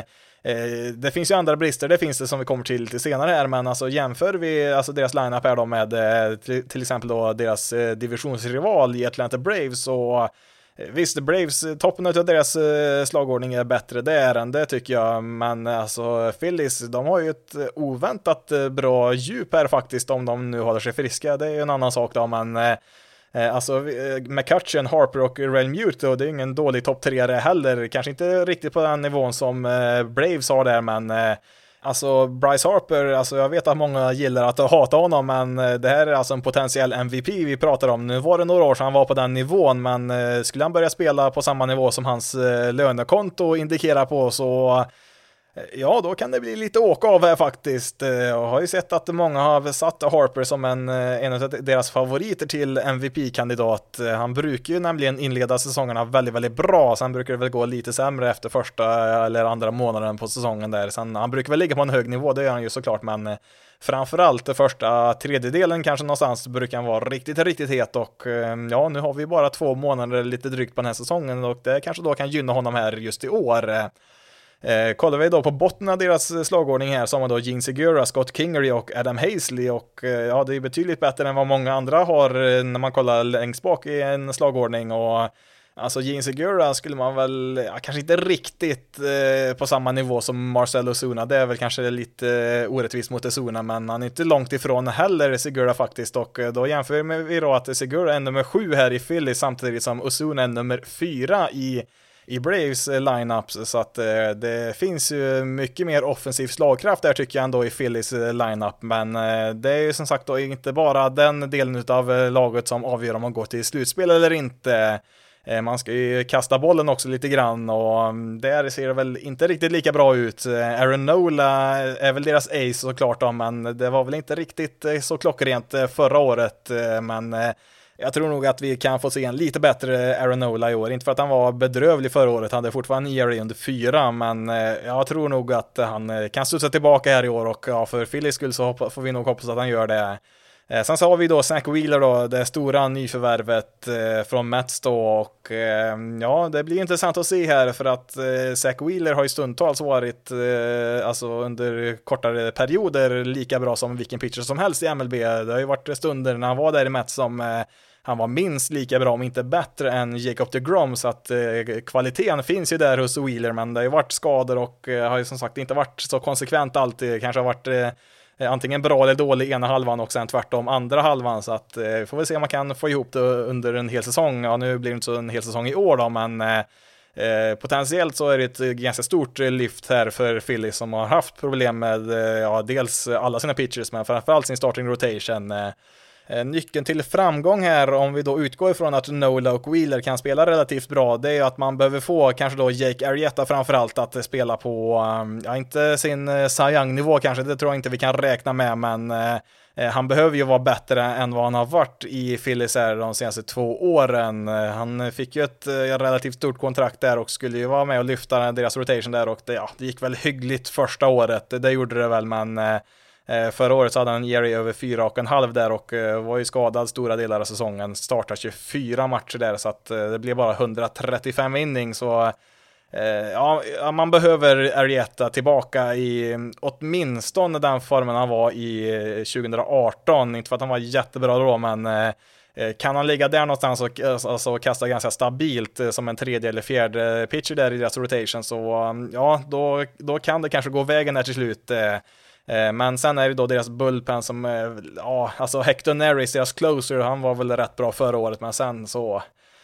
S1: det finns ju andra brister, det finns det som vi kommer till lite senare här, men alltså jämför vi alltså deras lineup här då med till, till exempel då deras divisionsrival i Atlanta Braves, och visst, Braves, toppen av deras slagordning är bättre, det är den, det tycker jag, men alltså Phillies, de har ju ett oväntat bra djup här faktiskt, om de nu håller sig friska, det är ju en annan sak då, men alltså McCutchen, Harper och Realmuto, det är ingen dålig topp tre heller, kanske inte riktigt på den nivån som Braves har där, men alltså Bryce Harper, alltså jag vet att många gillar att hata honom, men det här är alltså en potentiell M V P vi pratar om. Nu var det några år sedan han var på den nivån, men skulle han börja spela på samma nivå som hans lönekonto indikerar på, så ja, då kan det bli lite åka av här faktiskt. Jag har ju sett att många har satt Harper som en, en av deras favoriter till M V P-kandidat. Han brukar ju nämligen inleda säsongerna väldigt, väldigt bra. Sen brukar det väl gå lite sämre efter första eller andra månaden på säsongen där. Sen, han brukar väl ligga på en hög nivå, det gör han ju såklart, men framförallt den första tredjedelen kanske någonstans brukar han vara riktigt, riktigt het, och ja, nu har vi bara två månader lite drygt på den här säsongen, och det kanske då kan gynna honom här just i år. Eh, kollar vi då på botten av deras slagordning här, så har man då Gene Segura, Scott Kingery och Adam Hazley, och eh, ja, det är betydligt bättre än vad många andra har eh, när man kollar längst bak i en slagordning. Och alltså Gene Segura skulle man väl, ja, kanske inte riktigt eh, på samma nivå som Marcell Ozuna, det är väl kanske lite eh, orättvist mot Ozuna, men han är inte långt ifrån heller Segura faktiskt, och eh, då jämför vi då att Segura är nummer sju här i Philly, samtidigt som Ozuna är nummer fyra i i Braves lineups, så att eh, det finns ju mycket mer offensiv slagkraft där tycker jag ändå i Phillies lineup, men eh, det är ju som sagt då inte bara den delen av eh, laget som avgör om man går till slutspel eller inte. Eh, man ska ju kasta bollen också lite grann, och där ser det väl inte riktigt lika bra ut. Eh, Aaron Nola är väl deras ace såklart då, men det var väl inte riktigt eh, så klockrent eh, förra året, eh, men eh, jag tror nog att vi kan få se en lite bättre Aaron Nola i år. Inte för att han var bedrövlig förra året, han hade fortfarande en E R A under fyra, men jag tror nog att han kan studsa tillbaka här i år, och ja, för Phillies skull så hoppa, får vi nog hoppas att han gör det. Sen så har vi då Zach Wheeler då, det stora nyförvärvet från Mets då, och ja, det blir intressant att se här, för att Zach Wheeler har ju stundtals varit alltså under kortare perioder lika bra som vilken pitcher som helst i M L B. Det har ju varit stunder när han var där i Mets som han var minst lika bra, om inte bättre, än Jacob deGrom, så att eh, kvaliteten finns ju där hos Wheeler, men det har ju varit skador och eh, har ju som sagt inte varit så konsekvent alltid, kanske har varit eh, antingen bra eller dålig ena halvan och sen tvärtom andra halvan, så att eh, får vi se om man kan få ihop det under en hel säsong. Ja, nu blir det inte så en hel säsong i år då, men eh, Eh, potentiellt så är det ett ganska stort lyft här för Phillies, som har haft problem med eh, ja, dels alla sina pitchers, men framförallt sin starting rotation. Eh, Nyckeln till framgång här, om vi då utgår ifrån att Nola och Wheeler kan spela relativt bra, det är att man behöver få kanske då Jake Arrieta framförallt att spela på, ja, inte sin Cy Young-nivå kanske, det tror jag inte vi kan räkna med, men eh, han behöver ju vara bättre än vad han har varit i Phillies här de senaste två åren. Han fick ju ett relativt stort kontrakt där och skulle ju vara med och lyfta deras rotation där, och det, ja, det gick väl hyggligt första året, det gjorde det väl, men eh, förra året så hade han en E R A över fyra och en halv där, och var ju skadad stora delar av säsongen, startade tjugofyra matcher där, så att det blev bara hundratrettiofem innings, så ja, man behöver Arrieta tillbaka i åtminstone den formen han var i tjugo arton, inte för att han var jättebra då, men kan han ligga där någonstans och alltså, kasta ganska stabilt som en tredje eller fjärde pitcher där i deras rotation, så ja, då, då kan det kanske gå vägen där till slut. Men sen är det då deras bullpen som, ja, alltså Hector Neris, deras closer, han var väl rätt bra förra året, men sen så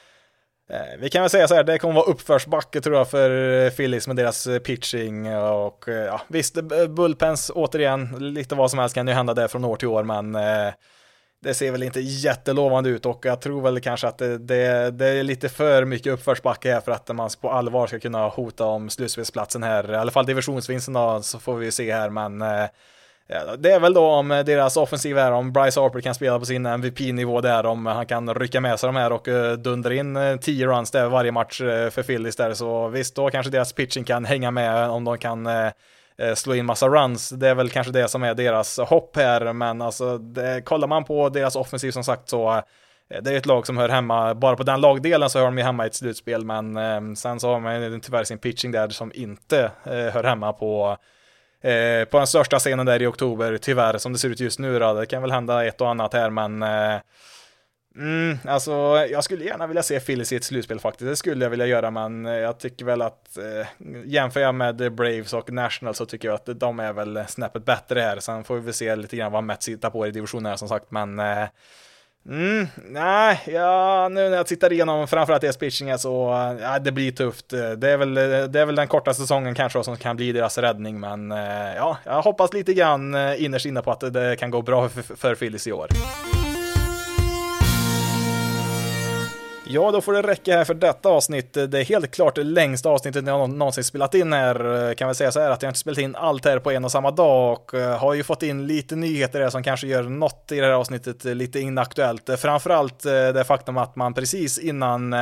S1: vi kan väl säga så här, det kommer vara uppförsbacke tror jag för Phillies med deras pitching, och ja, visst, bullpens återigen, lite vad som helst kan ju hända där från år till år, men det ser väl inte jättelovande ut, och jag tror väl kanske att det, det, det är lite för mycket uppförsbacke här för att man på allvar ska kunna hota om slutspelsplatsen här, i alla fall divisionsvinsten då, så får vi se här, men ja, det är väl då om deras offensiv är, om Bryce Harper kan spela på sin M V P-nivå där, om han kan rycka med sig de här och dundra in tio runs där varje match för Phillies där, så visst, då kanske deras pitching kan hänga med, om de kan slå in massa runs. Det är väl kanske det som är deras hopp här, men alltså det, kollar man på deras offensiv som sagt så det är ett lag som hör hemma, bara på den lagdelen så hör de ju hemma i ett slutspel, men eh, sen så har man tyvärr sin pitching där som inte eh, hör hemma på eh, på den största scenen där i oktober, tyvärr, som det ser ut just nu då. Det kan väl hända ett och annat här, men eh, mm, alltså jag skulle gärna vilja se Phillies i ett slutspel faktiskt, det skulle jag vilja göra, men jag tycker väl att eh, jämför jag med Braves och Nationals så tycker jag att de är väl snäppet bättre här. Sen får vi väl se lite grann vad Mets hittar på i divisionen här som sagt, men eh, Mm, nej, ja, nu när jag tittar igenom framförallt deras pitching så ja, det blir tufft. Det är väl, det är väl den korta säsongen kanske som kan bli deras räddning, men ja, jag hoppas lite grann innerst inne på att det kan gå bra för, för Phillies i år. Ja, då får det räcka här för detta avsnitt. Det är helt klart det längsta avsnittet jag någonsin spelat in här. Kan väl säga så här att jag inte spelat in allt här på en och samma dag och har ju fått in lite nyheter där som kanske gör något i det här avsnittet lite inaktuellt. Framförallt det faktum att man precis innan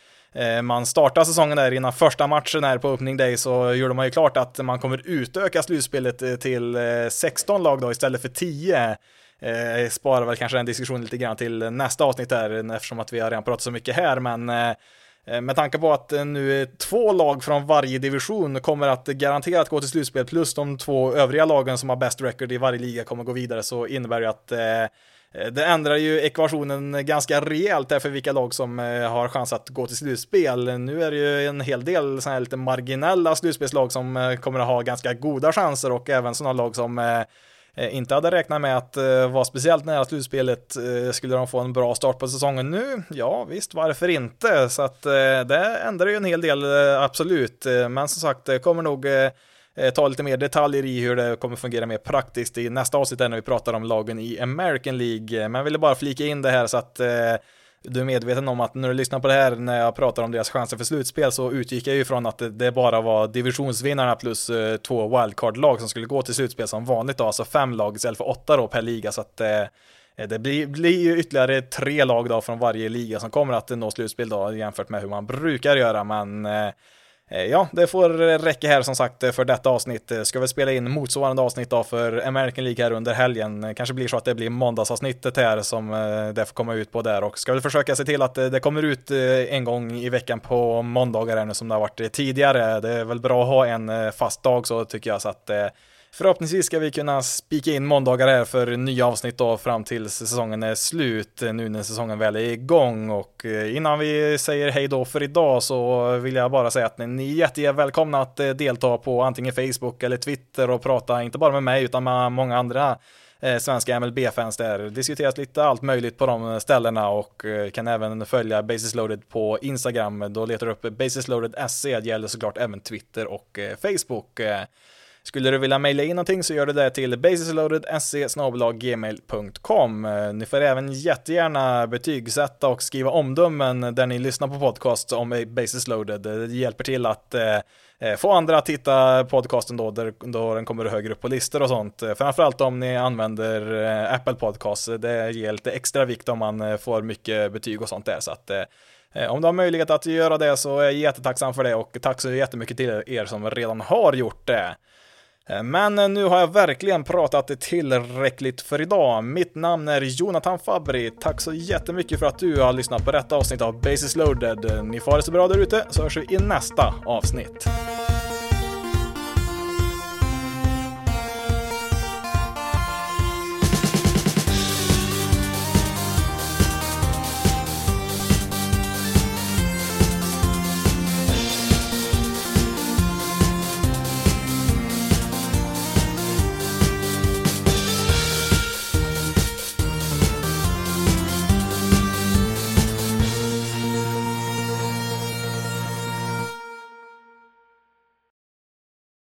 S1: man startar säsongen där, innan första matchen här på opening day, så gjorde man ju klart att man kommer utöka slutspelet till sexton lag då istället för tio. Eh, sparar väl kanske en diskussion lite grann till nästa avsnitt här, eftersom att vi har redan pratat så mycket här, men eh, med tanke på att nu två lag från varje division kommer att garanterat gå till slutspel, plus de två övriga lagen som har best record i varje liga kommer gå vidare, så innebär det att eh, det ändrar ju ekvationen ganska rejält där för vilka lag som eh, har chans att gå till slutspel. Nu är det ju en hel del såna här lite marginella slutspelslag som eh, kommer att ha ganska goda chanser, och även sådana lag som eh, inte hade räknat med att uh, vara speciellt nära slutspelet. Uh, skulle de få en bra start på säsongen nu? Ja, visst, varför inte? Så att uh, det ändrar ju en hel del, uh, absolut. Uh, men som sagt, det kommer nog uh, ta lite mer detaljer i hur det kommer fungera mer praktiskt i nästa avsnitt när vi pratar om lagen i American League. Men jag ville bara flika in det här så att uh, du är medveten om att när du lyssnar på det här, när jag pratar om deras chanser för slutspel, så utgick jag ju från att det bara var divisionsvinnarna plus uh, två wildcard-lag som skulle gå till slutspel som vanligt då, alltså fem lag istället för åtta då per liga, så att uh, det blir, blir ju ytterligare tre lag då från varje liga som kommer att nå slutspel då, jämfört med hur man brukar göra, men uh, ja, det får räcka här som sagt för detta avsnitt. Ska vi spela in motsvarande avsnitt då för American League här under helgen. Kanske blir så att det blir måndagsavsnittet här som det får komma ut på där, och ska vi försöka se till att det kommer ut en gång i veckan på måndagar ännu som det har varit tidigare. Det är väl bra att ha en fast dag så tycker jag, så att förhoppningsvis ska vi kunna spika in måndagar här för nya avsnitt då fram till säsongen är slut, nu när säsongen väl är igång. Och innan vi säger hej då för idag så vill jag bara säga att ni är jättevälkomna att delta på antingen Facebook eller Twitter och prata inte bara med mig utan med många andra eh, svenska M L B-fans där. Diskuteras lite allt möjligt på de ställena, och eh, kan även följa Bases Loaded på Instagram. Då letar du upp Bases Loaded S C, det gäller såklart även Twitter och eh, Facebook. Eh, Skulle du vilja mejla in någonting så gör du det till basisloadedsc snabel-a gmail punkt com. Ni får även jättegärna betygsätta och skriva omdömen där ni lyssnar på podcast om Bases Loaded. Det hjälper till att eh, få andra att titta podcasten då, där, då den kommer högre upp på listor och sånt. Framförallt om ni använder eh, Apple Podcasts. Det ger lite extra vikt om man får mycket betyg och sånt där, så att eh, om du har möjlighet att göra det så är jag jättetacksam för det, och tack så jättemycket till er som redan har gjort det. Men nu har jag verkligen pratat tillräckligt för idag. Mitt namn är Jonathan Fabri. Tack så jättemycket för att du har lyssnat på detta avsnitt av Bases Loaded. Ni får det så bra där ute, så hörs vi i nästa avsnitt.